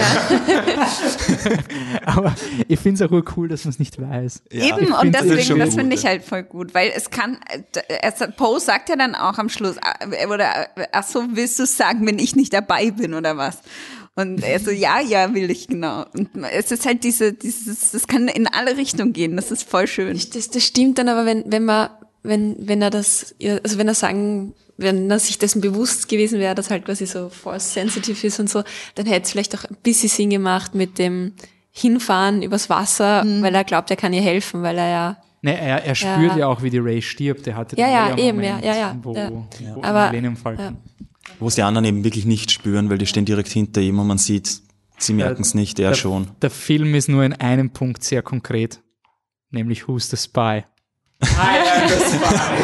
Aber ich finde es auch cool, dass man es nicht weiß. Ja. Eben, und deswegen, das finde ich halt voll gut. Weil Poe sagt ja dann auch am Schluss, ach so, willst du es sagen, wenn ich nicht dabei bin oder was? Und er so, ja, will ich, genau. Und es ist halt das kann in alle Richtungen gehen. Das ist voll schön. Das stimmt dann aber, wenn er sich dessen bewusst gewesen wäre, dass halt quasi so Force-sensitive ist und so, dann hätte es vielleicht auch ein bisschen Sinn gemacht mit dem Hinfahren übers Wasser, weil er glaubt, er kann ihr helfen, weil er ja... Ne, er spürt ja auch, wie die Rey stirbt. Er hatte aber Millennium Falcon. Wo es die anderen eben wirklich nicht spüren, weil die stehen direkt hinter ihm und man sieht, sie merken es nicht, er schon. Der Film ist nur in einem Punkt sehr konkret, nämlich Who's the Spy? Das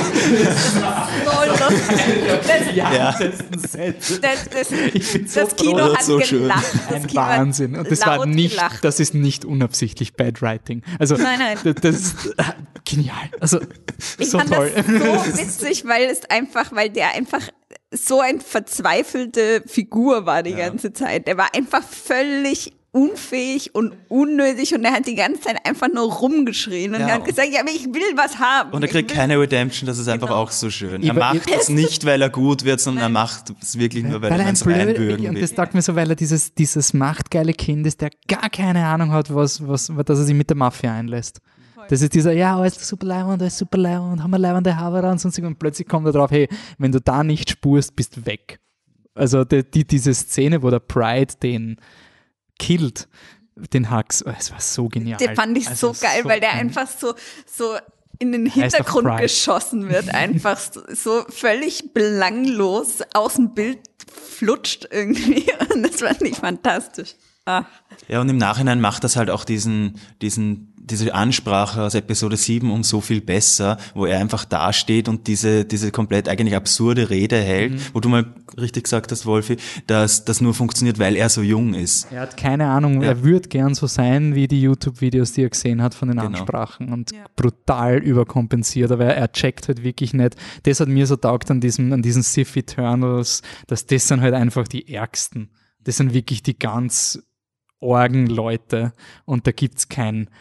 Kino hat so schön. gelacht. Ein Wahnsinn. Und das ist nicht unabsichtlich Bad Writing. Also, Nein. das ist genial. Also, Ich so fand toll. das so witzig, weil der einfach so eine verzweifelte Figur war die ganze Zeit. Der war einfach völlig unfähig und unnötig und er hat die ganze Zeit einfach nur rumgeschrien und hat gesagt, ja, aber ich will was haben. Und er kriegt keine Redemption, das ist einfach auch so schön. Er macht es nicht, weil er gut wird, sondern er macht es wirklich nur, weil er es reinbürgen will. Und das sagt mir so, weil er dieses machtgeile Kind ist, der gar keine Ahnung hat, dass er sich mit der Mafia einlässt. Das ist dieser, ja, alles super leibend, haben wir leibende Haare und sonst und plötzlich kommt er drauf, hey, wenn du da nicht spurst, bist du weg. Also diese Szene, wo der Pride den killt, den Hux, es war so genial. Den fand ich so geil, weil der einfach so in den Hintergrund geschossen wird, einfach so völlig belanglos aus dem Bild flutscht irgendwie und das fand ich fantastisch. Ach. Ja, und im Nachhinein macht das halt auch diese Ansprache aus Episode 7 um so viel besser, wo er einfach dasteht und diese komplett eigentlich absurde Rede hält, wo du mal richtig gesagt hast, Wolfi, dass das nur funktioniert, weil er so jung ist. Er hat keine Ahnung, er würde gern so sein wie die YouTube-Videos, die er gesehen hat von den Ansprachen und brutal überkompensiert, aber er checkt halt wirklich nicht. Das hat mir so taugt an diesen Sith Eternals, dass das sind halt einfach die Ärgsten. Das sind wirklich die ganz argen Leute und da gibt's kein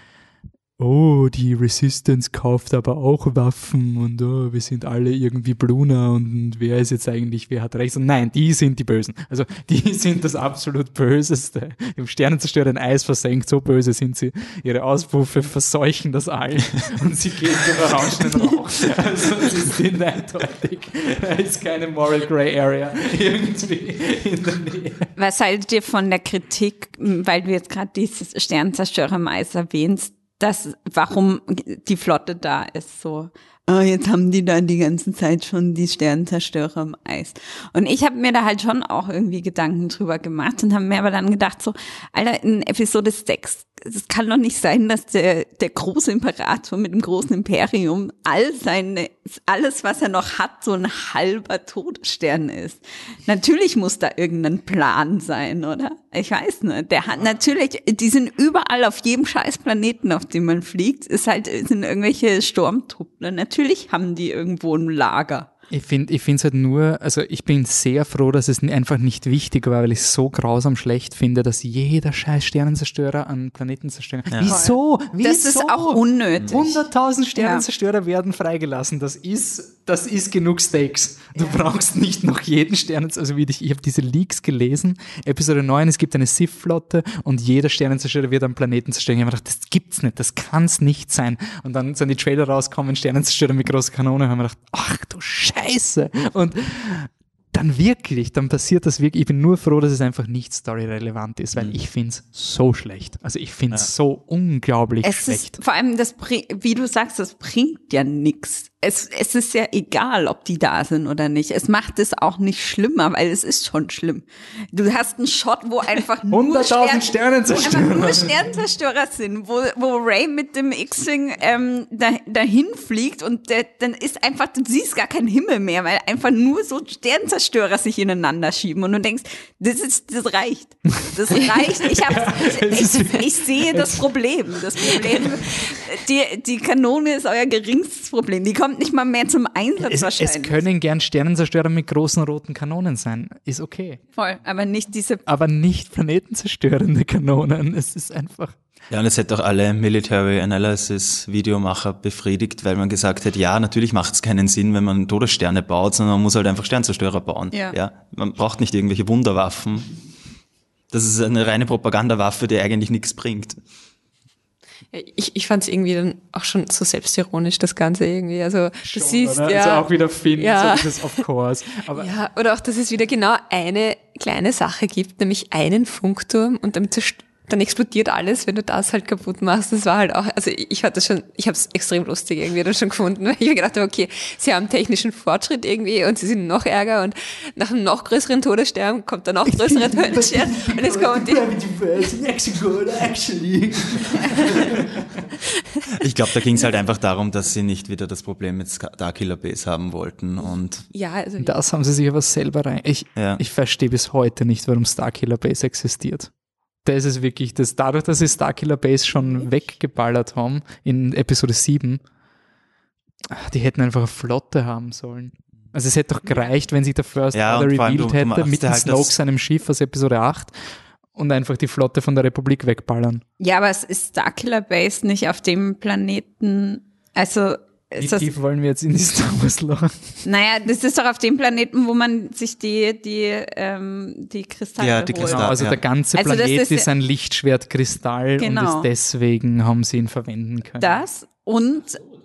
die Resistance kauft aber auch Waffen und wir sind alle irgendwie Bruna und wer ist jetzt eigentlich, wer hat recht? Und nein, die sind die Bösen. Also die sind das absolut Böseste. Die haben Sternenzerstörer den Eis versenkt, so böse sind sie. Ihre Auspuffe verseuchen das All und sie gehen durch orangenen Rauch. Also sie sind eindeutig. Da ist keine Moral Grey Area irgendwie in der Nähe. Was haltet ihr von der Kritik, weil du jetzt gerade dieses Sternenzerstörer im Eis erwähnst, warum die Flotte da ist, so, jetzt haben die da die ganze Zeit schon die Sternenzerstörer im Eis. Und ich habe mir da halt schon auch irgendwie Gedanken drüber gemacht und habe mir aber dann gedacht, so, Alter, in Episode 6, es kann doch nicht sein, dass der große Imperator mit dem großen Imperium alles, was er noch hat, so ein halber Todesstern ist. Natürlich muss da irgendein Plan sein, oder? Ich weiß nicht. Der hat natürlich, die sind überall auf jedem scheiß Planeten, auf dem man fliegt, sind irgendwelche Sturmtruppen. Natürlich haben die irgendwo ein Lager. Ich finde es halt nur, also ich bin sehr froh, dass es einfach nicht wichtig war, weil ich es so grausam schlecht finde, dass jeder scheiß Sternenzerstörer an Planeten zerstören. Ja. Wieso? Das ist auch unnötig. 100.000 Sternenzerstörer werden freigelassen. Das ist genug Stakes. Du brauchst nicht noch jeden Sternenzerstörer. Also ich habe diese Leaks gelesen. Episode 9, es gibt eine Sith-Flotte und jeder Sternenzerstörer wird am Planeten zerstören. Ich habe mir gedacht, das gibt's nicht, das kann's nicht sein. Und dann sind die Trailer rausgekommen, Sternenzerstörer mit großer Kanone, und haben mir gedacht, ach du Scheiße. Und dann passiert das wirklich. Ich bin nur froh, dass es einfach nicht storyrelevant ist, weil ich finde es so schlecht. Also ich finde es so unglaublich schlecht. Vor allem, wie du sagst, das bringt ja nichts. Es ist ja egal, ob die da sind oder nicht. Es macht es auch nicht schlimmer, weil es ist schon schlimm. Du hast einen Shot, wo einfach nur 100.000 Sternenzerstörer sind, wo Rey mit dem X-Wing dahin fliegt und dann ist einfach, du siehst gar keinen Himmel mehr, weil einfach nur so Sternenzerstörer sich ineinander schieben und du denkst, das reicht. Das reicht. Ich sehe das Problem. Das Problem, die Kanone ist euer geringstes Problem. Die kommt nicht mal mehr zum Einsatz wahrscheinlich. Es können gern Sternenzerstörer mit großen roten Kanonen sein. Ist okay. Voll, aber nicht planetenzerstörende Kanonen. Es ist einfach... Ja, und es hätte auch alle Military Analysis Videomacher befriedigt, weil man gesagt hätte, ja, natürlich macht es keinen Sinn, wenn man Todessterne baut, sondern man muss halt einfach Sternzerstörer bauen. Ja, man braucht nicht irgendwelche Wunderwaffen. Das ist eine reine Propagandawaffe, die eigentlich nichts bringt. Ich fand es irgendwie dann auch schon so selbstironisch, das Ganze irgendwie. Also, du siehst, oder? ja. Also auch wieder Finn, so dieses Of Course. Aber ja, oder auch, dass es wieder genau eine kleine Sache gibt, nämlich einen Funkturm und damit dann explodiert alles, wenn du das halt kaputt machst. Das war halt auch, also ich habe es extrem lustig irgendwie dann schon gefunden, weil ich mir gedacht habe, okay, sie haben technischen Fortschritt irgendwie und sie sind noch ärger und nach einem noch größeren Todesstern kommt dann noch größere Todesstern und jetzt kommen die... Ich glaube, da ging es halt einfach darum, dass sie nicht wieder das Problem mit Starkiller Base haben wollten und Ja, also Das haben sie sich aber selber rein. Ich verstehe bis heute nicht, warum Starkiller Base existiert. Das ist wirklich, dadurch, dass sie Starkiller Base schon weggeballert haben in Episode 7, die hätten einfach eine Flotte haben sollen. Also es hätte doch gereicht, wenn sich der First Order und vor allem revealed du hätte machst mit ja halt Snoke das- seinem Schiff aus Episode 8 und einfach die Flotte von der Republik wegballern. Ja, aber es ist Starkiller Base nicht auf dem Planeten, also Wie ist das, tief wollen wir jetzt in die Star Wars Lore? naja, das ist doch auf dem Planeten, wo man sich die Kristalle Ja, die holt. Kristalle. Also Ja. der ganze Also das Planet ist ist ein Lichtschwertkristall Genau. und deswegen haben sie ihn verwenden können. Das und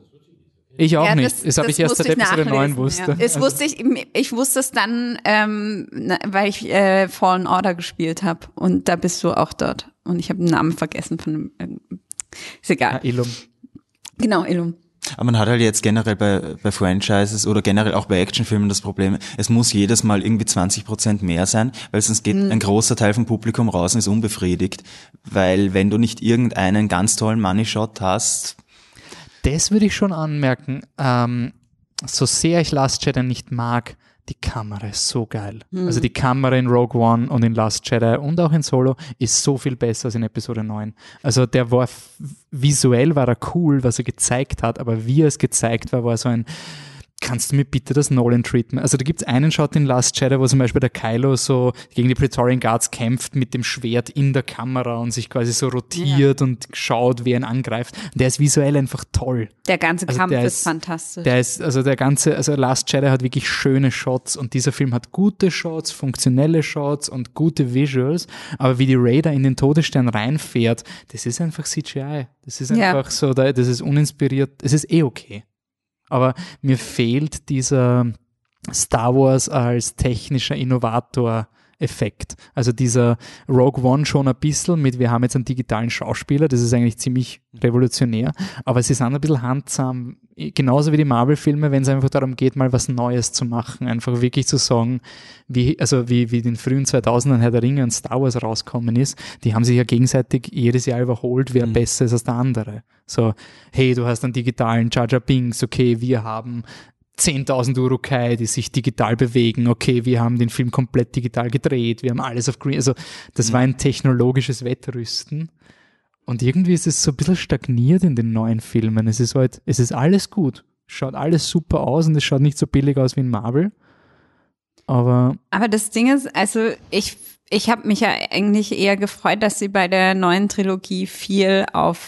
Ich auch ja, nicht. Das habe ich erst musste seit ich Episode 9 nachlesen, wusste. Ja. Das Also- wusste ich wusste es dann, weil ich Fallen Order gespielt habe und da bist du auch dort und ich habe den Namen vergessen von dem, ist egal. Ilum. Genau, Illum. Aber man hat halt jetzt generell bei Franchises oder generell auch bei Actionfilmen das Problem, es muss jedes Mal irgendwie 20% mehr sein, weil sonst geht ein großer Teil vom Publikum raus und ist unbefriedigt. Weil wenn du nicht irgendeinen ganz tollen Money-Shot hast, Das würde ich schon anmerken. So sehr ich Last Jedi nicht mag, die Kamera ist so geil. Also die Kamera in Rogue One und in Last Jedi und auch in Solo ist so viel besser als in Episode 9. Also der war, visuell war er cool, was er gezeigt hat, aber wie er es gezeigt war so ein, kannst du mir bitte das Nolan-Treatment? Also da gibt es einen Shot in Last Jedi, wo zum Beispiel der Kylo so gegen die Praetorian Guards kämpft mit dem Schwert in der Kamera und sich quasi so rotiert und schaut, wer ihn angreift. Und der ist visuell einfach toll. Der ganze Also Kampf der ist fantastisch. Der ist, also Last Jedi hat wirklich schöne Shots und dieser Film hat gute Shots, funktionelle Shots und gute Visuals, aber wie die Raider in den Todesstern reinfährt, das ist einfach CGI. Das ist Ja. einfach so, das ist uninspiriert, es ist okay. Aber mir fehlt dieser Star Wars als technischer Innovator-Effekt. Also dieser Rogue One schon ein bisschen mit, wir haben jetzt einen digitalen Schauspieler, das ist eigentlich ziemlich revolutionär, aber sie sind ein bisschen handsam, genauso wie die Marvel-Filme, wenn es einfach darum geht, mal was Neues zu machen, einfach wirklich zu sagen, wie in den frühen 2000ern Herr der Ringe und Star Wars rauskommen ist, die haben sich ja gegenseitig jedes Jahr überholt, wer besser ist als der andere. So, hey, du hast einen digitalen Jar Jar Binks, okay, wir haben 10.000 Urukai, die sich digital bewegen, okay, wir haben den Film komplett digital gedreht, wir haben alles auf Green, also das war ein technologisches Wettrüsten und irgendwie ist es so ein bisschen stagniert in den neuen Filmen. Es ist alles gut, schaut alles super aus und es schaut nicht so billig aus wie in Marvel, aber das Ding ist, also ich habe mich ja eigentlich eher gefreut, dass sie bei der neuen Trilogie viel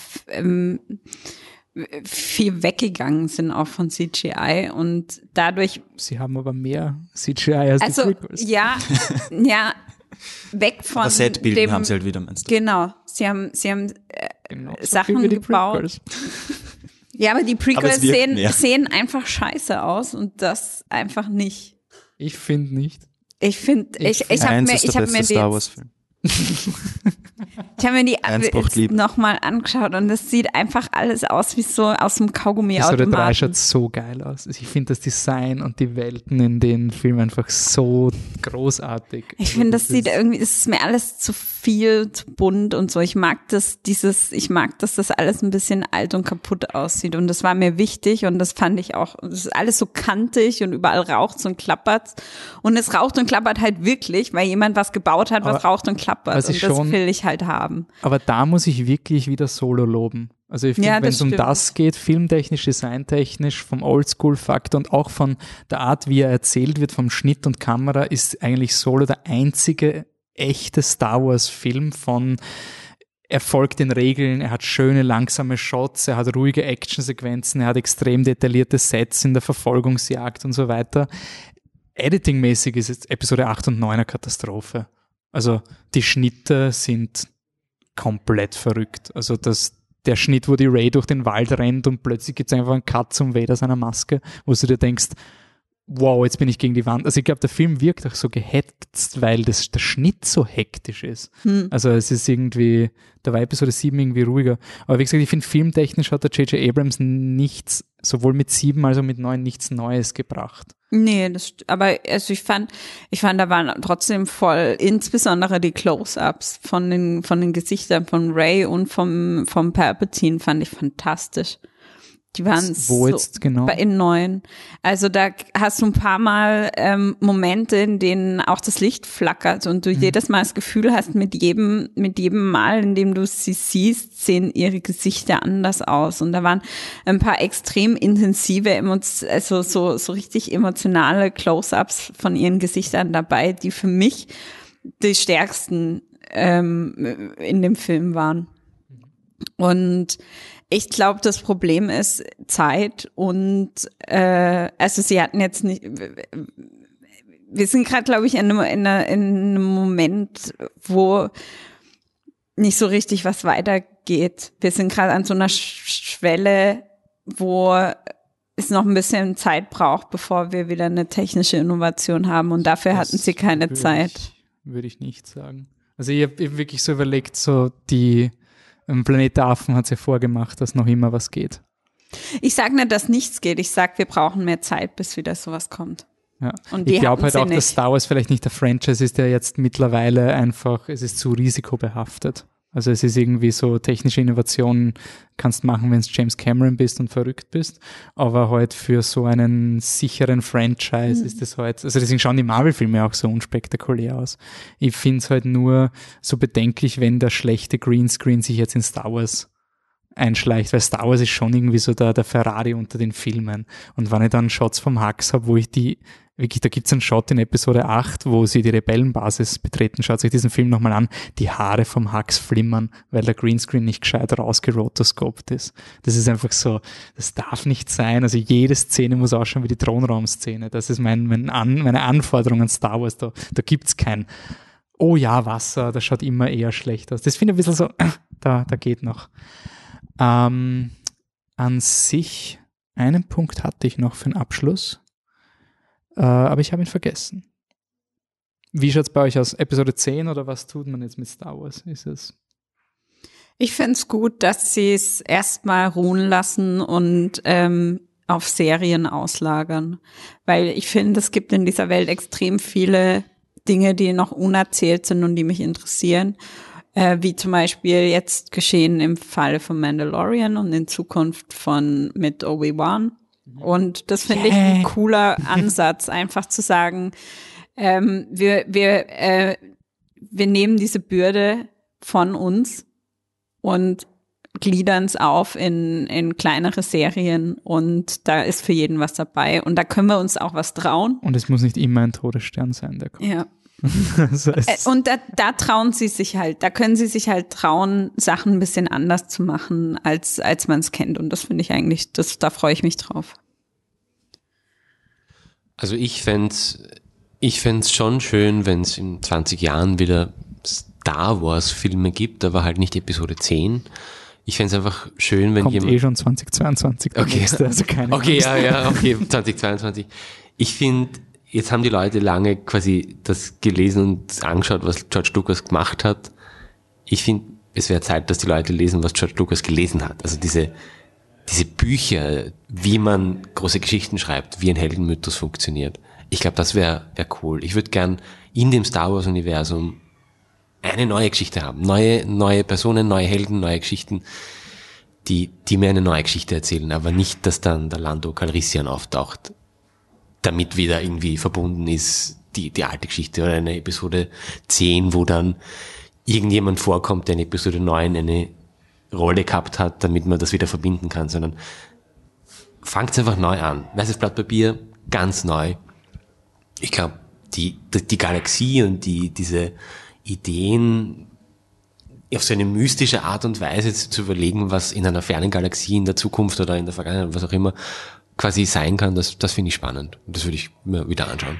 weggegangen sind auch von CGI und dadurch sie haben aber mehr CGI als die also Prequels. ja weg von aber Setbilden dem, haben sie halt wieder, meinst du? genau, sie haben Genau so Sachen viel wie die gebaut. Prequels. Ja, aber die Prequels es wirkt mehr. sehen einfach scheiße aus und das einfach nicht. Ich finde nicht. Ich finde, ich habe Eins mir, ist der ich habe mir beste die Star Wars Film. Ich habe mir die Eins braucht Liebe. nochmal angeschaut und es sieht einfach alles aus wie so aus dem Episode 3 Kaugummi-Automaten. schaut so geil aus. Also ich finde das Design und die Welten in den Filmen einfach so großartig. Ich Also finde, das sieht ist- irgendwie, es ist mir alles zu viel, zu bunt und so. Ich mag, dass das alles ein bisschen alt und kaputt aussieht und das war mir wichtig und das fand ich auch, es ist alles so kantig und überall raucht's und klappert's und es raucht und klappert halt wirklich, weil jemand was gebaut hat, was Aber raucht und klappert was und ich das schon- will ich halt haben. Aber da muss ich wirklich wieder Solo loben. Also ich finde, Ja, wenn das es um stimmt. das geht, filmtechnisch, designtechnisch, vom Oldschool-Faktor und auch von der Art, wie er erzählt wird, vom Schnitt und Kamera, ist eigentlich Solo der einzige echte Star Wars-Film von er folgt den Regeln, er hat schöne, langsame Shots, er hat ruhige Actionsequenzen, er hat extrem detaillierte Sets in der Verfolgungsjagd und so weiter. Editingmäßig ist jetzt Episode 8 und 9 eine Katastrophe. Also die Schnitte sind komplett verrückt. Also der Schnitt, wo die Rey durch den Wald rennt und plötzlich gibt es einfach einen Cut zum Vader seiner Maske, wo du dir denkst, wow, jetzt bin ich gegen die Wand. Also ich glaube, der Film wirkt auch so gehetzt, weil der Schnitt so hektisch ist. Also es ist irgendwie, da war Episode 7 irgendwie ruhiger. Aber wie gesagt, ich finde, filmtechnisch hat der J.J. Abrams nichts, sowohl mit 7 als auch mit 9 nichts Neues gebracht. Nee, aber also ich fand, da waren trotzdem voll, insbesondere die Close-Ups von den Gesichtern von Rey und vom Palpatine fand ich fantastisch. Die waren Wo jetzt genau? In 9. Also da hast du ein paar Mal Momente, in denen auch das Licht flackert und du jedes Mal das Gefühl hast, mit jedem Mal, in dem du sie siehst, sehen ihre Gesichter anders aus. Und da waren ein paar extrem intensive, also so richtig emotionale Close-ups von ihren Gesichtern dabei, die für mich die stärksten in dem Film waren. Und ich glaube, das Problem ist Zeit und also sie hatten jetzt nicht, wir sind gerade, glaube ich, in einem Moment, wo nicht so richtig was weitergeht. Wir sind gerade an so einer Schwelle, wo es noch ein bisschen Zeit braucht, bevor wir wieder eine technische Innovation haben und dafür hatten sie keine Zeit. Würde ich nicht sagen. Also ich habe wirklich so überlegt, so Planet der Affen hat es ja vorgemacht, dass noch immer was geht. Ich sage nicht, dass nichts geht. Ich sage, wir brauchen mehr Zeit, bis wieder sowas kommt. Ja. Und ich glaube halt auch, dass Star Wars vielleicht nicht der Franchise ist, der jetzt mittlerweile einfach, es ist zu risikobehaftet. Also es ist irgendwie so, technische Innovationen kannst machen, wenn du James Cameron bist und verrückt bist, aber halt für so einen sicheren Franchise ist es halt, also deswegen schauen die Marvel-Filme auch so unspektakulär aus. Ich finde es halt nur so bedenklich, wenn der schlechte Greenscreen sich jetzt in Star Wars einschleicht, weil Star Wars ist schon irgendwie so der Ferrari unter den Filmen. Und wenn ich dann Shots vom Hux habe, wo ich wirklich, da gibt's einen Shot in Episode 8, wo sie die Rebellenbasis betreten, schaut sich diesen Film nochmal an, die Haare vom Hux flimmern, weil der Greenscreen nicht gescheit rausgerotoskopt ist. Das ist einfach so, das darf nicht sein. Also jede Szene muss ausschauen wie die Thronraum-Szene. Das ist meine Anforderung an Star Wars. Da gibt's kein, oh ja, Wasser, das schaut immer eher schlecht aus. Das finde ich ein bisschen so, da geht noch. An sich, einen Punkt hatte ich noch für den Abschluss, aber ich habe ihn vergessen. Wie schaut es bei euch aus? Episode 10 oder was tut man jetzt mit Star Wars? Ist es? Ich finde es gut, dass sie es erstmal ruhen lassen und auf Serien auslagern, weil ich finde, es gibt in dieser Welt extrem viele Dinge, die noch unerzählt sind und die mich interessieren. Wie zum Beispiel jetzt geschehen im Falle von Mandalorian und in Zukunft mit Obi-Wan. Und das finde ich ein cooler Ansatz, einfach zu sagen, wir nehmen diese Bürde von uns und gliedern es auf in kleinere Serien und da ist für jeden was dabei und da können wir uns auch was trauen. Und es muss nicht immer ein Todesstern sein, der kommt. Ja. Das heißt, und da trauen sie sich halt, da können sie sich halt trauen, Sachen ein bisschen anders zu machen, als man es kennt. Und das finde ich eigentlich, da freue ich mich drauf. Also ich fänd's schon schön, wenn es in 20 Jahren wieder Star Wars Filme gibt, aber halt nicht Episode 10. Ich fänd's einfach schön, wenn kommt schon 2022. Okay, nächste, also keine okay, okay, 2022. Ich finde, jetzt haben die Leute lange quasi das gelesen und angeschaut, was George Lucas gemacht hat. Ich finde, es wäre Zeit, dass die Leute lesen, was George Lucas gelesen hat. Also diese Bücher, wie man große Geschichten schreibt, wie ein Heldenmythos funktioniert. Ich glaube, das wäre cool. Ich würde gern in dem Star Wars Universum eine neue Geschichte haben. Neue Personen, neue Helden, neue Geschichten, die mir eine neue Geschichte erzählen, aber nicht, dass dann der Lando Calrissian auftaucht, damit wieder irgendwie verbunden ist die alte Geschichte oder eine Episode 10, wo dann irgendjemand vorkommt, der in Episode 9 eine Rolle gehabt hat, damit man das wieder verbinden kann, sondern fangt einfach neu an. Weißes Blatt Papier, ganz neu. Ich glaube, die Galaxie und diese Ideen auf so eine mystische Art und Weise zu überlegen, was in einer fernen Galaxie in der Zukunft oder in der Vergangenheit, was auch immer, quasi sein kann, das finde ich spannend. Und das würde ich mir wieder anschauen.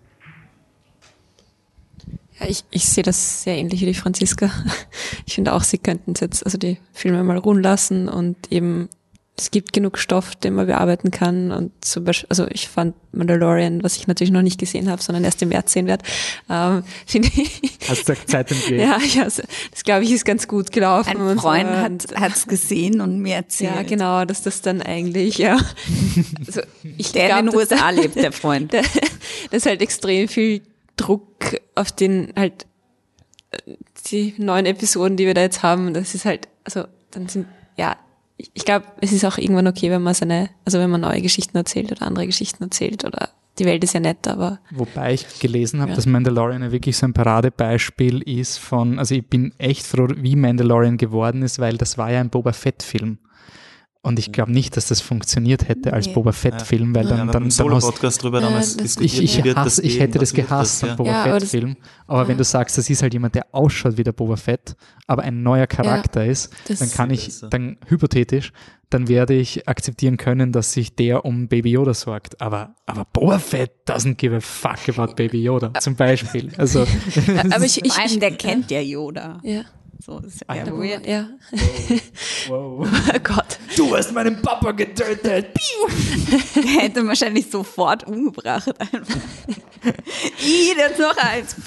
Ja, ich sehe das sehr ähnlich wie die Franziska. Ich finde auch, sie könnten es jetzt, also die Filme mal ruhen lassen und eben es gibt genug Stoff, den man bearbeiten kann und zum Beispiel, also ich fand Mandalorian, was ich natürlich noch nicht gesehen habe, sondern erst im März sehen werde, finde ich. Hast du Zeit im Weg? Ja, das glaube ich ist ganz gut gelaufen. Ein Freund hat's gesehen und mir erzählt. Ja, genau, dass das dann eigentlich, ja. Also der in den USA lebt, der Freund. Das ist halt extrem viel Druck auf den halt die 9 Episoden, die wir da jetzt haben. Das ist halt, also dann sind, ja, ich glaube, es ist auch irgendwann okay, wenn man wenn man neue Geschichten erzählt oder andere Geschichten erzählt oder die Welt ist ja nett, aber... Wobei ich gelesen habe, dass Mandalorian ja wirklich so ein Paradebeispiel ist von, also ich bin echt froh, wie Mandalorian geworden ist, weil das war ja ein Boba Fett-Film. Und ich glaube nicht, dass das funktioniert hätte als Boba Fett-Film, weil dann im Solo-Podcast drüber damals diskutiert. Ich hätte das gehasst, einen Boba Fett-Film. Aber wenn du sagst, das ist halt jemand, der ausschaut wie der Boba Fett, aber ein neuer Charakter ist, dann hypothetisch, dann werde ich akzeptieren können, dass sich der um Baby Yoda sorgt. Aber Boba Fett doesn't give a fuck about Baby Yoda, zum Beispiel. Also, aber vor allem, der kennt ja Yoda. Ja. So, das ist ja weird. Ja. wow. Oh Gott. Du hast meinen Papa getötet. Der hätte ihn wahrscheinlich sofort umgebracht. Einfach. Jetzt noch eins.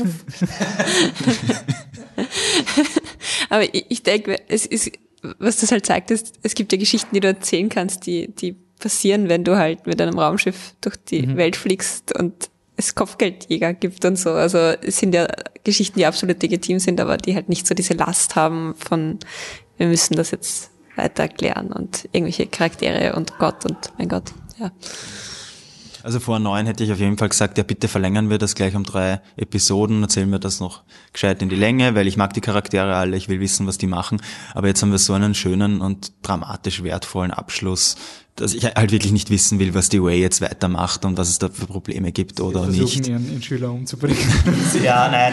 Aber ich denke, es ist, was das halt zeigt, ist, es gibt ja Geschichten, die du erzählen kannst, die passieren, wenn du halt mit einem Raumschiff durch die Welt fliegst und es Kopfgeldjäger gibt und so. Also es sind ja Geschichten, die absolut legitim sind, aber die halt nicht so diese Last haben von, wir müssen das jetzt weiter erklären und irgendwelche Charaktere und Gott und mein Gott, ja. Also vor 9 hätte ich auf jeden Fall gesagt, ja bitte verlängern wir das gleich um 3 Episoden, erzählen wir das noch gescheit in die Länge, weil ich mag die Charaktere alle, ich will wissen, was die machen. Aber jetzt haben wir so einen schönen und dramatisch wertvollen Abschluss, dass ich halt wirklich nicht wissen will, was die Way jetzt weitermacht und was es da für Probleme gibt oder nicht. Ihren Schüler umzubringen. Ja, nein.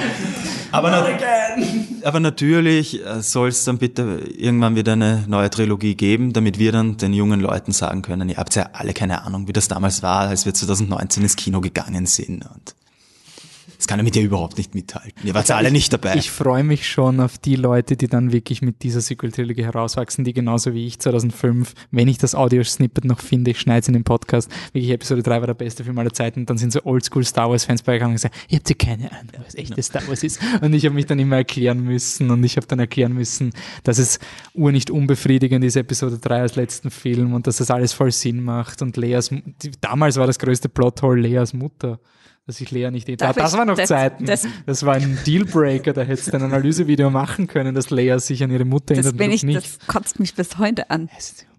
Aber natürlich soll es dann bitte irgendwann wieder eine neue Trilogie geben, damit wir dann den jungen Leuten sagen können, ihr habt ja alle keine Ahnung, wie das damals war, als wir 2019 ins Kino gegangen sind. Und das kann er mit dir überhaupt nicht mithalten. Ihr wart ja alle nicht dabei. Ich freue mich schon auf die Leute, die dann wirklich mit dieser Sequel-Trilogie herauswachsen, die genauso wie ich 2005, wenn ich das Audio-Snippet noch finde, ich schneide es in den Podcast, wirklich Episode 3 war der beste Film aller Zeiten, und dann sind so Oldschool-Star Wars-Fans beigegangen und gesagt, ihr habt ja keine Ahnung, was echtes Star Wars ist. Und ich habe mich dann immer erklären müssen und ich habe dann erklären müssen, dass es nicht unbefriedigend ist, Episode 3 als letzten Film, und dass das alles voll Sinn macht, und damals war das größte Plothole Leas Mutter. Dass ich Lea nicht das war noch Zeiten. Das war ein Dealbreaker, da hättest du ein Analysevideo machen können, dass Lea sich an ihre Mutter erinnert. Das kotzt mich bis heute an.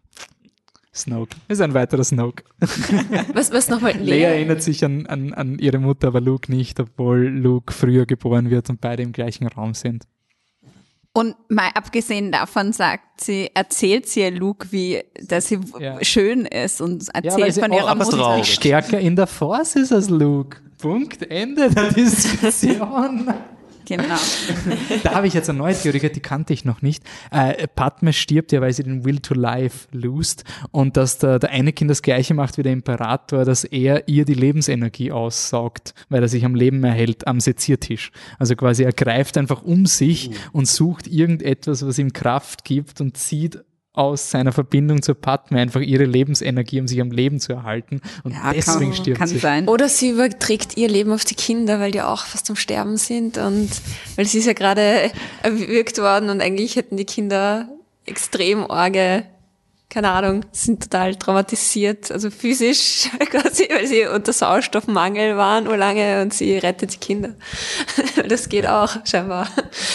Snoke. Das ist ein weiterer Snoke. Was nochmal? Lea erinnert sich an ihre Mutter, aber Luke nicht, obwohl Luke früher geboren wird und beide im gleichen Raum sind. Und mal abgesehen davon erzählt sie Luke, dass sie schön ist, und erzählt von ihrer Mutter. Stärker in der Force ist als Luke. Punkt, Ende der Diskussion. Genau. Da habe ich jetzt eine neue Theorie, die kannte ich noch nicht. Padme stirbt ja, weil sie den Will to Life lost, und dass der Anakin das Gleiche macht wie der Imperator, dass er ihr die Lebensenergie aussaugt, weil er sich am Leben erhält am Seziertisch. Also quasi er greift einfach um sich und sucht irgendetwas, was ihm Kraft gibt, und zieht aus seiner Verbindung zur Padme einfach ihre Lebensenergie, um sich am Leben zu erhalten. Und deswegen stirbt sie. Sein. Oder sie überträgt ihr Leben auf die Kinder, weil die auch fast am Sterben sind, und weil sie ist ja gerade erwürgt worden, und eigentlich hätten die Kinder extrem arge, keine Ahnung, sind total traumatisiert, also physisch quasi, weil sie unter Sauerstoffmangel waren urlange, und sie rettet die Kinder. Das geht auch, scheinbar.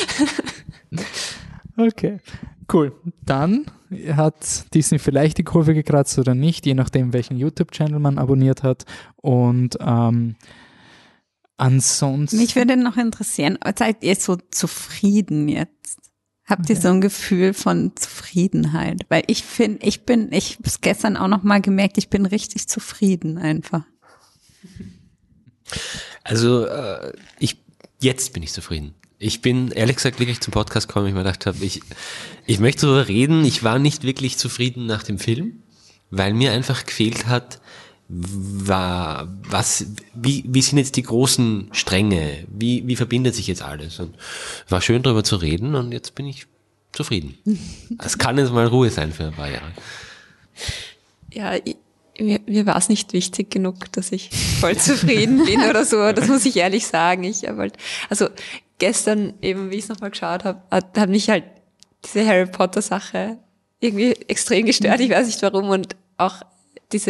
Okay. Cool. Dann hat Disney vielleicht die Kurve gekratzt oder nicht, je nachdem, welchen YouTube-Channel man abonniert hat. Und ansonsten... Mich würde noch interessieren, seid ihr so zufrieden jetzt? Habt ihr so ein Gefühl von Zufriedenheit? Weil ich finde, ich habe es gestern auch noch mal gemerkt, ich bin richtig zufrieden einfach. Also jetzt bin ich zufrieden. Ich bin ehrlich gesagt wirklich zum Podcast gekommen, ich mir gedacht habe, ich möchte darüber reden. Ich war nicht wirklich zufrieden nach dem Film, weil mir einfach gefehlt hat, wie sind jetzt die großen Stränge, wie verbindet sich jetzt alles, und war schön darüber zu reden, und jetzt bin ich zufrieden. Es kann jetzt mal Ruhe sein für ein paar Jahre. Ja, mir war es nicht wichtig genug, dass ich voll zufrieden bin oder so. Das muss ich ehrlich sagen. Ich habe halt, also gestern eben, wie ich es nochmal geschaut habe, hat mich halt diese Harry Potter Sache irgendwie extrem gestört. Ich weiß nicht warum, und auch ich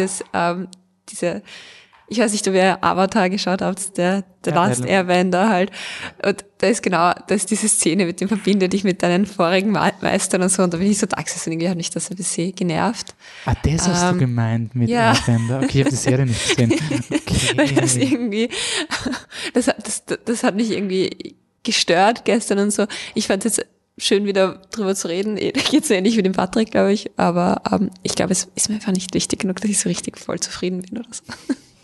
weiß nicht, ob ihr Avatar geschaut habt, der Last Airbender halt. Und da ist diese Szene mit dem verbinde dich mit deinen vorigen Meistern und so. Und da bin ich so da gesessen, irgendwie hat mich das ein bisschen genervt. Ah, das hast du gemeint mit Airbender. Okay, ich habe die Serie nicht gesehen. Okay. Weil das irgendwie, das hat mich irgendwie gestört gestern und so. Ich fand es jetzt schön, wieder drüber zu reden. Da geht's so ähnlich wie dem Patrick, glaube ich. Aber ich glaube, es ist mir einfach nicht wichtig genug, dass ich so richtig voll zufrieden bin oder so.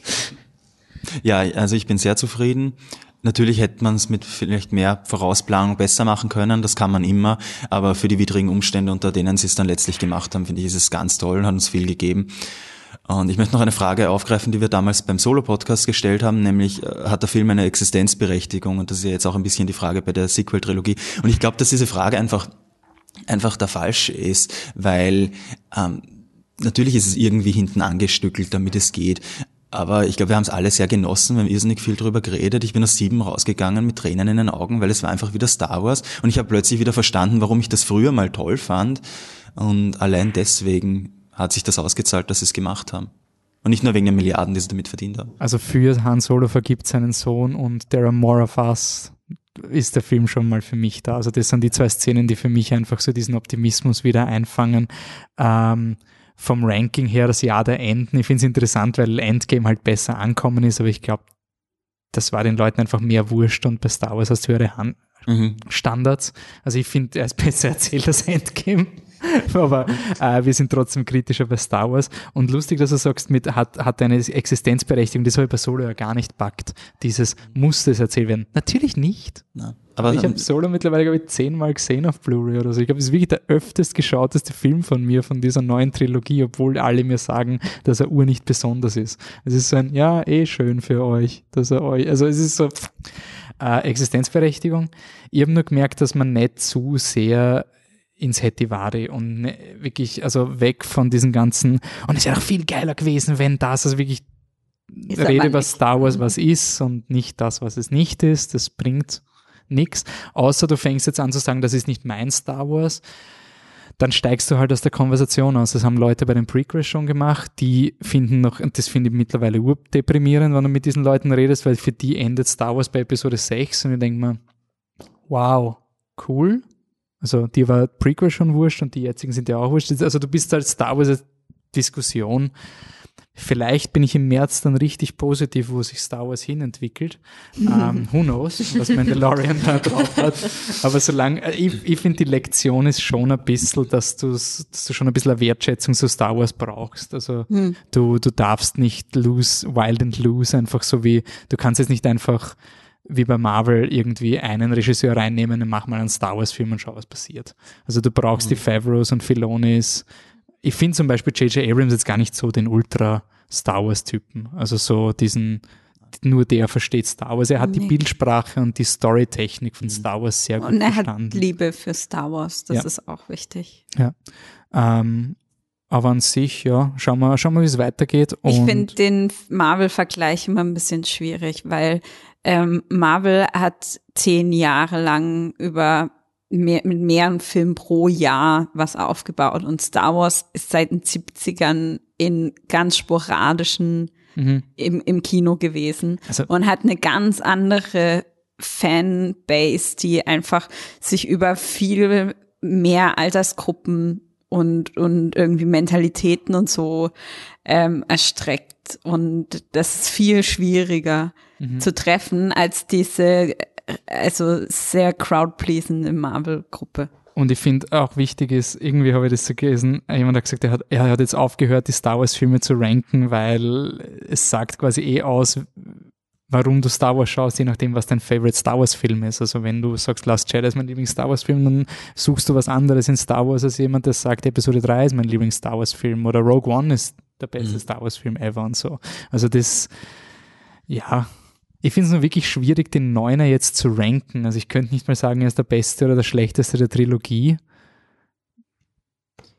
Ja, also ich bin sehr zufrieden. Natürlich hätte man es mit vielleicht mehr Vorausplanung besser machen können, das kann man immer, aber für die widrigen Umstände, unter denen sie es dann letztlich gemacht haben, finde ich, ist es ganz toll und hat uns viel gegeben. Und ich möchte noch eine Frage aufgreifen, die wir damals beim Solo-Podcast gestellt haben, nämlich hat der Film eine Existenzberechtigung? Und das ist ja jetzt auch ein bisschen die Frage bei der Sequel-Trilogie. Und ich glaube, dass diese Frage einfach der falsch ist, weil natürlich ist es irgendwie hinten angestückelt, damit es geht. Aber ich glaube, wir haben es alle sehr genossen, wir haben irrsinnig viel drüber geredet. Ich bin aus 7 rausgegangen mit Tränen in den Augen, weil es war einfach wieder Star Wars. Und ich habe plötzlich wieder verstanden, warum ich das früher mal toll fand. Und allein deswegen hat sich das ausgezahlt, dass sie es gemacht haben. Und nicht nur wegen den Milliarden, die sie damit verdient haben. Also für Han Solo vergibt seinen Sohn und There Are More of Us ist der Film schon mal für mich da. Also das sind die 2 Szenen, die für mich einfach so diesen Optimismus wieder einfangen. Vom Ranking her das Jahr der Enden. Ich finde es interessant, weil Endgame halt besser ankommen ist, aber ich glaube, das war den Leuten einfach mehr wurscht und bei Star Wars hast du höhere Standards. Also ich finde, er ist besser erzählt als Endgame. Aber wir sind trotzdem kritischer bei Star Wars. Und lustig, dass du sagst, hat eine Existenzberechtigung, das habe ich bei Solo ja gar nicht packt. Dieses, muss das erzählt werden? Natürlich nicht. Na, aber ich habe Solo mittlerweile, glaube ich, 10-mal gesehen auf Blu-ray oder so. Ich glaube, es ist wirklich der öftest geschauteste Film von mir, von dieser neuen Trilogie, obwohl alle mir sagen, dass er nicht besonders ist. Es ist so ein, ja, schön für euch, dass er euch, also es ist so Existenzberechtigung. Ich habe nur gemerkt, dass man nicht zu sehr ins Hetivari und wirklich, also weg von diesen ganzen, und es wäre auch viel geiler gewesen, wenn das, also wirklich rede über Star Wars, was ist und nicht das, was es nicht ist, das bringt nichts, außer du fängst jetzt an zu sagen, das ist nicht mein Star Wars, dann steigst du halt aus der Konversation aus. Das haben Leute bei den Prequels schon gemacht, die finden noch, und das finde ich mittlerweile deprimierend, wenn du mit diesen Leuten redest, weil für die endet Star Wars bei Episode 6 und ich denke mir, wow, cool. Also die war Prequel schon wurscht und die jetzigen sind ja auch wurscht. Also du bist als Star Wars Diskussion. Vielleicht bin ich im März dann richtig positiv, wo sich Star Wars hinentwickelt. Who knows, was Mandalorian da drauf hat. Aber solange, ich finde, die Lektion ist schon ein bisschen, dass du schon ein bisschen eine Wertschätzung zu Star Wars brauchst. Also du darfst nicht wild and loose, einfach so wie, du kannst jetzt nicht einfach wie bei Marvel irgendwie einen Regisseur reinnehmen und mach mal einen Star Wars Film und schau, was passiert. Also du brauchst die Favreaus und Filonis. Ich finde zum Beispiel J.J. Abrams jetzt gar nicht so den Ultra-Star Wars-Typen. Also so diesen, nur der versteht Star Wars. Er hat die Bildsprache und die Storytechnik von Star Wars sehr gut verstanden. Und er hat Liebe für Star Wars, das ist auch wichtig. Ja. Aber an sich, ja, schauen wir, wie es weitergeht. Und ich finde den Marvel-Vergleich immer ein bisschen schwierig, weil Marvel hat 10 Jahre lang mit mehreren Filmen pro Jahr was aufgebaut und Star Wars ist seit den 70ern in ganz sporadischen im Kino gewesen und hat eine ganz andere Fanbase, die einfach sich über viel mehr Altersgruppen und irgendwie Mentalitäten und so erstreckt und das ist viel schwieriger zu treffen als diese sehr crowd-pleasende Marvel-Gruppe. Und ich finde auch wichtig ist, irgendwie habe ich das so gelesen, jemand hat gesagt, er hat jetzt aufgehört, die Star Wars-Filme zu ranken, weil es sagt quasi aus, warum du Star Wars schaust, je nachdem, was dein Favorite Star Wars-Film ist. Also wenn du sagst, Last Jedi ist mein Lieblings-Star Wars-Film, dann suchst du was anderes in Star Wars als jemand, der sagt, Episode 3 ist mein Lieblings-Star Wars-Film oder Rogue One ist der beste Star Wars-Film ever und so. Also das, ja, ich finde es nur wirklich schwierig, den Neuner jetzt zu ranken. Also ich könnte nicht mal sagen, er ist der beste oder der schlechteste der Trilogie.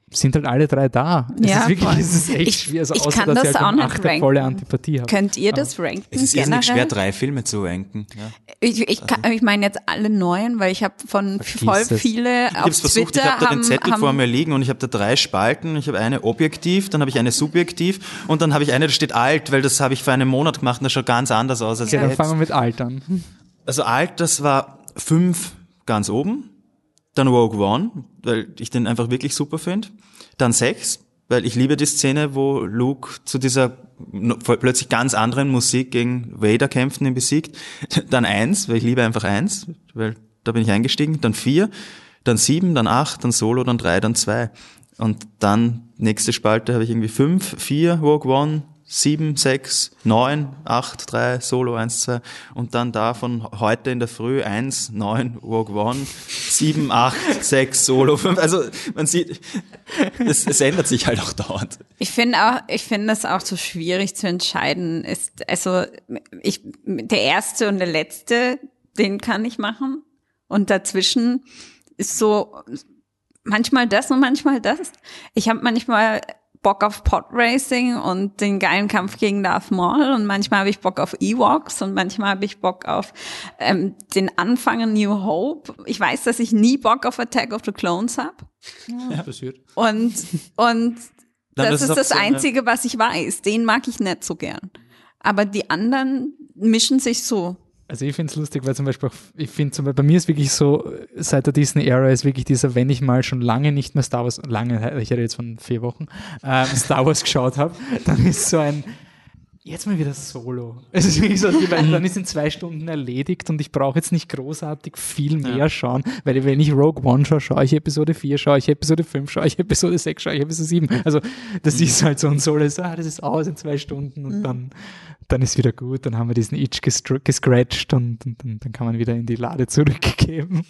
sind halt alle drei da. Es ist echt schwer, also ich außer, kann dass das ich halt auch um nicht 8 ranken. volle Antipathie habe. Könnt ihr das ranken? Es ist irrsinnig generell? schwer, 3 Filme zu ranken. Ja. Ich meine jetzt alle neuen, weil ich habe von voll viele Ich auf habe es versucht, Twitter ich habe da den Zettel vor haben mir liegen und ich habe da 3 Spalten. Ich habe eine objektiv, dann habe ich eine subjektiv und dann habe ich eine, da steht alt, weil das habe ich vor einem Monat gemacht und das schaut ganz anders aus als Okay, dann jetzt. fangen wir mit alt an. Also alt, das war 5 ganz oben, dann Rogue One, weil ich den einfach wirklich super finde, dann 6, weil ich liebe die Szene, wo Luke zu dieser plötzlich ganz anderen Musik gegen Vader kämpft und ihn besiegt, dann 1, weil ich liebe einfach 1, weil da bin ich eingestiegen, dann 4, dann 7, dann 8, dann Solo, dann 3, dann 2 und dann nächste Spalte habe ich irgendwie 5, 4, Rogue One, 7, 6, 9, 8, 3, Solo, 1, 2 und dann da von heute in der Früh 1, 9, Rogue One, 7, 8, 6, Solo, 5. Also man sieht, es ändert sich halt auch dauernd. Ich finde es auch so schwierig zu entscheiden. Der erste und der letzte, den kann ich machen. Und dazwischen ist so manchmal das und manchmal das. Ich habe manchmal Bock auf Podracing und den geilen Kampf gegen Darth Maul und manchmal habe ich Bock auf Ewoks und manchmal habe ich Bock auf den Anfang in New Hope. Ich weiß, dass ich nie Bock auf Attack of the Clones habe. Ja, passiert. Und das ist das so Einzige, was ich weiß. Den mag ich nicht so gern. Aber die anderen mischen sich so. Also ich finde es lustig, weil zum Beispiel bei mir ist wirklich so, seit der Disney-Ära ist wirklich dieser, wenn ich mal schon lange nicht mehr Star Wars, ich rede jetzt von 4 Wochen, Star Wars geschaut habe, dann ist so ein, jetzt mal wieder Solo. Es ist wirklich so, dann ist in 2 Stunden erledigt und ich brauche jetzt nicht großartig viel mehr schauen, weil wenn ich Rogue One schaue ich Episode 4, schaue ich Episode 5, schaue ich Episode 6, schaue ich Episode 7. Also das ist halt so ein Solo, das ist aus in 2 Stunden und dann ist wieder gut, dann haben wir diesen Itch gescratcht und dann kann man wieder in die Lade zurückgeben.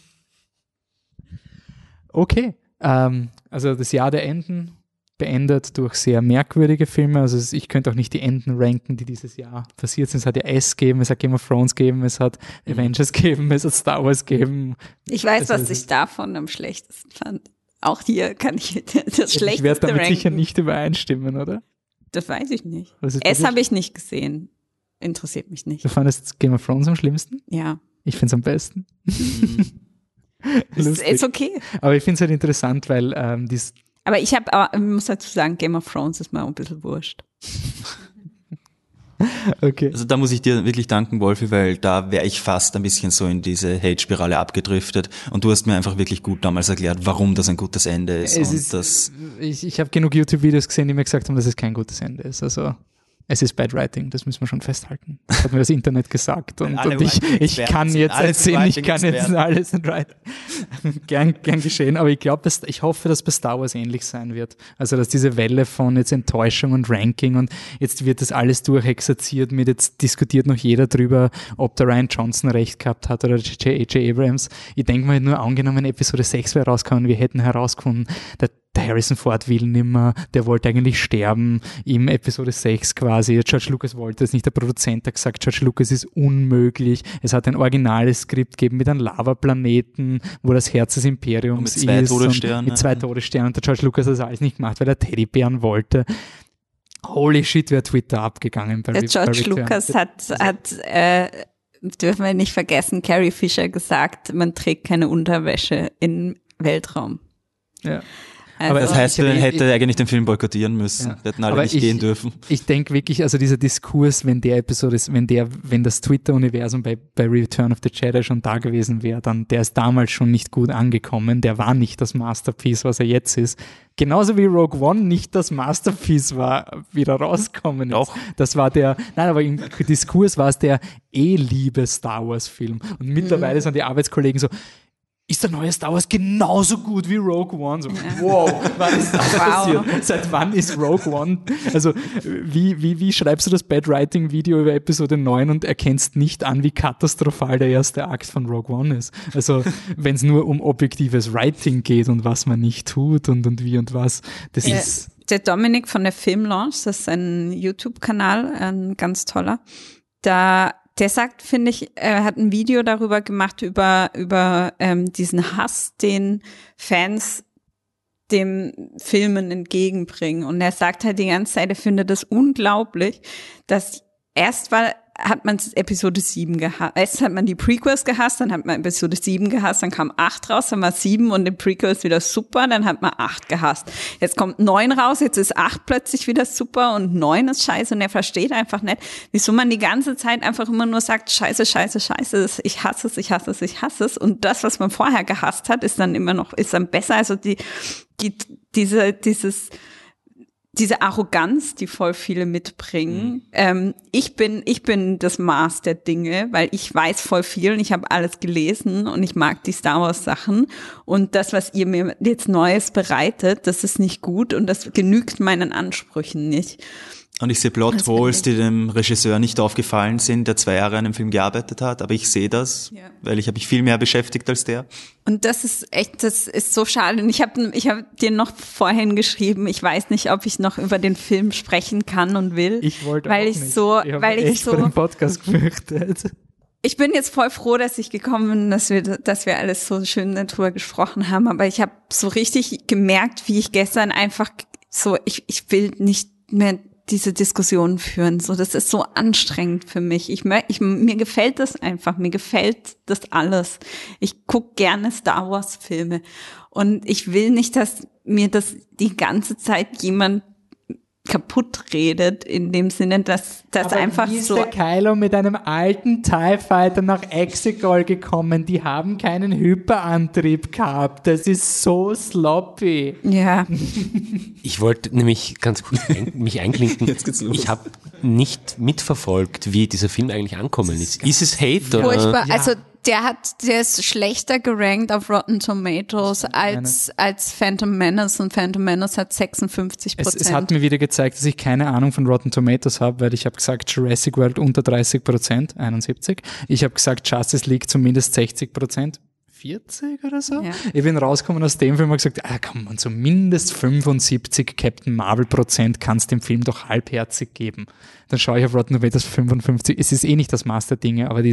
Okay, also das Jahr der Enden beendet durch sehr merkwürdige Filme. Also ich könnte auch nicht die Enden ranken, die dieses Jahr passiert sind. Es hat ja S gegeben, es hat Game of Thrones gegeben, es hat Avengers gegeben, es hat Star Wars gegeben. Ich weiß, was ich davon am schlechtesten fand. Auch hier kann ich das Schlechteste Ich werde damit ranken. sicher nicht übereinstimmen, oder? Das weiß ich nicht. Es habe ich nicht gesehen. Interessiert mich nicht. Du fandest Game of Thrones am schlimmsten? Ja. Ich finde es am besten. Ist okay. Aber ich finde es halt interessant, weil Aber ich muss dazu sagen, Game of Thrones ist mir ein bisschen wurscht. Okay. Also da muss ich dir wirklich danken, Wolfi, weil da wäre ich fast ein bisschen so in diese Hate-Spirale abgedriftet und du hast mir einfach wirklich gut damals erklärt, warum das ein gutes Ende ist. Ich habe genug YouTube-Videos gesehen, die mir gesagt haben, dass es kein gutes Ende ist. Also es ist Bad Writing, das müssen wir schon festhalten. Das hat mir das Internet gesagt und ich kann jetzt erzählen, ich kann jetzt alles gern geschehen, aber ich hoffe, dass bei Star Wars ähnlich sein wird. Also, dass diese Welle von jetzt Enttäuschung und Ranking und jetzt wird das alles durchexerziert mit, jetzt diskutiert noch jeder drüber, ob der Rian Johnson recht gehabt hat oder J.J. Abrams. Ich denke mal, nur angenommen Episode 6 wäre rausgekommen, wir hätten herausgefunden, der Harrison Ford will nimmer, der wollte eigentlich sterben im Episode 6 quasi. George Lucas wollte es nicht, der Produzent hat gesagt, George Lucas ist unmöglich. Es hat ein originales Skript gegeben mit einem Lavaplaneten, wo das Herz des Imperiums ist. Mit 2 Todessternen. Mit 2 Todessternen. Und der George Lucas hat das alles nicht gemacht, weil er Teddybären wollte. Holy shit, wäre Twitter abgegangen. Der George Lucas hat dürfen wir nicht vergessen, Carrie Fisher gesagt, man trägt keine Unterwäsche im Weltraum. Ja. Also, das heißt, er hätte eigentlich den Film boykottieren müssen. Ja. Wir hätten alle nicht gehen dürfen. Ich denke wirklich, also dieser Diskurs, wenn das Twitter-Universum bei Return of the Jedi schon da gewesen wäre, dann der ist damals schon nicht gut angekommen. Der war nicht das Masterpiece, was er jetzt ist. Genauso wie Rogue One nicht das Masterpiece war, wieder rausgekommen ist. Doch. Das war aber im Diskurs war es der liebe Star Wars Film. Und mittlerweile sind die Arbeitskollegen so, ist der neue Star Wars genauso gut wie Rogue One? So, wow, wann ist das passiert? Seit wann ist Rogue One? Also, wie schreibst du das Bad Writing Video über Episode 9 und erkennst nicht an, wie katastrophal der erste Akt von Rogue One ist? Also, wenn es nur um objektives Writing geht und was man nicht tut und wie und was, das ist... Der Dominik von der Filmlaunch, das ist ein YouTube-Kanal, ein ganz toller, der sagt, finde ich, er hat ein Video darüber gemacht, über diesen Hass, den Fans dem Filmen entgegenbringen. Und er sagt halt die ganze Zeit, er findet das unglaublich, dass hat man Episode 7 gehasst. Erst hat man die Prequels gehasst, dann hat man Episode 7 gehasst, dann kam 8 raus, dann war 7 und die Prequels wieder super, dann hat man 8 gehasst. Jetzt kommt 9 raus, jetzt ist 8 plötzlich wieder super und 9 ist scheiße und er versteht einfach nicht, wieso man die ganze Zeit einfach immer nur sagt, scheiße, scheiße, scheiße, ich hasse es, ich hasse es, ich hasse es und das, was man vorher gehasst hat, ist dann besser, also diese Arroganz, die voll viele mitbringen. Ich bin das Maß der Dinge, weil ich weiß voll viel und ich habe alles gelesen und ich mag die Star Wars Sachen und das, was ihr mir jetzt Neues bereitet, das ist nicht gut und das genügt meinen Ansprüchen nicht. Und ich sehe Plotholes, die dem Regisseur nicht aufgefallen sind, der 2 Jahre an einem Film gearbeitet hat, aber ich sehe das, weil ich habe mich viel mehr beschäftigt als der. Und das ist so schade. Und ich hab dir noch vorhin geschrieben, ich weiß nicht, ob ich noch über den Film sprechen kann und will. Ich wollte weil auch ich nicht. so, ich weil ich so vor dem Podcast gefürchtet. Ich bin jetzt voll froh, dass ich gekommen bin, dass wir alles so schön darüber gesprochen haben. Aber ich habe so richtig gemerkt, wie ich gestern einfach so, ich will nicht mehr diese Diskussion führen. So, das ist so anstrengend für mich. Mir gefällt das einfach. Mir gefällt das alles. Ich gucke gerne Star Wars Filme. Und ich will nicht, dass mir das die ganze Zeit jemand kaputt redet, in dem Sinne, dass das einfach wie ist so. Der Kylo mit einem alten TIE Fighter nach Exegol gekommen, die haben keinen Hyperantrieb gehabt, das ist so sloppy. Ja. Ich wollte nämlich ganz kurz mich einklinken. Jetzt geht's los. Ich habe nicht mitverfolgt, wie dieser Film eigentlich ankommen ist. Ist es Hate oder? Furchtbar. Ja. Also der ist schlechter gerankt auf Rotten Tomatoes als Phantom Menace und Phantom Menace hat 56%. Es hat mir wieder gezeigt, dass ich keine Ahnung von Rotten Tomatoes habe, weil ich habe gesagt, Jurassic World unter 30%, 71. Ich habe gesagt, Justice League zumindest 60%. 40 oder so. Ja. Ich bin rausgekommen aus dem Film und gesagt, komm, man, zumindest 75 Captain Marvel Prozent kannst dem Film doch halbherzig geben. Dann schaue ich auf Rotten Tomatoes 55. Es ist eh nicht das Maß der Dinge, aber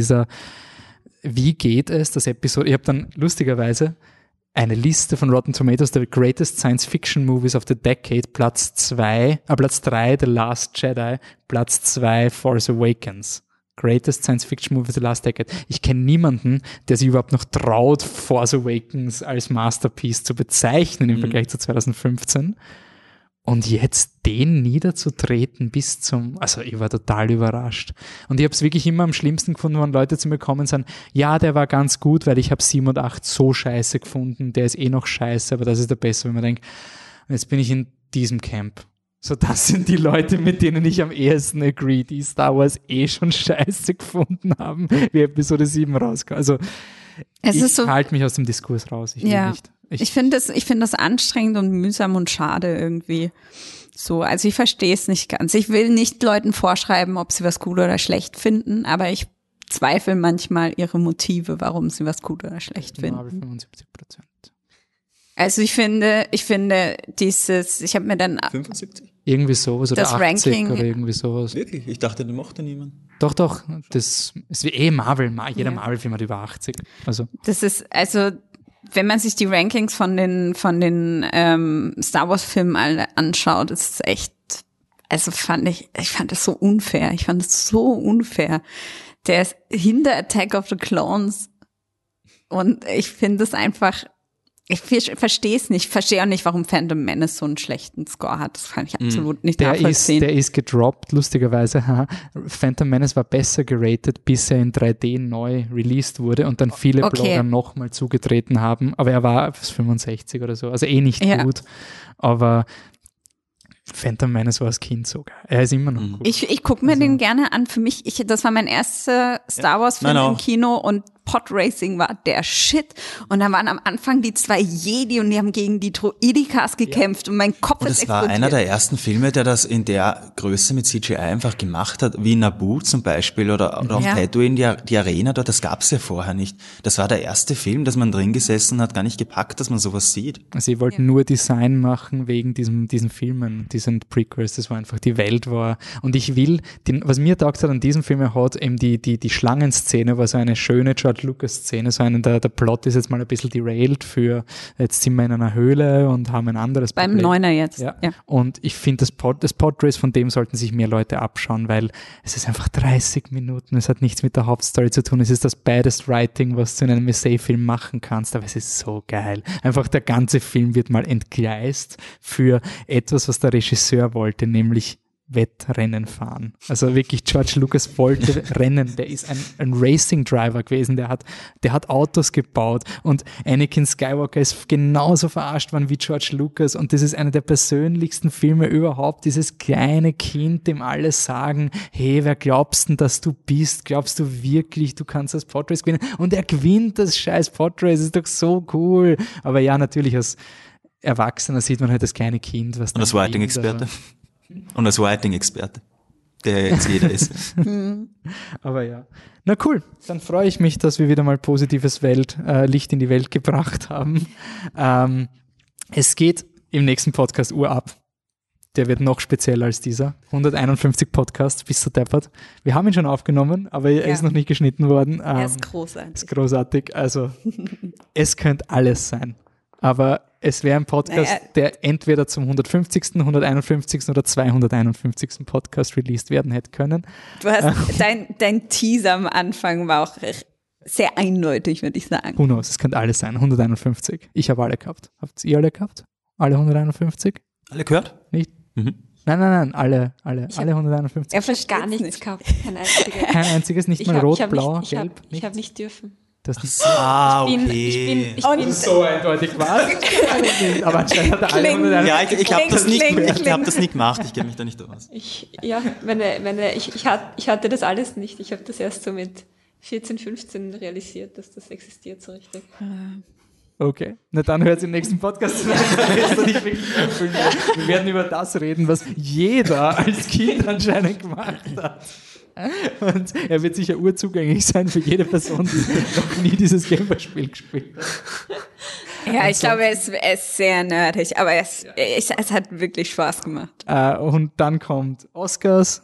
wie geht es, das Episode, ich habe dann lustigerweise eine Liste von Rotten Tomatoes, the greatest science fiction movies of the decade, Platz 3, The Last Jedi, Platz 2, Force Awakens. Greatest Science Fiction Movie of the Last Decade. Ich kenne niemanden, der sich überhaupt noch traut, Force Awakens als Masterpiece zu bezeichnen im Vergleich zu 2015. Und jetzt den niederzutreten also ich war total überrascht. Und ich habe es wirklich immer am schlimmsten gefunden, wenn Leute zu mir kommen und sagen, ja, der war ganz gut, weil ich habe 7 und 8 so scheiße gefunden, der ist eh noch scheiße, aber das ist der Beste, wenn man denkt, jetzt bin ich in diesem Camp. So, das sind die Leute, mit denen ich am ehesten agree, die Star Wars eh schon scheiße gefunden haben, wie Episode 7 rauskam. Also ich halte mich aus dem Diskurs raus. Ich will nicht. Ich finde das anstrengend und mühsam und schade irgendwie. So, also ich verstehe es nicht ganz. Ich will nicht Leuten vorschreiben, ob sie was gut oder schlecht finden, aber ich zweifle manchmal ihre Motive, warum sie was gut oder schlecht finden. 75%. Also ich finde ich habe mir dann 75? Irgendwie sowas oder das 80 Ranking, oder irgendwie sowas. Wirklich? Ich dachte, den mochte niemand. Doch, das ist wie Marvel. Jeder Marvel-Film hat über 80. Also. Das ist, also, wenn man sich die Rankings von den Star Wars Filmen alle anschaut, ist es echt, also ich fand das so unfair. Der ist hinter Attack of the Clones und ich finde es einfach, ich verstehe es nicht. Ich verstehe auch nicht, warum Phantom Menace so einen schlechten Score hat. Das kann ich absolut nicht nachvollziehen. Der ist gedroppt, lustigerweise. Phantom Menace war besser geratet, bis er in 3D neu released wurde und dann viele Blogger nochmal zugetreten haben. Aber er war 65 oder so, also nicht gut. Aber Phantom Menace war als Kind sogar. Er ist immer noch gut. Ich gucke mir den gerne an. Für mich, das war mein erster Star Wars Film im Kino und Podracing war der Shit. Und dann waren am Anfang die 2 Jedi und die haben gegen die Droidekas gekämpft und mein Kopf ist explodiert. Und es war einer der ersten Filme, der das in der Größe mit CGI einfach gemacht hat, wie Naboo zum Beispiel oder auf Tatooine, die Arena dort, das gab's ja vorher nicht. Das war der erste Film, dass man drin gesessen hat, gar nicht gepackt, dass man sowas sieht. Also sie wollten nur Design machen wegen diesen Filmen, diesen Prequels, das war einfach, die Welt war. Und ich will, was mir taugt hat an diesem Film, er hat eben die Schlangenszene, war so eine schöne George George Lucas-Szene, so der Plot ist jetzt mal ein bisschen derailed für, jetzt sind wir in einer Höhle und haben ein anderes Beim Problem. Neuner jetzt. Ja. Und ich finde, das Podrace, von dem sollten sich mehr Leute abschauen, weil es ist einfach 30 Minuten, es hat nichts mit der Hauptstory zu tun, es ist das baddest Writing, was du in einem Essay-Film machen kannst, aber es ist so geil. Einfach der ganze Film wird mal entgleist für etwas, was der Regisseur wollte, nämlich Wettrennen fahren. Also wirklich, George Lucas wollte Rennen. Der ist ein Racing-Driver gewesen. Der hat Autos gebaut und Anakin Skywalker ist genauso verarscht worden wie George Lucas und das ist einer der persönlichsten Filme überhaupt. Dieses kleine Kind, dem alle sagen, hey, wer glaubst denn, dass du bist? Glaubst du wirklich, du kannst das Podrace gewinnen? Und er gewinnt das scheiß Podrace. Ist doch so cool. Aber ja, natürlich als Erwachsener sieht man halt das kleine Kind, was und als Writing-Experte. Und als Writing-Experte, der jetzt jeder ist. Aber ja. Na cool, dann freue ich mich, dass wir wieder mal positives Licht in die Welt gebracht haben. Es geht im nächsten Podcast urab. Der wird noch spezieller als dieser. 151 Podcasts, bist du deppert. Wir haben ihn schon aufgenommen, aber er ist noch nicht geschnitten worden. Er ist großartig. Ist großartig. Also, es könnte alles sein. Aber es wäre ein Podcast, der entweder zum 150., 151. oder 251. Podcast released werden hätte können. Du hast, dein Teaser am Anfang war auch sehr eindeutig, würde ich sagen. Who knows, es könnte alles sein. 151. Ich habe alle gehabt. Habt ihr alle gehabt? Alle 151? Alle gehört? Nicht? Mhm. Nein, alle 151. Er versteht Gar nichts gehabt. Kein einziges, nicht mal rot, blau, gelb. Ich habe nicht dürfen. Das nicht. Okay. Ich bin So eindeutig war es. Aber anscheinend hat er alle 151. Ja, ich habe das nie gemacht. Ich kenne mich da nicht aus. ich hatte das alles nicht. Ich habe das erst so mit 14, 15 realisiert, dass das existiert so richtig. Okay, na dann hört im nächsten Podcast weiter. Wir werden über das reden, was jeder als Kind anscheinend gemacht hat. Und er wird sicher urzugänglich sein für jede Person, die noch nie dieses Gameboy-Spiel gespielt hat. Ja, ich glaube, es ist sehr nerdig, aber es hat wirklich Spaß gemacht. Und dann kommt Oscars.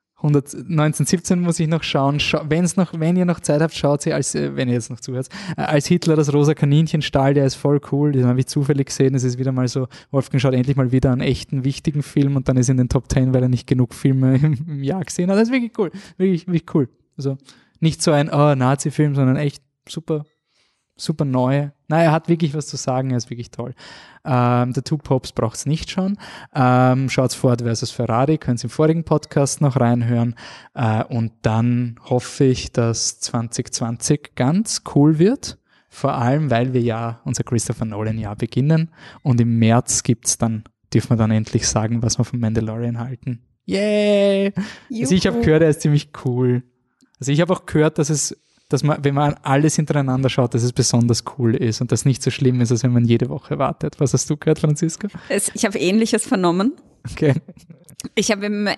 1917 muss ich noch schauen. Wenn ihr noch Zeit habt, schaut sie, wenn ihr jetzt noch zuhört, als Hitler das rosa Kaninchen stahl, der ist voll cool. Den habe ich zufällig gesehen. Es ist wieder mal so, Wolfgang schaut endlich mal wieder einen echten, wichtigen Film und dann ist in den Top 10, weil er nicht genug Filme im Jahr gesehen hat. Das ist wirklich cool. Wirklich cool. Also nicht so ein Nazi-Film, sondern echt super neu. Nein, er hat wirklich was zu sagen, er ist wirklich toll. The Two Popes braucht es nicht schauen. Schaut Ford versus Ferrari, könnt ihr im vorigen Podcast noch reinhören. Und dann hoffe ich, dass 2020 ganz cool wird. Vor allem, weil wir ja unser Christopher Nolan-Jahr beginnen. Und im März dürfen wir dann endlich sagen, was wir von Mandalorian halten. Yay! Also ich habe gehört, er ist ziemlich cool. Also ich habe auch gehört, dass man, wenn man alles hintereinander schaut, dass es besonders cool ist und das nicht so schlimm ist, als wenn man jede Woche wartet. Was hast du gehört, Franziska? Ich habe Ähnliches vernommen. Okay. Ich habe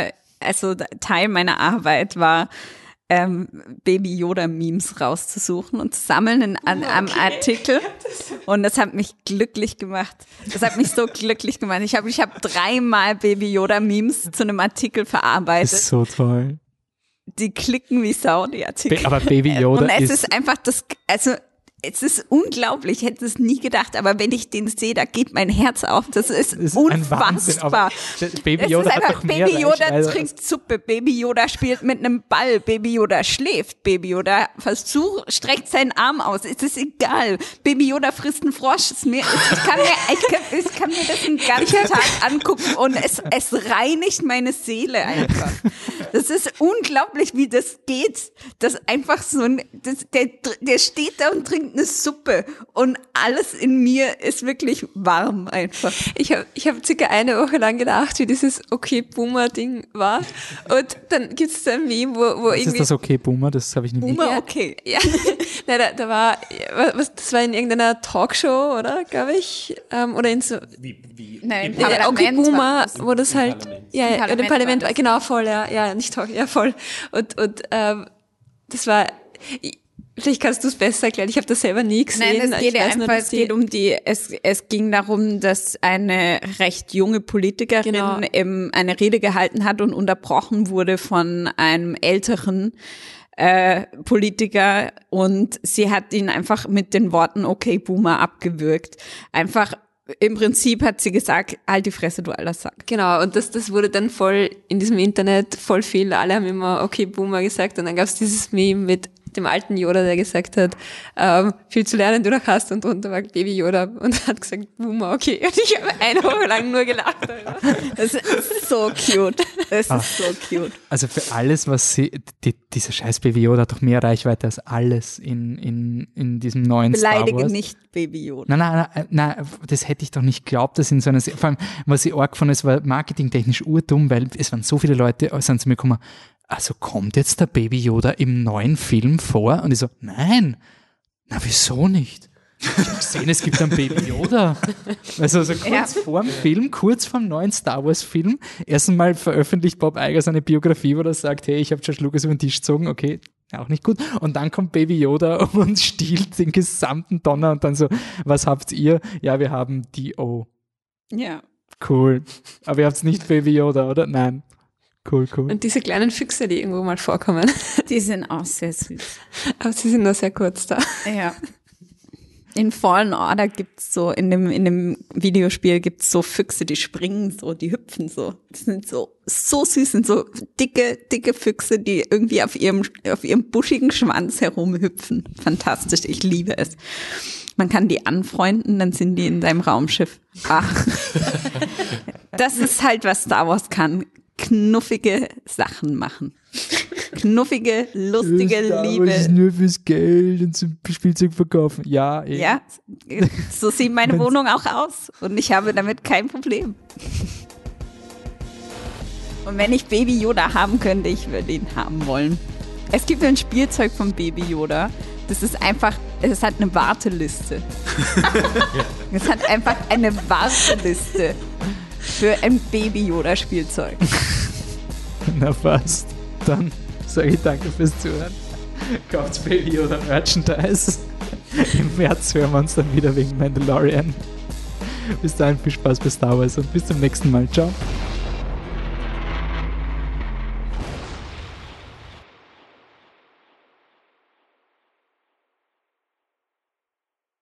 Teil meiner Arbeit war, Baby Yoda-Memes rauszusuchen und zu sammeln am Artikel. Und das hat mich glücklich gemacht. Das hat mich so glücklich gemacht. Ich habe 3-mal Baby Yoda-Memes zu einem Artikel verarbeitet. Das ist so toll. Die klicken wie Sau, die Artikel. Aber Baby Yoda und es ist einfach es ist unglaublich, ich hätte es nie gedacht, aber wenn ich den sehe, da geht mein Herz auf. Das ist unfassbar. Baby Yoda hat doch mehr Baby Yoda trinkt Suppe, Baby Yoda spielt mit einem Ball, Baby Yoda schläft, Baby Yoda streckt seinen Arm aus, es ist egal. Baby Yoda frisst einen Frosch. Ich kann mir das den ganzen Tag angucken und es reinigt meine Seele einfach. Das ist unglaublich, wie das geht. Das einfach so der steht da und trinkt eine Suppe und alles in mir ist wirklich warm einfach. Ich hab circa eine Woche lang gedacht, wie dieses Okay-Boomer-Ding war. Und dann gibt's da ein Meme, wo was irgendwie... ist das Okay-Boomer? Das habe ich nicht Boomer, Ja, okay. Ja, nein, da war, das war in irgendeiner Talkshow, oder, glaube ich, oder in so... Nein, Okay, Boomer, wo das halt... Ja, im Parlament war war, genau, voll, ja, nicht Talk, ja, voll. Und das war... Vielleicht kannst du es besser erklären. Ich habe das selber nie gesehen. Nein, es ging darum, dass eine recht junge Politikerin eine Rede gehalten hat und unterbrochen wurde von einem älteren Politiker und sie hat ihn einfach mit den Worten okay Boomer abgewürgt. Einfach im Prinzip hat sie gesagt, halt die Fresse, du alter Sack. Genau, und das wurde dann voll in diesem Internet voll viel. Alle haben immer okay Boomer gesagt und dann gab es dieses Meme mit dem alten Yoda, der gesagt hat, viel zu lernen du noch hast und drunter war Baby Yoda und hat gesagt, Boomer, okay. Und ich habe eine Woche lang nur gelacht darüber. Das ist so cute. Das ist so cute. Also für alles, was dieser scheiß Baby Yoda hat doch mehr Reichweite als alles in diesem neuen Star Wars. Beleidige nicht Baby Yoda. Nein, das hätte ich doch nicht geglaubt, dass in so einer vor allem, was ich arg gefunden, es war marketingtechnisch urdumm, weil es waren so viele Leute, sind zu mir gekommen, also kommt jetzt der Baby Yoda im neuen Film vor? Und ich so, nein, na wieso nicht? Ich habe gesehen, es gibt einen Baby Yoda. Also kurz vor dem Film, kurz vor dem neuen Star Wars Film, erst einmal veröffentlicht Bob Iger seine Biografie, wo er sagt, hey, ich habe George Lucas über den Tisch gezogen, okay, auch nicht gut. Und dann kommt Baby Yoda und stiehlt den gesamten Donner und dann so, was habt ihr? Ja, wir haben D.O. Ja. Cool. Aber ihr habt nicht Baby Yoda, oder? Nein. Cool. Und diese kleinen Füchse, die irgendwo mal vorkommen. Die sind auch sehr süß. Aber sie sind nur sehr kurz da. Ja. In Fallen Order gibt's so, in dem Videospiel gibt's so Füchse, die springen so, die hüpfen so. Die sind so süß, sind so dicke Füchse, die irgendwie auf ihrem buschigen Schwanz herumhüpfen. Fantastisch, ich liebe es. Man kann die anfreunden, dann sind die in deinem Raumschiff. Ach. Das ist halt, was Star Wars kann. Knuffige Sachen machen. Knuffige, lustige Liebe. Das ist nur fürs Geld und zum Spielzeug verkaufen. Ja, Ja, so sieht meine Wohnung auch aus und ich habe damit kein Problem. Und wenn ich Baby Yoda haben könnte, ich würde ihn haben wollen. Es gibt ein Spielzeug von Baby Yoda, das ist einfach, es hat eine Warteliste. Es hat einfach eine Warteliste für ein Baby Yoda Spielzeug. Na fast. Dann sage ich danke fürs Zuhören. Kauft Baby Yoda Merchandise. Im März hören wir uns dann wieder wegen Mandalorian. Bis dahin viel Spaß bei Star Wars und bis zum nächsten Mal. Ciao.